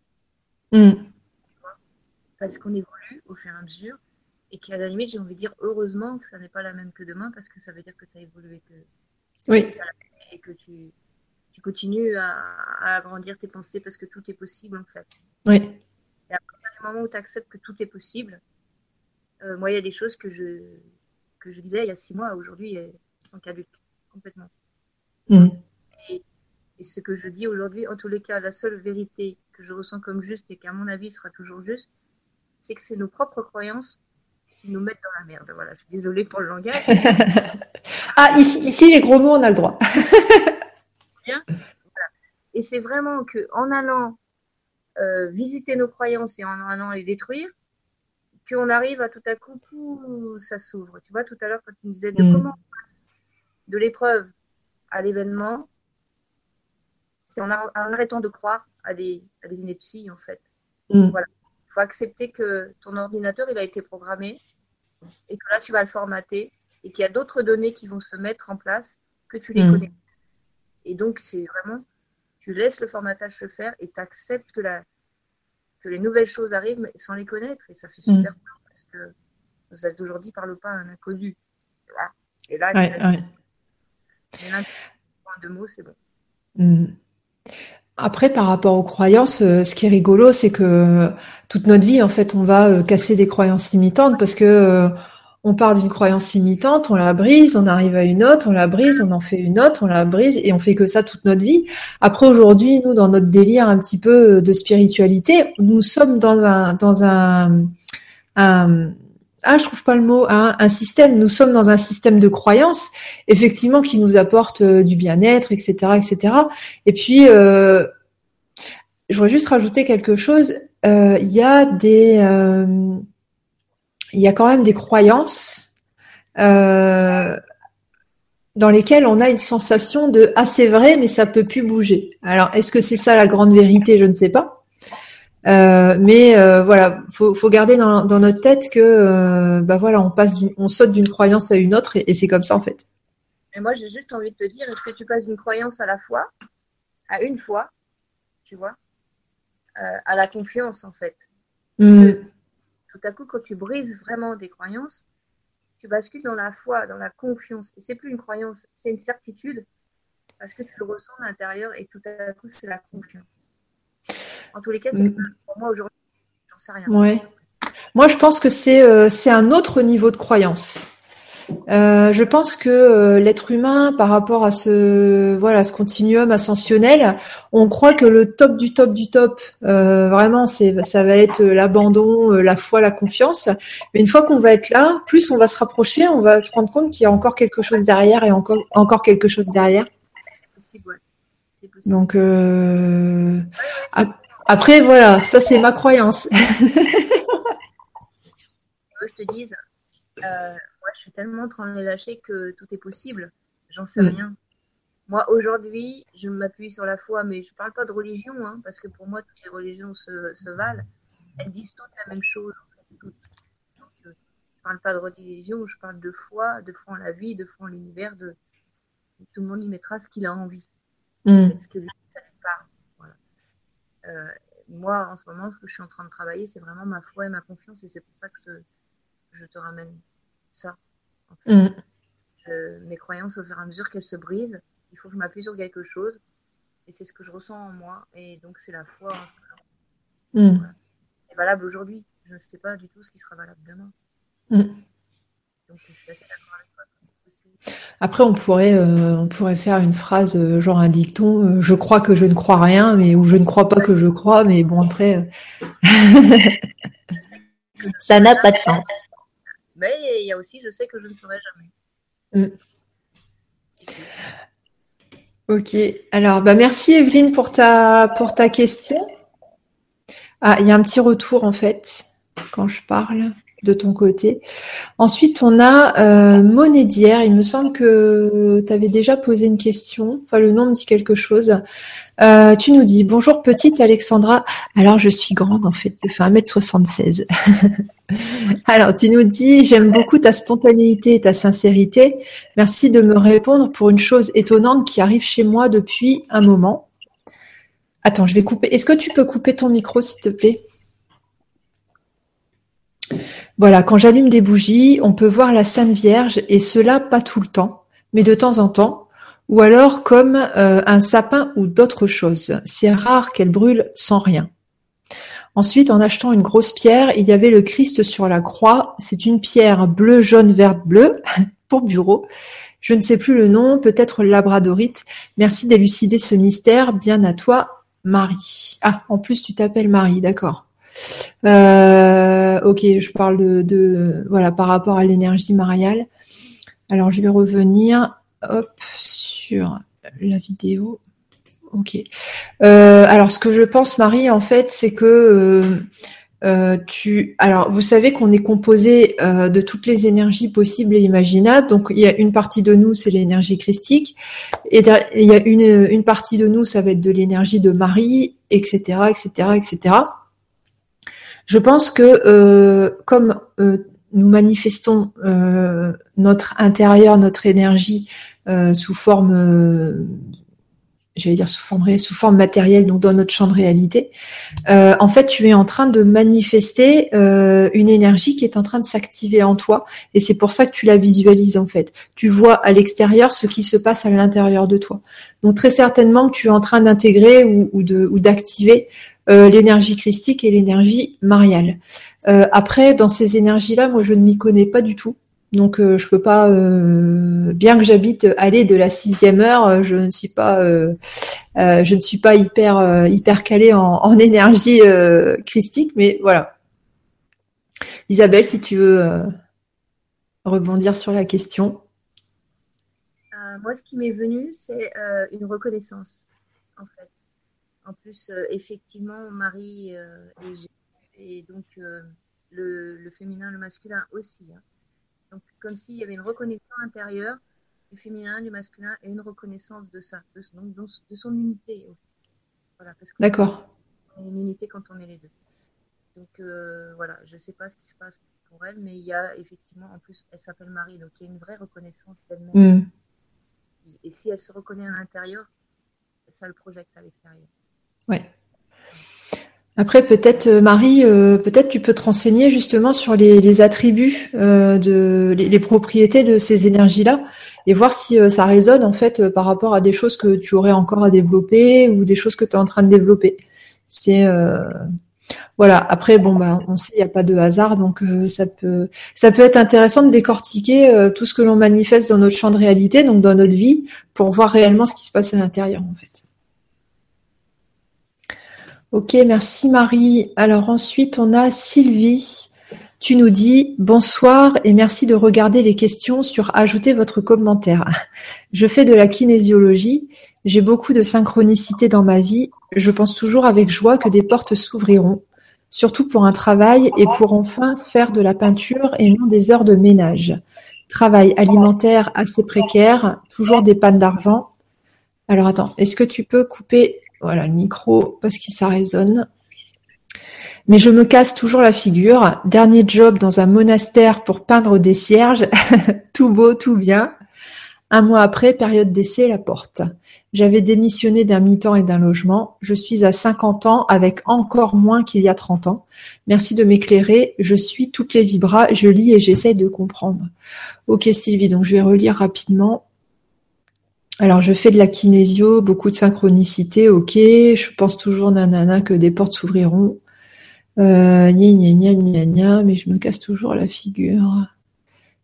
[SPEAKER 2] Parce qu'on évolue au fur et à mesure, et qu'à la limite, j'ai envie de dire heureusement que ça n'est pas la même que demain, parce que ça veut dire que tu as évolué, et que tu continues à agrandir tes pensées, parce que tout est possible en fait.
[SPEAKER 1] Oui.
[SPEAKER 2] Et à partir du moment où tu acceptes que tout est possible, moi, il y a des choses que je disais il y a 6 mois, aujourd'hui, elles sont caduques complètement. Et ce que je dis aujourd'hui, en tous les cas, la seule vérité que je ressens comme juste et qu'à mon avis sera toujours juste, c'est que c'est nos propres croyances qui nous mettent dans la merde. Voilà, je suis désolée pour le langage.
[SPEAKER 1] Ah, ici, les gros mots, on a le droit.
[SPEAKER 2] Bien. Voilà. Et c'est vraiment qu'en allant visiter nos croyances et en allant les détruire, qu'on arrive à tout à coup, ça s'ouvre. Tu vois, tout à l'heure, quand tu me disais de comment on passe de l'épreuve à l'événement, c'est en arrêtant de croire à des inepties, en fait. Voilà. Il faut accepter que ton ordinateur, il a été programmé et que là, tu vas le formater et qu'il y a d'autres données qui vont se mettre en place que tu les connais. Et donc, c'est vraiment, tu laisses le formatage se faire et tu acceptes que les nouvelles choses arrivent sans les connaître. Et ça fait super peur parce que vous êtes aujourd'hui parle pas à un inconnu. Voilà. Et là, deux mots, c'est bon.
[SPEAKER 1] Après, par rapport aux croyances, ce qui est rigolo, c'est que toute notre vie, en fait, on va casser des croyances limitantes parce que on part d'une croyance limitante, on la brise, on arrive à une autre, on la brise, on en fait une autre, on la brise et on fait que ça toute notre vie. Après, aujourd'hui, nous, dans notre délire un petit peu de spiritualité, nous sommes dans je trouve pas le mot, un système. Nous sommes dans un système de croyances, effectivement, qui nous apporte du bien-être, etc., etc. Et puis, je voudrais juste rajouter quelque chose. Il y a quand même des croyances dans lesquelles on a une sensation de « ah, c'est vrai, mais ça peut plus bouger ». Alors, est-ce que c'est ça la grande vérité? Je ne sais pas. Mais voilà, faut garder dans notre tête que voilà, on saute d'une croyance à une autre et c'est comme ça en fait.
[SPEAKER 2] Et moi, j'ai juste envie de te dire, est-ce que tu passes d'une croyance à la fois, à une fois, tu vois, à la confiance en fait. Tout à coup, quand tu brises vraiment des croyances, tu bascules dans la foi, dans la confiance. Et c'est plus une croyance, c'est une certitude parce que tu le ressens à l'intérieur et tout à coup, c'est la confiance. En tous les cas, c'est pour moi aujourd'hui, j'en sais rien.
[SPEAKER 1] Ouais. Moi, je pense que c'est un autre niveau de croyance. Je pense que l'être humain, par rapport à ce continuum ascensionnel, on croit que le top du top du top, vraiment, ça va être l'abandon, la foi, la confiance. Mais une fois qu'on va être là, plus on va se rapprocher, on va se rendre compte qu'il y a encore quelque chose derrière et encore quelque chose derrière.
[SPEAKER 2] C'est possible, ouais. C'est possible.
[SPEAKER 1] Donc après, voilà, ça c'est ma croyance.
[SPEAKER 2] Je te dise, moi je suis tellement en train de lâcher que tout est possible. J'en sais rien. Moi aujourd'hui, je m'appuie sur la foi, mais je ne parle pas de religion, hein, parce que pour moi toutes les religions se valent. Elles disent toutes la même chose. En fait, toutes. Donc, je ne parle pas de religion, je parle de foi en la vie, de foi en l'univers. Tout le monde y mettra ce qu'il a envie. En fait, ce que lui, ça lui parle. Voilà. Moi, en ce moment, ce que je suis en train de travailler, c'est vraiment ma foi et ma confiance, et c'est pour ça que je te ramène ça. En fait. Mes croyances, au fur et à mesure qu'elles se brisent, il faut que je m'appuie sur quelque chose, et c'est ce que je ressens en moi, et donc c'est la foi en ce que je ressens. Voilà. C'est valable aujourd'hui, je ne sais pas du tout ce qui sera valable demain. Donc je suis assez d'accord avec toi.
[SPEAKER 1] Après, on pourrait faire une phrase, genre un dicton, je crois que je ne crois rien, mais ou je ne crois pas que je crois, mais bon, après, ça n'a pas de sens.
[SPEAKER 2] Mais il y a aussi, je sais que je ne saurai jamais.
[SPEAKER 1] Ok, alors merci Evelyne pour ta question. Ah, il y a un petit retour en fait quand je parle. de ton côté. Ensuite, on a Monédière. Il me semble que tu avais déjà posé une question. Enfin, le nom me dit quelque chose. Tu nous dis, bonjour petite Alexandra. Alors, je suis grande en fait, je fais 1m76. Alors, tu nous dis, j'aime beaucoup ta spontanéité et ta sincérité. Merci de me répondre pour une chose étonnante qui arrive chez moi depuis un moment. Attends, je vais couper. Est-ce que tu peux couper ton micro, s'il te plaît? Voilà, quand j'allume des bougies, on peut voir la Sainte Vierge, et cela pas tout le temps, mais de temps en temps, ou alors comme un sapin ou d'autres choses. C'est rare qu'elle brûle sans rien. Ensuite, en achetant une grosse pierre, il y avait le Christ sur la croix. C'est une pierre bleu, jaune, verte, bleue pour bureau. Je ne sais plus le nom, peut-être labradorite. Merci d'élucider ce mystère. Bien à toi, Marie. Ah, en plus, tu t'appelles Marie, d'accord. Ok, je parle voilà, par rapport à l'énergie mariale. Alors, je vais revenir, hop, sur la vidéo. Ok. Alors, ce que je pense, Marie, en fait, c'est que alors, vous savez qu'on est composé de toutes les énergies possibles et imaginables. Donc, il y a une partie de nous, c'est l'énergie christique, et il y a une partie de nous, ça va être de l'énergie de Marie, etc., etc., etc. Je pense que comme nous manifestons notre intérieur, notre énergie sous forme j'allais dire sous forme matérielle, donc dans notre champ de réalité, en fait, tu es en train de manifester une énergie qui est en train de s'activer en toi, et c'est pour ça que tu la visualises en fait. Tu vois à l'extérieur ce qui se passe à l'intérieur de toi. Donc très certainement que tu es en train d'intégrer ou d'activer l'énergie christique et l'énergie mariale. Après, dans ces énergies-là, moi, je ne m'y connais pas du tout. Donc je peux pas, bien que j'habite Allée de la 6e heure, je ne suis pas hyper calée en énergie christique, mais voilà. Isabelle, si tu veux rebondir sur la question.
[SPEAKER 2] Moi, ce qui m'est venu, c'est une reconnaissance, en fait. En plus, effectivement, Marie et donc le féminin, le masculin aussi. Hein. Donc, comme s'il y avait une reconnaissance intérieure du féminin, du masculin, et une reconnaissance de ça, de son unité aussi. Voilà, parce que
[SPEAKER 1] D'accord.
[SPEAKER 2] on est une unité quand on est les deux. Donc voilà, je ne sais pas ce qui se passe pour elle, mais il y a effectivement, en plus, elle s'appelle Marie, donc il y a une vraie reconnaissance d'elle-même.
[SPEAKER 1] Mm.
[SPEAKER 2] Et si elle se reconnaît à l'intérieur, ça le projette à l'extérieur.
[SPEAKER 1] Ouais. Après, peut-être, Marie, peut-être tu peux te renseigner justement sur les attributs, les propriétés de ces énergies-là, et voir si ça résonne en fait par rapport à des choses que tu aurais encore à développer ou des choses que tu es en train de développer. C'est voilà. Après, bon bah, on sait, il n'y a pas de hasard, donc ça peut être intéressant de décortiquer tout ce que l'on manifeste dans notre champ de réalité, donc dans notre vie, pour voir réellement ce qui se passe à l'intérieur en fait. Ok, merci Marie. Alors ensuite, on a Sylvie. Tu nous dis « Bonsoir et merci de regarder les questions sur ajouter votre commentaire. Je fais de la kinésiologie. J'ai beaucoup de synchronicité dans ma vie. Je pense toujours avec joie que des portes s'ouvriront, surtout pour un travail et pour enfin faire de la peinture et non des heures de ménage. Travail alimentaire assez précaire, toujours des pannes d'argent. Alors attends, est-ce que tu peux couper voilà, le micro parce que ça résonne. Mais je me casse toujours la figure. Dernier job dans un monastère pour peindre des cierges. Tout beau, tout bien. Un mois après, période d'essai, la porte. J'avais démissionné d'un mi-temps et d'un logement. Je suis à 50 ans avec encore moins qu'il y a 30 ans. Merci de m'éclairer. Je suis toutes les vibras. Je lis et j'essaye de comprendre. Ok Sylvie, donc je vais relire rapidement. Alors, je fais de la kinésio, beaucoup de synchronicité, ok. Je pense toujours, nanana, que des portes s'ouvriront. Gna, gna, gna, gna, gna, mais je me casse toujours la figure.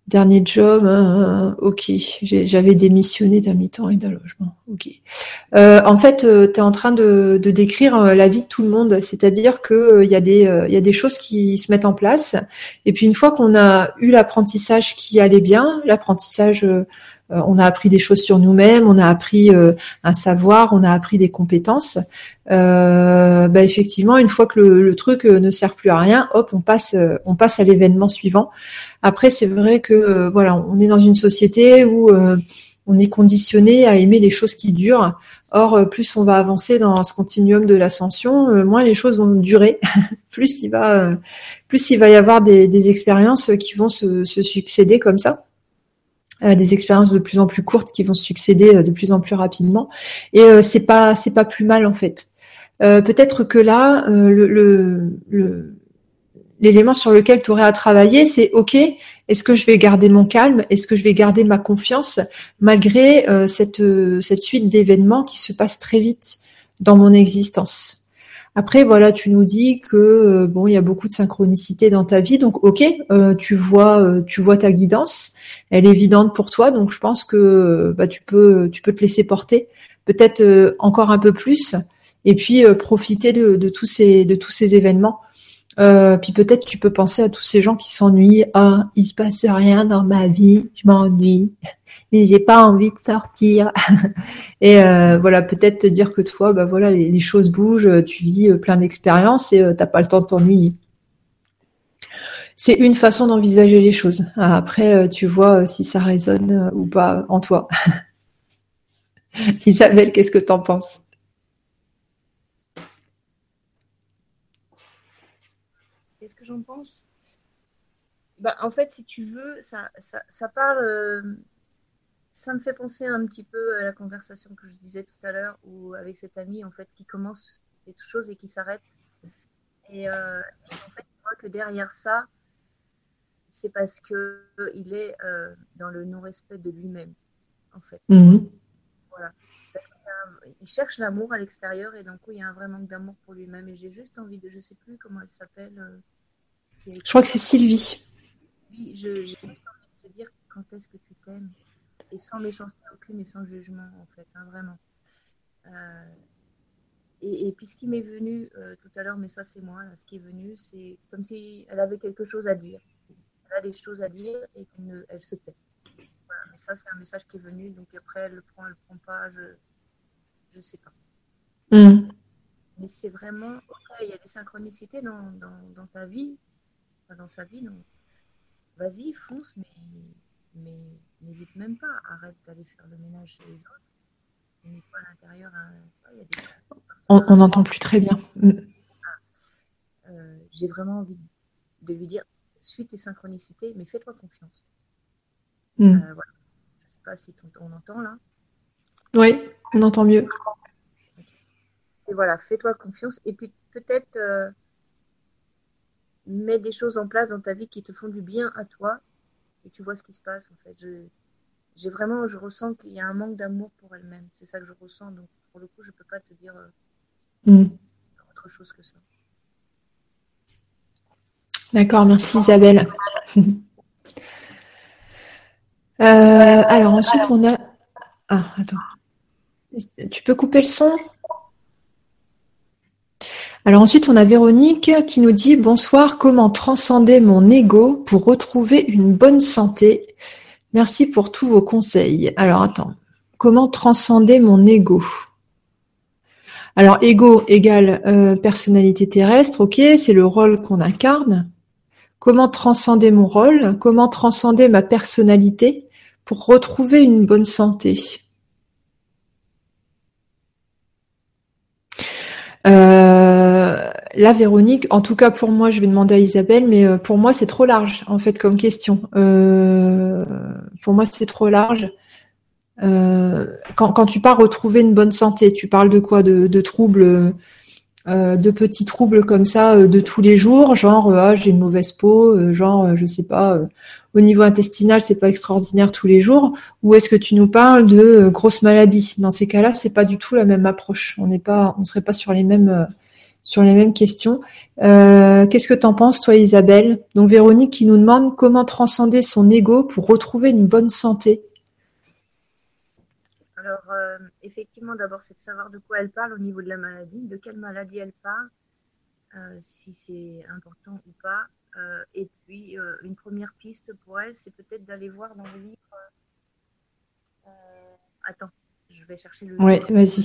[SPEAKER 1] Dernier job, ok. J'avais démissionné d'un mi-temps et d'un logement. Ok. En fait, tu es en train de décrire la vie de tout le monde. C'est-à-dire que il y a des choses qui se mettent en place. Et puis une fois qu'on a eu l'apprentissage qui allait bien, l'apprentissage, on a appris des choses sur nous-mêmes, on a appris un savoir, on a appris des compétences. Effectivement, une fois que le truc ne sert plus à rien, hop, on passe à l'événement suivant. Après, c'est vrai que voilà, on est dans une société où on est conditionné à aimer les choses qui durent. Or, plus on va avancer dans ce continuum de l'ascension, moins les choses vont durer. plus il va y avoir des expériences qui vont se succéder comme ça. Des expériences de plus en plus courtes qui vont se succéder de plus en plus rapidement. Et c'est pas plus mal en fait. Peut-être que là, l'élément sur lequel tu aurais à travailler, c'est ok, est-ce que je vais garder mon calme? Est-ce que je vais garder ma confiance malgré cette suite d'événements qui se passent très vite dans mon existence? Après, voilà, tu nous dis que bon, il y a beaucoup de synchronicité dans ta vie, donc ok, tu vois ta guidance, elle est évidente pour toi, donc je pense que tu peux te laisser porter, peut-être encore un peu plus, et puis profiter de tous ces événements. Puis peut-être tu peux penser à tous ces gens qui s'ennuient. Ah, il se passe rien dans ma vie, je m'ennuie, mais j'ai pas envie de sortir. Et voilà, peut-être te dire que toi, voilà, les choses bougent, tu vis plein d'expériences et t'as pas le temps de t'ennuyer. C'est une façon d'envisager les choses. Après, tu vois si ça résonne ou pas en toi. Isabelle, qu'est-ce que t'en penses?
[SPEAKER 2] Qu'est-ce que j'en pense? En fait, si tu veux, ça parle. Ça me fait penser un petit peu à la conversation que je disais tout à l'heure, où avec cet ami en fait qui commence quelque chose et qui s'arrête. Et en fait, je vois que derrière ça, c'est parce que il est dans le non-respect de lui-même, en fait.
[SPEAKER 1] Mhm.
[SPEAKER 2] Voilà. Parce qu'il cherche l'amour à l'extérieur et d'un coup, il y a un vrai manque d'amour pour lui-même. Et j'ai juste envie de, je sais plus comment elle s'appelle.
[SPEAKER 1] Je crois que c'est Sylvie.
[SPEAKER 2] Oui, j'ai juste envie de te dire quand est-ce que tu t'aimes. Et sans méchanceté aucune et sans jugement, en fait, hein, vraiment. Et puis ce qui m'est venu tout à l'heure, mais ça c'est moi, là, ce qui est venu, c'est comme si elle avait quelque chose à dire. Elle a des choses à dire et elle se tait. Voilà, mais ça c'est un message qui est venu, donc après elle le prend pas, je sais pas.
[SPEAKER 1] Mhm.
[SPEAKER 2] Mais c'est vraiment, ok, il y a des synchronicités dans ta vie, dans sa vie, donc vas-y, fonce, mais n'hésite même pas, arrête d'aller faire le ménage chez les autres. Nettoie à l'intérieur, il y a des
[SPEAKER 1] On n'entend plus très bien.
[SPEAKER 2] j'ai vraiment envie de lui dire, suis tes synchronicités, mais fais-toi confiance. Voilà. Je ne sais pas si on entend là.
[SPEAKER 1] Oui, on entend mieux.
[SPEAKER 2] Et voilà, fais-toi confiance. Et puis peut-être mets des choses en place dans ta vie qui te font du bien à toi. Et tu vois ce qui se passe en fait. Je ressens qu'il y a un manque d'amour pour elle-même. C'est ça que je ressens. Donc pour le coup, je ne peux pas te dire autre chose que ça.
[SPEAKER 1] D'accord, merci Isabelle. Alors ensuite on a... Ah, attends. Tu peux couper le son? Alors ensuite on a Véronique qui nous dit « Bonsoir, comment transcender mon ego pour retrouver une bonne santé? Merci pour tous vos conseils. » Alors attends, comment transcender mon ego? Alors ego égale personnalité terrestre, ok, c'est le rôle qu'on incarne. Comment transcender mon rôle? Comment transcender ma personnalité pour retrouver une bonne santé? Là, Véronique, en tout cas pour moi, je vais demander à Isabelle, mais pour moi, c'est trop large, en fait, comme question. Pour moi, c'est trop large. Quand tu parles retrouver une bonne santé, tu parles de quoi? De troubles, de petits troubles comme ça de tous les jours, genre j'ai une mauvaise peau, genre je sais pas, au niveau intestinal c'est pas extraordinaire tous les jours, ou est-ce que tu nous parles de grosses maladies? Dans ces cas-là, c'est pas du tout la même approche. On serait pas sur les mêmes sur les mêmes questions. Qu'est-ce que t'en penses, toi, Isabelle? Donc Véronique qui nous demande comment transcender son ego pour retrouver une bonne santé.
[SPEAKER 2] Alors, effectivement, d'abord, c'est de savoir de quoi elle parle au niveau de la maladie, de quelle maladie elle parle, si c'est important ou pas. Et puis, une première piste pour elle, c'est peut-être d'aller voir dans le livre. Attends, je vais chercher le livre.
[SPEAKER 1] Ouais, vas-y.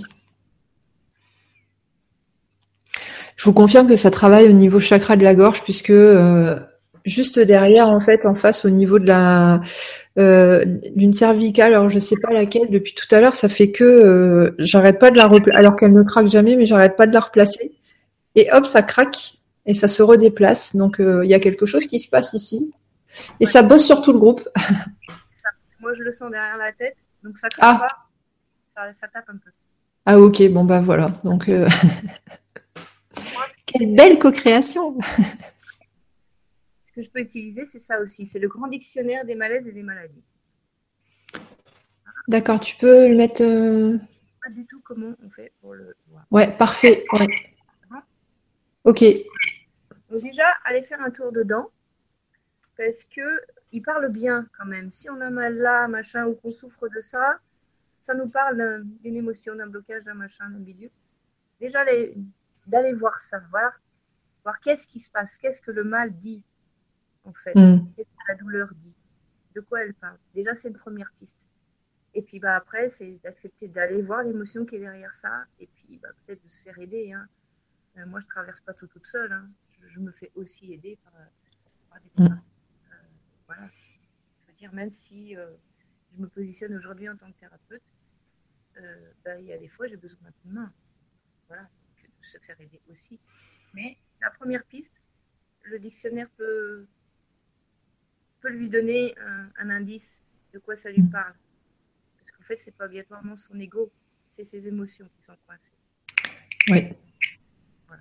[SPEAKER 1] Je vous confirme que ça travaille au niveau chakra de la gorge, puisque juste derrière, en fait, en face, au niveau de la d'une cervicale, alors je sais pas laquelle, depuis tout à l'heure, ça fait que j'arrête pas de la replacer, alors qu'elle ne craque jamais, mais j'arrête pas de la replacer. Et hop, ça craque et ça se redéplace. Donc il y a quelque chose qui se passe ici. Et
[SPEAKER 2] Ouais.
[SPEAKER 1] ça bosse sur tout le groupe.
[SPEAKER 2] Ça. Moi, je le sens derrière la tête, donc ça craque pas, ça tape un peu.
[SPEAKER 1] Ah ok, bon bah voilà. Donc quelle belle co-création.
[SPEAKER 2] Ce que je peux utiliser, c'est ça aussi. C'est le grand dictionnaire des malaises et des maladies.
[SPEAKER 1] D'accord, tu peux le mettre.
[SPEAKER 2] Pas du tout comment on fait pour le voir.
[SPEAKER 1] Ouais, parfait. Ouais. Ok.
[SPEAKER 2] Donc déjà, allez faire un tour dedans, parce que il parle bien quand même. Si on a mal là, machin, ou qu'on souffre de ça, ça nous parle d'une émotion, d'un blocage, d'un machin, d'un bidule. Déjà, d'aller voir ça, voilà. Voir qu'est-ce qui se passe, qu'est-ce que le mal dit, en fait. Qu'est-ce que la douleur dit, de quoi elle parle. Déjà, c'est une première piste. Et puis bah, après, c'est d'accepter d'aller voir l'émotion qui est derrière ça, et puis bah, peut-être de se faire aider. Hein. Moi, je ne traverse pas tout toute seule. Hein. Je me fais aussi aider par des copains. Voilà. Je veux dire, même si je me positionne aujourd'hui en tant que thérapeute, bah, y a des fois, j'ai besoin d'un coup de main. Voilà, donc, de se faire aider aussi. Mais la première piste, le dictionnaire peut lui donner un indice de quoi ça lui parle. Parce qu'en fait, c'est pas obligatoirement son ego, c'est ses émotions qui sont coincées.
[SPEAKER 1] Oui. Voilà.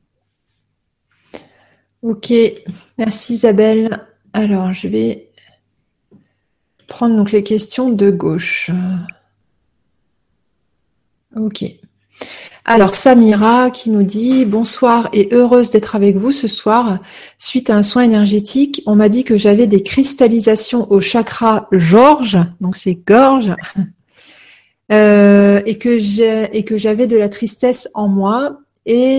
[SPEAKER 1] Ok, merci Isabelle. Alors, je vais prendre donc les questions de gauche. Ok. Alors, Samira qui nous dit « Bonsoir et heureuse d'être avec vous ce soir. Suite à un soin énergétique, on m'a dit que j'avais des cristallisations au chakra Georges, donc c'est gorge, et que j'avais de la tristesse en moi. Et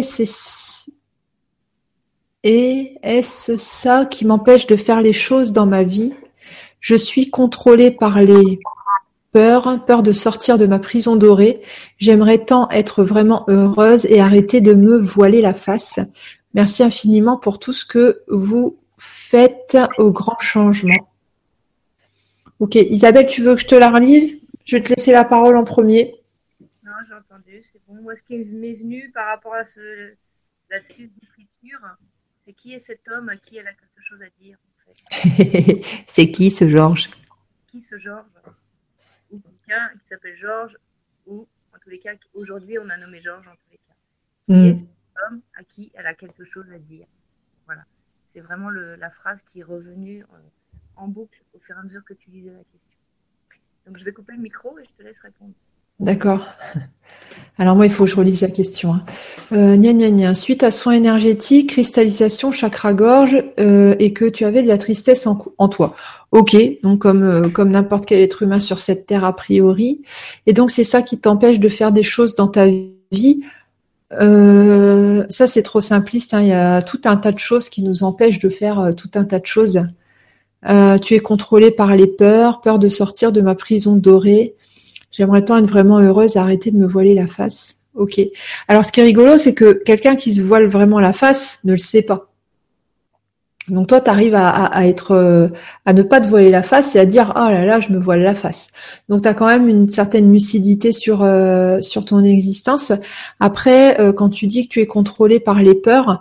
[SPEAKER 1] est-ce ça qui m'empêche de faire les choses dans ma vie? Je suis contrôlée par les peur de sortir de ma prison dorée. J'aimerais tant être vraiment heureuse et arrêter de me voiler la face. Merci infiniment pour tout ce que vous faites au grand changement. » Ok, Isabelle, tu veux que je te la relise? Je vais te laisser la parole en premier.
[SPEAKER 2] Non, j'ai entendu, c'est bon. Moi, ce qui m'est venu par rapport à là-dessus d'écriture, c'est qui est cet homme à qui elle a quelque chose à dire, en
[SPEAKER 1] fait. C'est qui ce Georges?
[SPEAKER 2] Qui ce Georges? Ou quelqu'un qui s'appelle Georges, ou en tous les cas, aujourd'hui on a nommé Georges en tous les cas. Qui est cet homme à qui elle a quelque chose à dire? Voilà. C'est vraiment la phrase qui est revenue en boucle au fur et à mesure que tu lisais la question. Donc je vais couper le micro et je te laisse répondre.
[SPEAKER 1] D'accord. Alors moi, il faut que je relise la question. Suite à soins énergétiques, cristallisation, chakra-gorge, et que tu avais de la tristesse en toi. Ok, donc comme n'importe quel être humain sur cette terre a priori. Et donc c'est ça qui t'empêche de faire des choses dans ta vie. Ça c'est trop simpliste. Hein. Il y a tout un tas de choses qui nous empêchent de faire tout un tas de choses. Tu es contrôlé par les peur de sortir de ma prison dorée. J'aimerais tant être vraiment heureuse, arrêter de me voiler la face. Ok. Alors, ce qui est rigolo, c'est que quelqu'un qui se voile vraiment la face ne le sait pas. Donc, toi, tu arrives à ne pas te voiler la face et à dire, oh là là, je me voile la face. Donc, tu as quand même une certaine lucidité sur ton existence. Après, quand tu dis que tu es contrôlé par les peurs,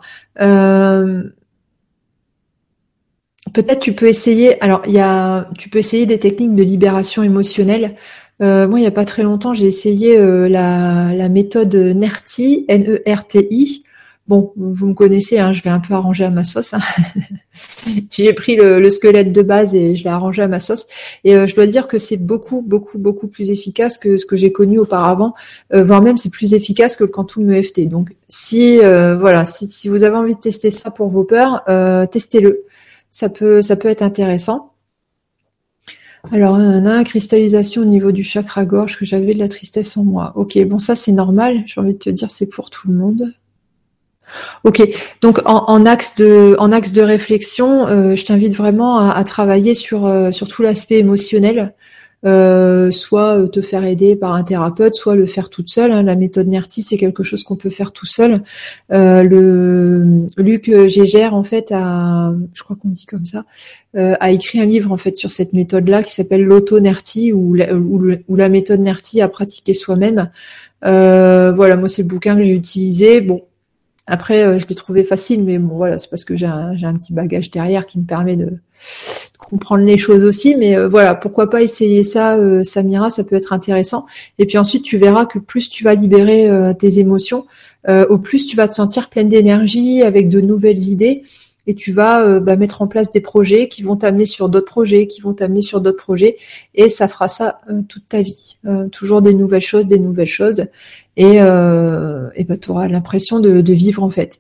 [SPEAKER 1] peut-être tu peux essayer. Alors, tu peux essayer des techniques de libération émotionnelle. Moi, il n'y a pas très longtemps, j'ai essayé la méthode NERTI, N-E-R-T-I, Bon, vous me connaissez, hein, je l'ai un peu arrangé à ma sauce. Hein. J'ai pris le squelette de base et je l'ai arrangé à ma sauce. Et je dois dire que c'est beaucoup, beaucoup, beaucoup plus efficace que ce que j'ai connu auparavant, voire même c'est plus efficace que le Quantum EFT. Donc, si vous avez envie de tester ça pour vos peurs, testez-le. Ça peut être intéressant. Alors, on a une cristallisation au niveau du chakra gorge que j'avais de la tristesse en moi. Ok, bon ça c'est normal. J'ai envie de te dire c'est pour tout le monde. Ok, donc en axe de réflexion, je t'invite vraiment à travailler sur tout l'aspect émotionnel, soit te faire aider par un thérapeute, soit le faire toute seule. Hein. La méthode NERTI, c'est quelque chose qu'on peut faire tout seul. Le Luc Gégère, en fait, je crois qu'on dit comme ça, a écrit un livre en fait sur cette méthode-là qui s'appelle l'auto-NERTI ou la méthode NERTI à pratiquer soi-même. Voilà, moi c'est le bouquin que j'ai utilisé. Bon. Après, je l'ai trouvé facile, mais bon, voilà, c'est parce que j'ai un petit bagage derrière qui me permet de comprendre les choses aussi. Mais voilà, pourquoi pas essayer ça, Samira, ça peut être intéressant. Et puis ensuite, tu verras que plus tu vas libérer tes émotions, au plus tu vas te sentir pleine d'énergie, avec de nouvelles idées. Et tu vas mettre en place des projets qui vont t'amener sur d'autres projets, qui vont t'amener sur d'autres projets. Et ça fera ça toute ta vie. Toujours des nouvelles choses, des nouvelles choses. Et tu auras l'impression de vivre en fait.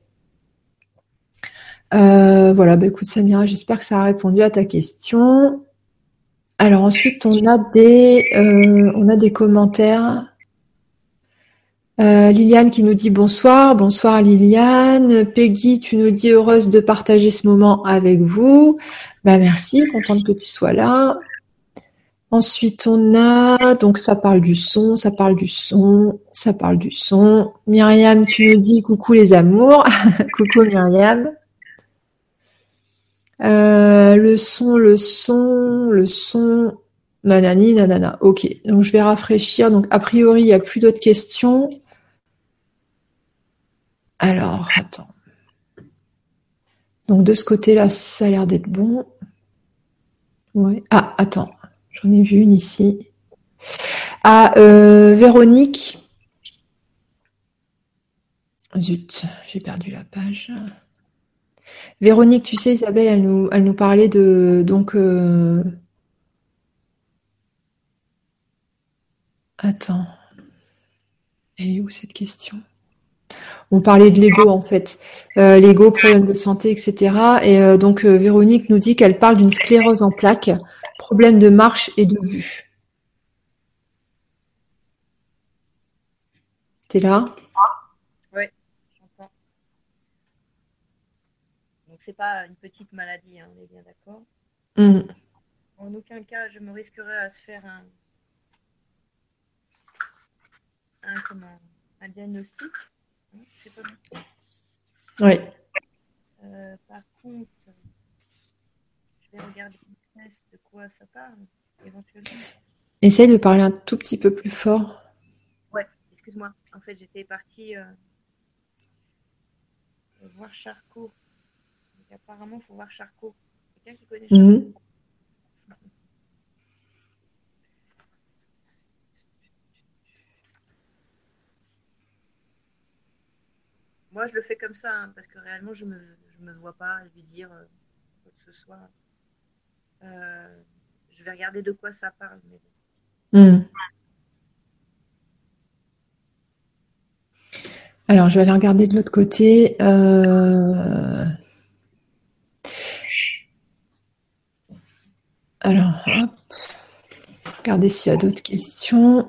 [SPEAKER 1] Voilà, écoute Samira, j'espère que ça a répondu à ta question. Alors ensuite, on a des commentaires. Liliane qui nous dit bonsoir, bonsoir Liliane. Peggy, tu nous dis heureuse de partager ce moment avec vous. Merci, contente que tu sois là. Ensuite, on a, donc ça parle du son, ça parle du son, ça parle du son. Myriam, tu nous dis coucou les amours. Coucou Myriam. Le son, nanani, nanana. Ok, donc je vais rafraîchir. Donc a priori, il n'y a plus d'autres questions. Alors, attends. Donc de ce côté-là, ça a l'air d'être bon. Ouais. Ah, attends, j'en ai vu une ici. Ah, Véronique. Zut, j'ai perdu la page. Véronique, tu sais, Isabelle, elle nous parlait de donc. Attends, elle est où cette question? On parlait de l'ego en fait, l'ego, problème de santé, etc. Et donc Véronique nous dit qu'elle parle d'une sclérose en plaques, problème de marche et de vue. T'es là?
[SPEAKER 2] Oui, j'entends. Donc c'est pas une petite maladie, hein, on est bien d'accord.
[SPEAKER 1] Mmh.
[SPEAKER 2] En aucun cas, je me risquerais à se faire un diagnostic. Hein, je sais pas.
[SPEAKER 1] Oui.
[SPEAKER 2] Par contre, je vais regarder de quoi ça parle, éventuellement.
[SPEAKER 1] Essaye de parler un tout petit peu plus fort.
[SPEAKER 2] Ouais, excuse-moi. En fait, j'étais partie voir Charcot. Donc, apparemment, il faut voir Charcot. Quelqu'un qui connaît Charcot?
[SPEAKER 1] Mmh.
[SPEAKER 2] Moi, je le fais comme ça, hein, parce que réellement, je me vois pas lui dire quoi que ce soit. Je vais regarder de quoi ça parle. Mais bon.
[SPEAKER 1] Mmh. Alors, je vais aller regarder de l'autre côté. Alors, hop. Regardez s'il y a d'autres questions.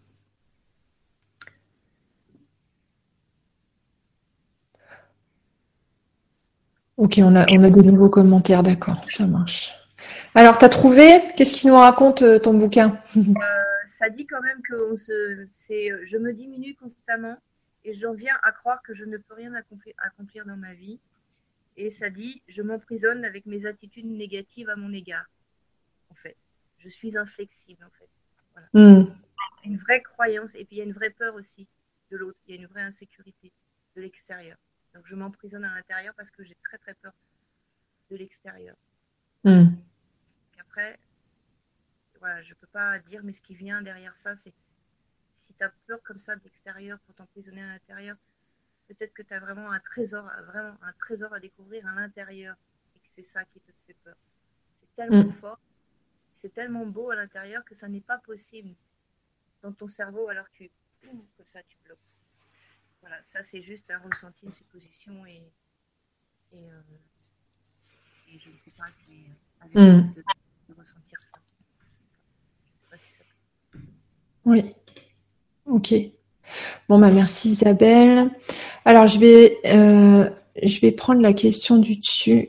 [SPEAKER 1] Ok, on a des nouveaux commentaires, d'accord, ça marche. Alors, t'as trouvé? Qu'est-ce qu'il nous raconte ton bouquin?
[SPEAKER 2] Ça dit quand même que je me diminue constamment et j'en viens à croire que je ne peux rien accomplir dans ma vie. Et ça dit, je m'emprisonne avec mes attitudes négatives à mon égard, en fait. Je suis inflexible, en fait. Voilà.
[SPEAKER 1] Mmh.
[SPEAKER 2] Une vraie croyance, et puis il y a une vraie peur aussi de l'autre. Il y a une vraie insécurité de l'extérieur. Donc je m'emprisonne à l'intérieur parce que j'ai très très peur de l'extérieur.
[SPEAKER 1] Mmh.
[SPEAKER 2] Après, voilà, je ne peux pas dire, mais ce qui vient derrière ça, c'est si tu as peur comme ça de l'extérieur pour t'emprisonner à l'intérieur, peut-être que tu as vraiment un trésor à découvrir à l'intérieur et que c'est ça qui te fait peur. C'est tellement fort, c'est tellement beau à l'intérieur que ça n'est pas possible dans ton cerveau, alors comme ça tu bloques. Voilà, ça c'est juste un ressenti, une supposition et je ne sais pas si avec de ressentir ça. Je ne sais pas si ça peut.
[SPEAKER 1] Oui. Ok. Bon, bah merci Isabelle. Alors, je vais prendre la question du dessus.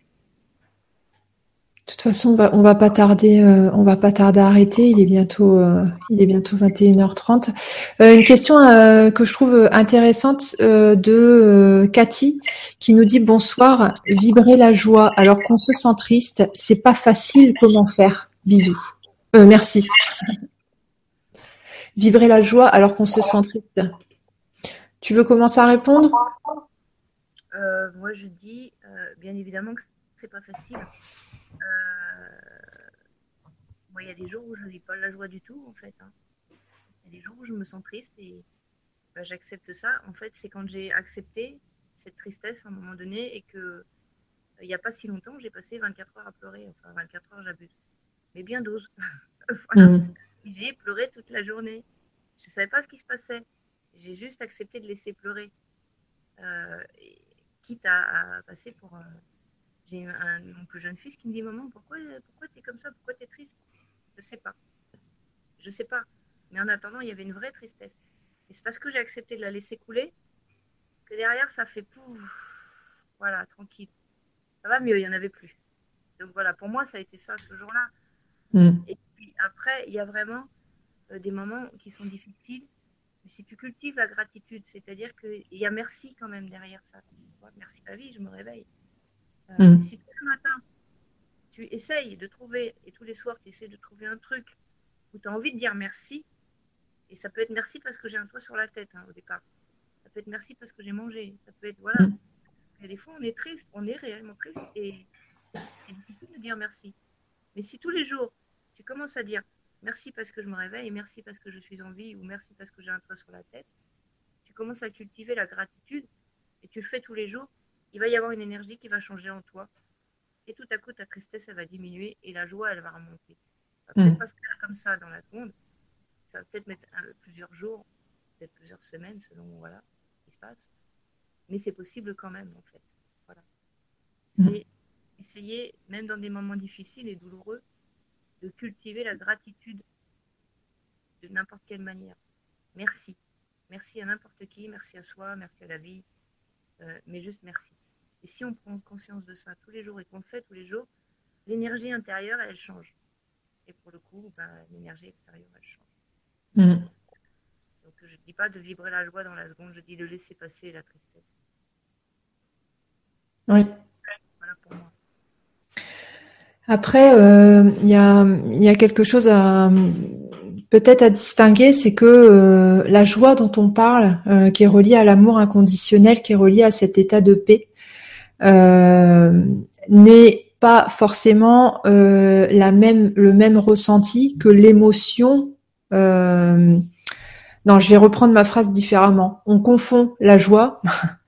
[SPEAKER 1] De toute façon, on va pas tarder à arrêter. Il est bientôt 21h30. Une question que je trouve intéressante de Cathy qui nous dit bonsoir. Vibrer la joie alors qu'on se sent triste, c'est pas facile. Comment faire? Bisous. Merci. Vibrer la joie alors qu'on se sent triste. Tu veux commencer à répondre?
[SPEAKER 2] Moi, je dis bien évidemment que c'est pas facile. Moi, il y a des jours où je n'ai pas la joie du tout, en fait. Il y a des jours où je me sens triste et j'accepte ça. En fait, c'est quand j'ai accepté cette tristesse à un moment donné et que il n'y a pas si longtemps, j'ai passé 24 heures à pleurer. Enfin, 24 heures, j'abuse. Mais bien 12. Voilà. J'ai pleuré toute la journée. Je ne savais pas ce qui se passait. J'ai juste accepté de laisser pleurer. Quitte à passer pour... J'ai mon plus jeune fils qui me dit « Maman, pourquoi tu es comme ça? Pourquoi tu es triste ?» Je ne sais pas. Je ne sais pas. Mais en attendant, il y avait une vraie tristesse. Et c'est parce que j'ai accepté de la laisser couler que derrière, ça fait pouf. Voilà, tranquille. Ça va mieux, il n'y en avait plus. Donc voilà, pour moi, ça a été ça ce jour-là. Et puis après, il y a vraiment des moments qui sont difficiles. Mais si tu cultives la gratitude, c'est-à-dire qu'il y a merci quand même derrière ça. Merci la vie, je me réveille. Si tous le matin, tu essayes de trouver, et tous les soirs, tu essaies de trouver un truc où tu as envie de dire merci, et ça peut être merci parce que j'ai un toit sur la tête au départ. Ça peut être merci parce que j'ai mangé. Ça peut être, voilà. Et des fois, on est triste, on est réellement triste, et c'est difficile de dire merci. Mais si tous les jours, tu commences à dire merci parce que je me réveille, merci parce que je suis en vie, ou merci parce que j'ai un toit sur la tête, tu commences à cultiver la gratitude, et tu le fais tous les jours, il va y avoir une énergie qui va changer en toi. Et tout à coup, ta tristesse, elle va diminuer et la joie, elle va remonter. Ça va peut-être pas se faire comme ça dans la seconde. Ça va peut-être mettre plusieurs jours, peut-être plusieurs semaines, selon voilà, ce qui se passe. Mais c'est possible quand même, en fait. Voilà. C'est essayer, même dans des moments difficiles et douloureux, de cultiver la gratitude de n'importe quelle manière. Merci. Merci à n'importe qui, merci à soi, merci à la vie, mais juste merci. Et si on prend conscience de ça tous les jours et qu'on le fait tous les jours, l'énergie intérieure, elle change. Et pour le coup, l'énergie extérieure, elle change. Donc, je ne dis pas de vibrer la joie dans la seconde, je dis de laisser passer la tristesse.
[SPEAKER 1] Oui.
[SPEAKER 2] Voilà pour moi.
[SPEAKER 1] Après, il y a quelque chose peut-être à distinguer, c'est que la joie dont on parle, qui est reliée à l'amour inconditionnel, qui est reliée à cet état de paix, n'est pas forcément le même ressenti que l'émotion. Non, je vais reprendre ma phrase différemment. On confond la joie,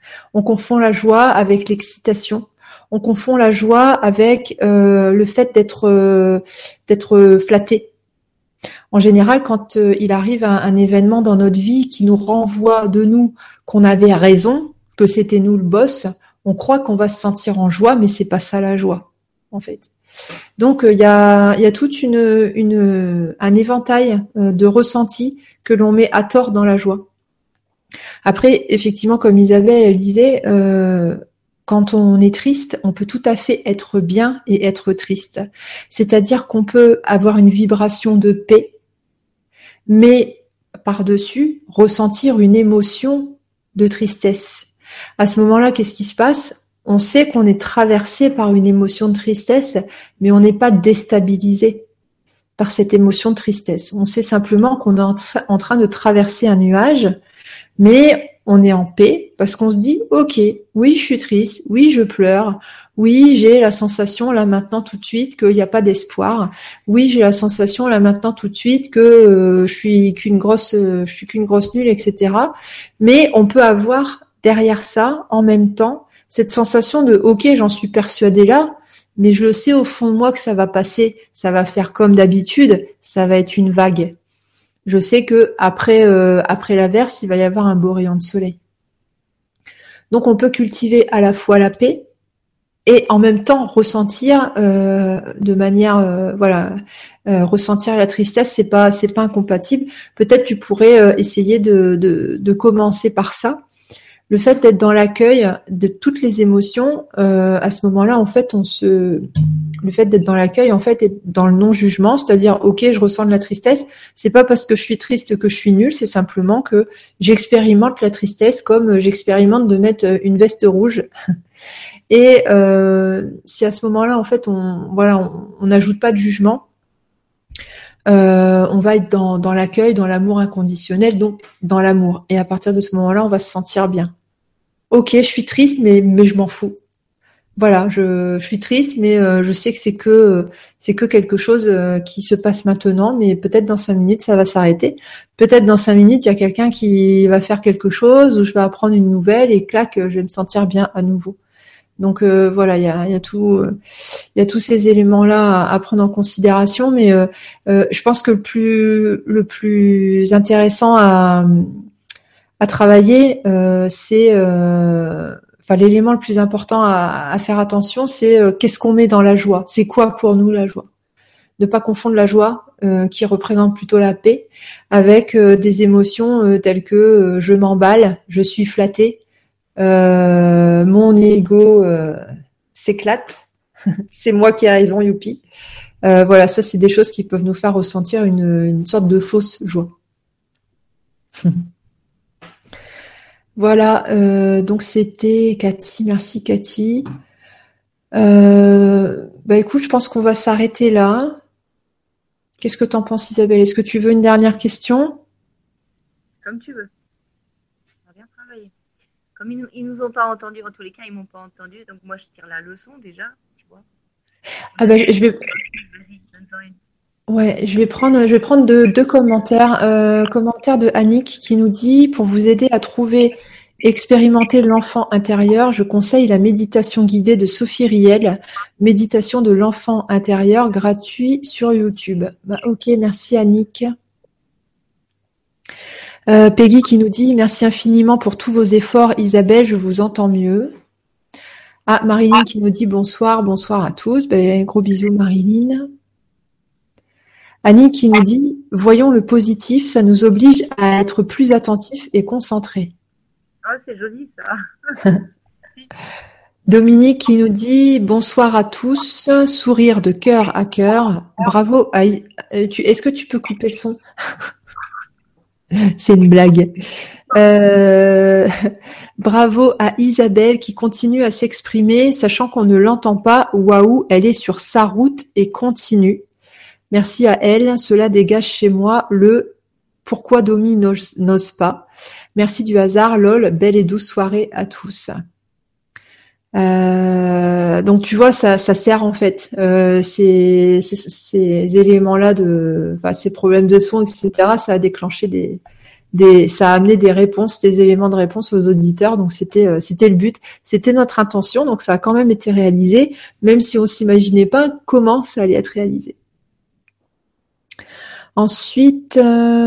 [SPEAKER 1] avec l'excitation. On confond la joie avec le fait d'être flatté. En général, quand il arrive un événement dans notre vie qui nous renvoie de nous qu'on avait raison, que c'était nous le boss, on croit qu'on va se sentir en joie, mais c'est pas ça la joie, en fait. Donc il y a tout un éventail de ressentis que l'on met à tort dans la joie. Après, effectivement, comme Isabelle, elle disait, quand on est triste, on peut tout à fait être bien et être triste. C'est-à-dire qu'on peut avoir une vibration de paix, mais par-dessus, ressentir une émotion de tristesse. À ce moment-là, qu'est-ce qui se passe? On sait qu'on est traversé par une émotion de tristesse, mais on n'est pas déstabilisé par cette émotion de tristesse. On sait simplement qu'on est en train de traverser un nuage, mais on est en paix parce qu'on se dit « Ok, oui, je suis triste, oui, je pleure, oui, j'ai la sensation là maintenant tout de suite qu'il n'y a pas d'espoir, oui, j'ai la sensation là maintenant tout de suite que je suis qu'une grosse nulle, etc. » Mais on peut avoir derrière ça, en même temps, cette sensation de ok, j'en suis persuadée là, mais je le sais au fond de moi que ça va passer, ça va faire comme d'habitude, ça va être une vague. Je sais que après l'averse, il va y avoir un beau rayon de soleil. Donc on peut cultiver à la fois la paix et en même temps ressentir de manière ressentir la tristesse, c'est pas incompatible. Peut-être tu pourrais essayer de commencer par ça. Le fait d'être dans l'accueil de toutes les émotions, à ce moment-là, en fait, le fait d'être dans l'accueil, en fait, est dans le non-jugement, c'est-à-dire, ok, je ressens de la tristesse. C'est pas parce que je suis triste que je suis nulle, c'est simplement que j'expérimente la tristesse comme j'expérimente de mettre une veste rouge. Et si à ce moment-là, en fait, on n'ajoute pas de jugement, on va être dans l'accueil, dans l'amour inconditionnel, donc dans l'amour. Et à partir de ce moment-là, on va se sentir bien. Ok, je suis triste, mais je m'en fous. Voilà, je suis triste, mais je sais que c'est que quelque chose qui se passe maintenant, mais peut-être dans 5 minutes ça va s'arrêter. Peut-être dans 5 minutes il y a quelqu'un qui va faire quelque chose ou je vais apprendre une nouvelle et clac, je vais me sentir bien à nouveau. Donc voilà, il y a tous ces éléments-là à prendre en considération, mais je pense que le plus intéressant à travailler, c'est enfin l'élément le plus important à faire attention, c'est qu'est-ce qu'on met dans la joie. C'est quoi pour nous la joie? Ne pas confondre la joie, qui représente plutôt la paix, avec des émotions telles que je m'emballe, je suis flattée, mon ego s'éclate, c'est moi qui ai raison, youpi. Voilà, ça c'est des choses qui peuvent nous faire ressentir une sorte de fausse joie. Voilà, donc c'était Cathy, merci Cathy. Bah écoute, je pense qu'on va s'arrêter là. Qu'est-ce que t'en penses Isabelle? Est-ce que tu veux une dernière question?
[SPEAKER 2] Comme tu veux. On va bien travailler. Comme ils nous ont pas entendus, en tous les cas, ils m'ont pas entendu. Donc moi, je tire la leçon déjà, tu vois.
[SPEAKER 1] Ah bah je vais
[SPEAKER 2] Vas-y, donne-en une.
[SPEAKER 1] ouais, je vais prendre deux commentaires. Commentaire de Annick qui nous dit pour vous aider à trouver expérimenter l'enfant intérieur, je conseille la méditation guidée de Sophie Riel, méditation de l'enfant intérieur gratuit sur YouTube. Bah, ok, merci Annick. Peggy qui nous dit merci infiniment pour tous vos efforts, Isabelle, je vous entends mieux. Ah, Marilyn qui nous dit bonsoir, bonsoir à tous. Ben, gros bisous Marilyn. Annie qui nous dit voyons le positif, ça nous oblige à être plus attentifs et concentrés.
[SPEAKER 2] Oh, c'est joli ça.
[SPEAKER 1] Dominique qui nous dit bonsoir à tous, sourire de cœur à cœur. Bravo à est-ce que tu peux couper le son? C'est une blague. Euh, Bravo à Isabelle qui continue à s'exprimer, sachant qu'on ne l'entend pas. Waouh, elle est sur sa route et continue. Merci à elle. Cela dégage chez moi le pourquoi Domi n'ose pas. Merci du hasard, lol. Belle et douce soirée à tous. Donc tu vois, ça sert en fait ces éléments-là enfin, ces problèmes de son, etc. Ça a déclenché ça a amené des réponses, des éléments de réponse aux auditeurs. Donc c'était le but, c'était notre intention. Donc ça a quand même été réalisé, même si on s'imaginait pas comment ça allait être réalisé. Ensuite,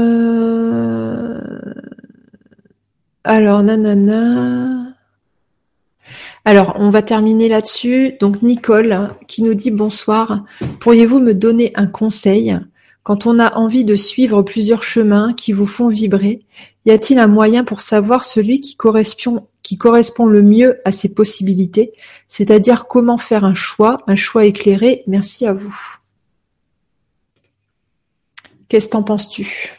[SPEAKER 1] alors nanana. Alors, on va terminer là-dessus. Donc, Nicole qui nous dit bonsoir. Pourriez-vous me donner un conseil quand on a envie de suivre plusieurs chemins qui vous font vibrer? Y a-t-il un moyen pour savoir celui qui correspond le mieux à ses possibilités? C'est-à-dire comment faire un choix éclairé? Merci à vous. Qu'est-ce que t'en penses-tu?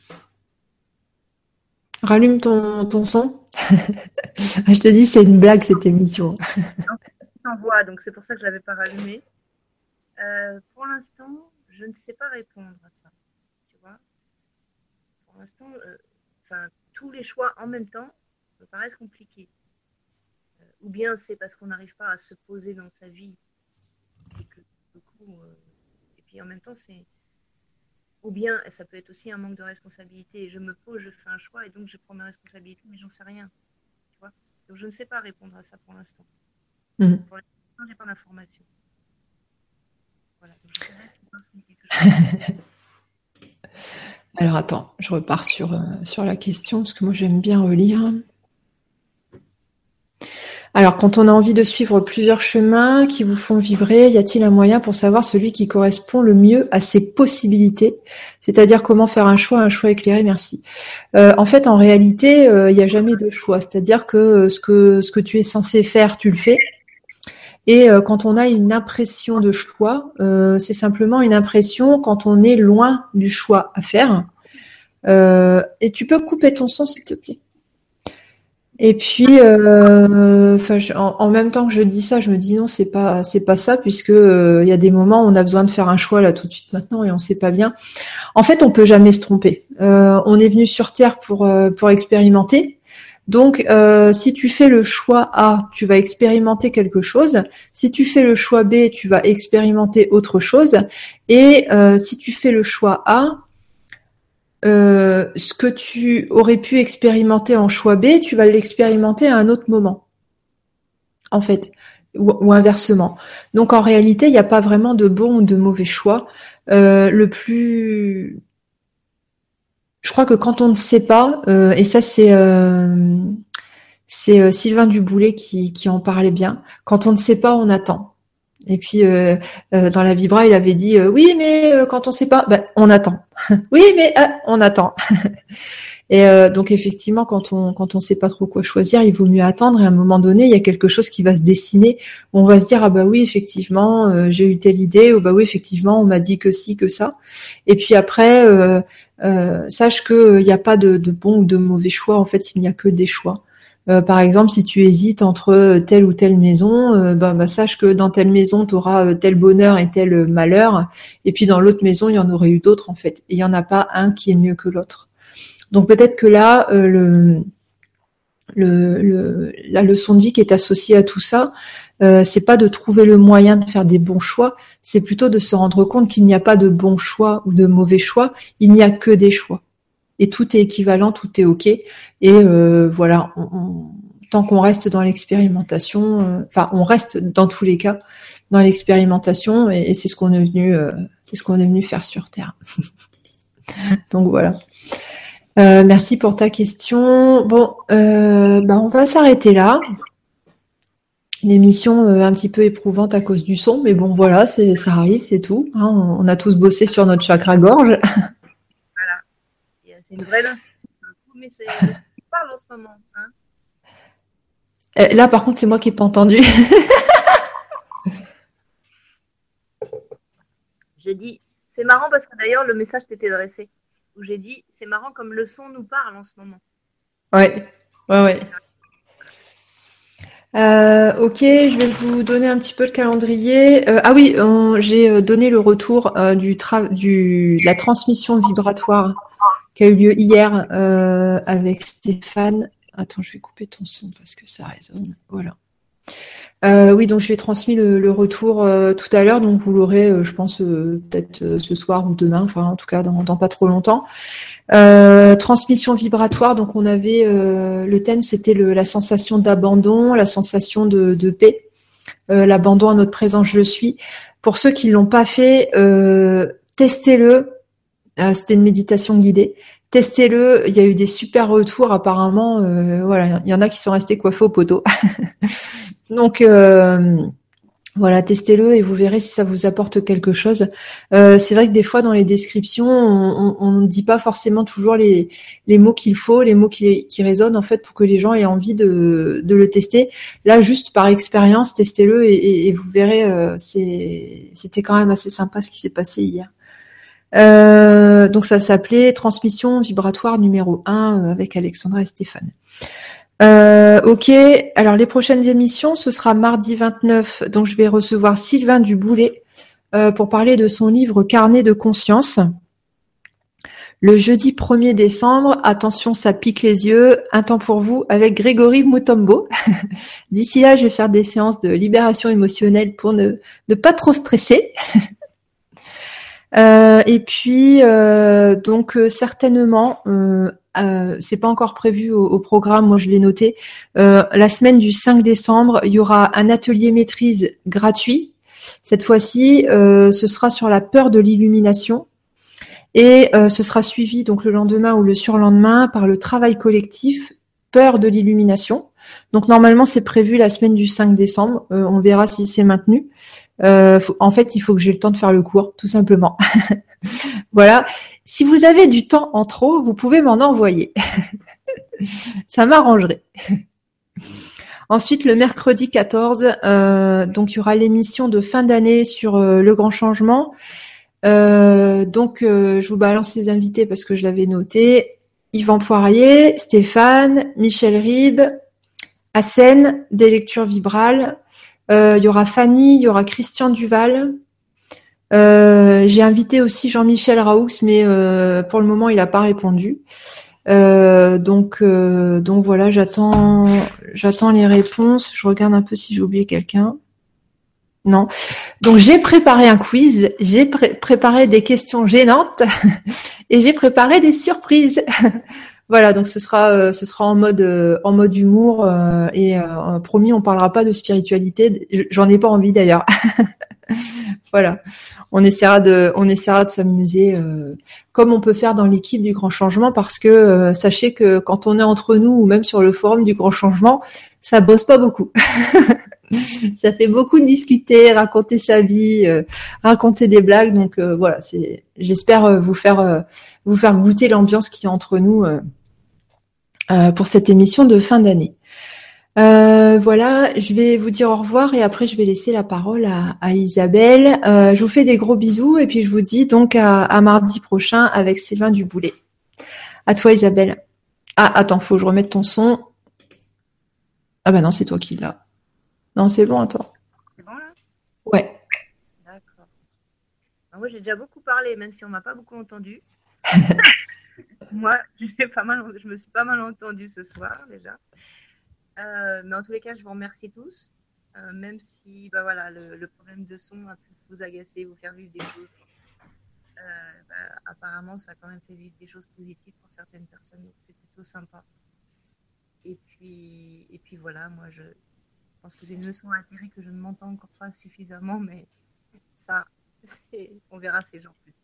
[SPEAKER 1] Rallume ton son. Je te dis, c'est une blague cette émission.
[SPEAKER 2] En voix, donc c'est pour ça que je l'avais pas rallumé. Pour l'instant, je ne sais pas répondre à ça. Tu vois, pour l'instant, tous les choix en même temps me paraissent compliqués. Ou bien c'est parce qu'on n'arrive pas à se poser dans sa vie et que du coup, et puis en même temps c'est, ou bien ça peut être aussi un manque de responsabilité. Je me pose, je fais un choix et donc je prends mes responsabilités, mais j'en sais rien. Tu vois. Donc, je ne sais pas répondre à ça pour l'instant. Pour l'instant, je n'ai pas d'informations. Voilà. Donc, je dirais, c'est pas quelque chose.
[SPEAKER 1] Alors attends, je repars sur la question, parce que moi j'aime bien relire. Alors, quand on a envie de suivre plusieurs chemins qui vous font vibrer, y a-t-il un moyen pour savoir celui qui correspond le mieux à ses possibilités? C'est-à-dire comment faire un choix éclairé? Merci. En fait, en réalité, il n'y a jamais de choix. C'est-à-dire que ce que tu es censé faire, tu le fais. Et quand on a une impression de choix, c'est simplement une impression quand on est loin du choix à faire. Et tu peux couper ton son, s'il te plaît. Et puis, en même temps que je dis ça, je me dis non, c'est pas ça, puisque il y a des moments où on a besoin de faire un choix là tout de suite maintenant et on sait pas bien. En fait, on peut jamais se tromper. On est venu sur Terre pour expérimenter. Donc, si tu fais le choix A, tu vas expérimenter quelque chose. Si tu fais le choix B, tu vas expérimenter autre chose. Et si tu fais le choix A, ce que tu aurais pu expérimenter en choix B, tu vas l'expérimenter à un autre moment, en fait, ou inversement. Donc en réalité, il n'y a pas vraiment de bon ou de mauvais choix. Je crois que quand on ne sait pas, et ça c'est Sylvain Duboulet qui en parlait bien, quand on ne sait pas, on attend. Et puis dans la Vibra, il avait dit oui, mais quand on sait pas, on attend. Oui, mais on attend. Et donc effectivement, quand on sait pas trop quoi choisir, il vaut mieux attendre. Et à un moment donné, il y a quelque chose qui va se dessiner. Où on va se dire ah bah oui, effectivement, j'ai eu telle idée. Ou bah oui, effectivement, on m'a dit que ci, que ça. Et puis après, sache que il n'y a pas de bon ou de mauvais choix. En fait, il n'y a que des choix. Par exemple, si tu hésites entre telle ou telle maison, sache que dans telle maison, tu auras tel bonheur et tel malheur, et puis dans l'autre maison, il y en aurait eu d'autres en fait. Et il n'y en a pas un qui est mieux que l'autre. Donc peut-être que là, la leçon de vie qui est associée à tout ça, c'est pas de trouver le moyen de faire des bons choix, c'est plutôt de se rendre compte qu'il n'y a pas de bons choix ou de mauvais choix, il n'y a que des choix. Et tout est équivalent, tout est ok. Et voilà, tant qu'on reste dans l'expérimentation, on reste dans tous les cas dans l'expérimentation, et c'est ce qu'on est venu faire sur Terre. Donc voilà. Merci pour ta question. Bon, on va s'arrêter là. Une émission un petit peu éprouvante à cause du son, mais bon voilà, ça arrive, c'est tout. Hein, on a tous bossé sur notre chakra-gorge.
[SPEAKER 2] C'est une vraie leçon. Mais c'est qui parle en ce moment.
[SPEAKER 1] Hein, là, par contre, c'est moi qui n'ai pas entendu.
[SPEAKER 2] J'ai dit, c'est marrant parce que d'ailleurs, le message t'était adressé. Où j'ai dit, c'est marrant comme le son nous parle en ce moment.
[SPEAKER 1] Ouais. Ok, je vais vous donner un petit peu le calendrier. J'ai donné le retour de la transmission vibratoire qui a eu lieu hier avec Stéphane. Attends, je vais couper ton son parce que ça résonne. Voilà. Oui, donc je lui ai transmis le retour tout à l'heure, donc vous l'aurez, je pense, peut-être ce soir ou demain, enfin en tout cas dans pas trop longtemps. Transmission vibratoire, donc on avait le thème, c'était la sensation d'abandon, la sensation de paix, l'abandon à notre présence je suis. Pour ceux qui l'ont pas fait, testez-le. C'était une méditation guidée. Testez-le. Il y a eu des super retours apparemment. Voilà, il y en a qui sont restés coiffés au poteau. Donc voilà, testez-le et vous verrez si ça vous apporte quelque chose. C'est vrai que des fois dans les descriptions, on ne dit pas forcément toujours les mots qu'il faut, les mots qui résonnent en fait pour que les gens aient envie de le tester. Là, juste par expérience, testez-le et vous verrez, c'était quand même assez sympa ce qui s'est passé hier. Donc ça s'appelait Transmission vibratoire numéro 1 avec Alexandra et Stéphane. Ok, alors les prochaines émissions, ce sera mardi 29, donc je vais recevoir Sylvain Duboulet pour parler de son livre Carnet de conscience. Le jeudi 1er décembre, attention, ça pique les yeux, un temps pour vous avec Grégory Mutombo. D'ici là, je vais faire des séances de libération émotionnelle pour ne pas trop stresser. Et puis donc certainement, c'est pas encore prévu au programme, moi je l'ai noté. La semaine du 5 décembre, il y aura un atelier maîtrise gratuit. Cette fois-ci, ce sera sur la peur de l'illumination. Et ce sera suivi donc le lendemain ou le surlendemain par le travail collectif peur de l'illumination. Donc normalement c'est prévu la semaine du 5 décembre. On verra si c'est maintenu. En fait, il faut que j'ai le temps de faire le cours, tout simplement. Voilà. Si vous avez du temps en trop, vous pouvez m'en envoyer. Ça m'arrangerait. Ensuite, le mercredi 14, donc il y aura l'émission de fin d'année sur le grand changement. Donc, je vous balance les invités parce que je l'avais noté. Yvan Poirier, Stéphane, Michel Ribes, Hassen, des lectures vibrales. Il y aura Fanny, il y aura Christian Duval. J'ai invité aussi Jean-Michel Raoux, mais pour le moment, il n'a pas répondu. Donc voilà, j'attends les réponses. Je regarde un peu si j'ai oublié quelqu'un. Non. Donc j'ai préparé un quiz, j'ai préparé des questions gênantes et j'ai préparé des surprises. Voilà, donc ce sera en mode humour et promis, on parlera pas de spiritualité. J'en ai pas envie d'ailleurs. Voilà, on essaiera de s'amuser comme on peut faire dans l'équipe du Grand Changement, parce que sachez que quand on est entre nous ou même sur le forum du Grand Changement, ça bosse pas beaucoup. Ça fait beaucoup discuter, raconter sa vie, raconter des blagues. Donc voilà, j'espère vous faire goûter l'ambiance qu'il y a entre nous pour cette émission de fin d'année. Voilà, je vais vous dire au revoir et après je vais laisser la parole à Isabelle. Je vous fais des gros bisous et puis je vous dis donc à mardi prochain avec Sylvain Duboulet. À toi Isabelle. Ah attends, faut que je remette ton son. Ah bah non, c'est toi qui l'as. Non, c'est bon, attends.
[SPEAKER 2] C'est bon là ?
[SPEAKER 1] Ouais.
[SPEAKER 2] D'accord. Alors, moi j'ai déjà beaucoup parlé, même si on m'a pas beaucoup entendu. Moi, je me suis pas mal entendue ce soir déjà. Mais en tous les cas, je vous remercie tous. Même si voilà, le problème de son a pu vous agacer, vous faire vivre des choses. Apparemment, ça a quand même fait vivre des choses positives pour certaines personnes. Donc c'est plutôt sympa. Et puis voilà, moi je pense que j'ai une leçon à tirer que je ne m'entends encore pas suffisamment, mais ça, on verra ces jours plus.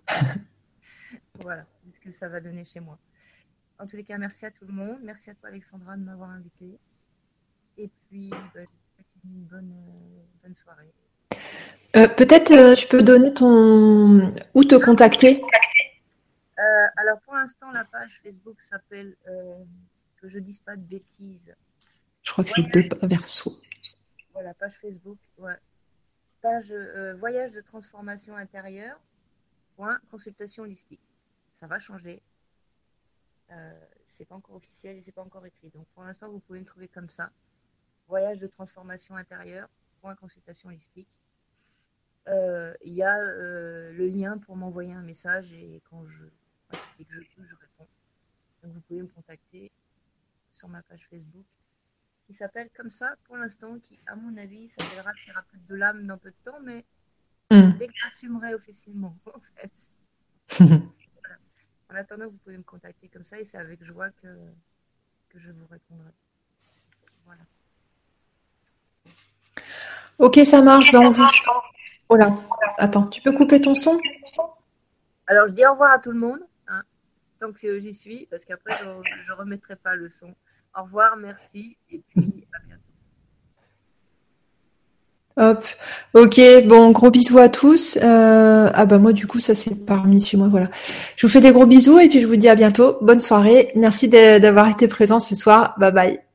[SPEAKER 2] Voilà, ce que ça va donner chez moi. En tous les cas, merci à tout le monde. Merci à toi, Alexandra, de m'avoir invitée. Et puis, je vous souhaite une bonne soirée.
[SPEAKER 1] Peut-être tu peux donner où te contacter.
[SPEAKER 2] Alors, pour l'instant, la page Facebook s'appelle que je dise pas de bêtises.
[SPEAKER 1] Je crois que c'est deux versos.
[SPEAKER 2] Voilà, page Facebook. Ouais. Page voyage de transformation intérieure. Consultation holistique. Ça va changer. C'est pas encore officiel et c'est pas encore écrit. Donc pour l'instant, vous pouvez me trouver comme ça. Voyage de transformation intérieure, consultation holistique. Il y a le lien pour m'envoyer un message et dès que je peux, je réponds. Donc vous pouvez me contacter sur ma page Facebook qui s'appelle comme ça pour l'instant, qui à mon avis s'appellera Thérapeute de l'âme dans peu de temps, mais dès que j'assumerai officiellement en fait. Voilà. En attendant, vous pouvez me contacter comme ça et c'est avec joie que je vous répondrai. Voilà.
[SPEAKER 1] Ok, ça marche. Oh là, attends, tu peux couper ton son ?
[SPEAKER 2] Alors, je dis au revoir à tout le monde, tant que j'y suis, parce qu'après, je ne remettrai pas le son. Au revoir, merci, et puis à bientôt.
[SPEAKER 1] Hop, ok, bon, gros bisous à tous. Moi du coup ça c'est parmi chez moi, voilà. Je vous fais des gros bisous et puis je vous dis à bientôt. Bonne soirée. Merci d'avoir été présent ce soir. Bye bye.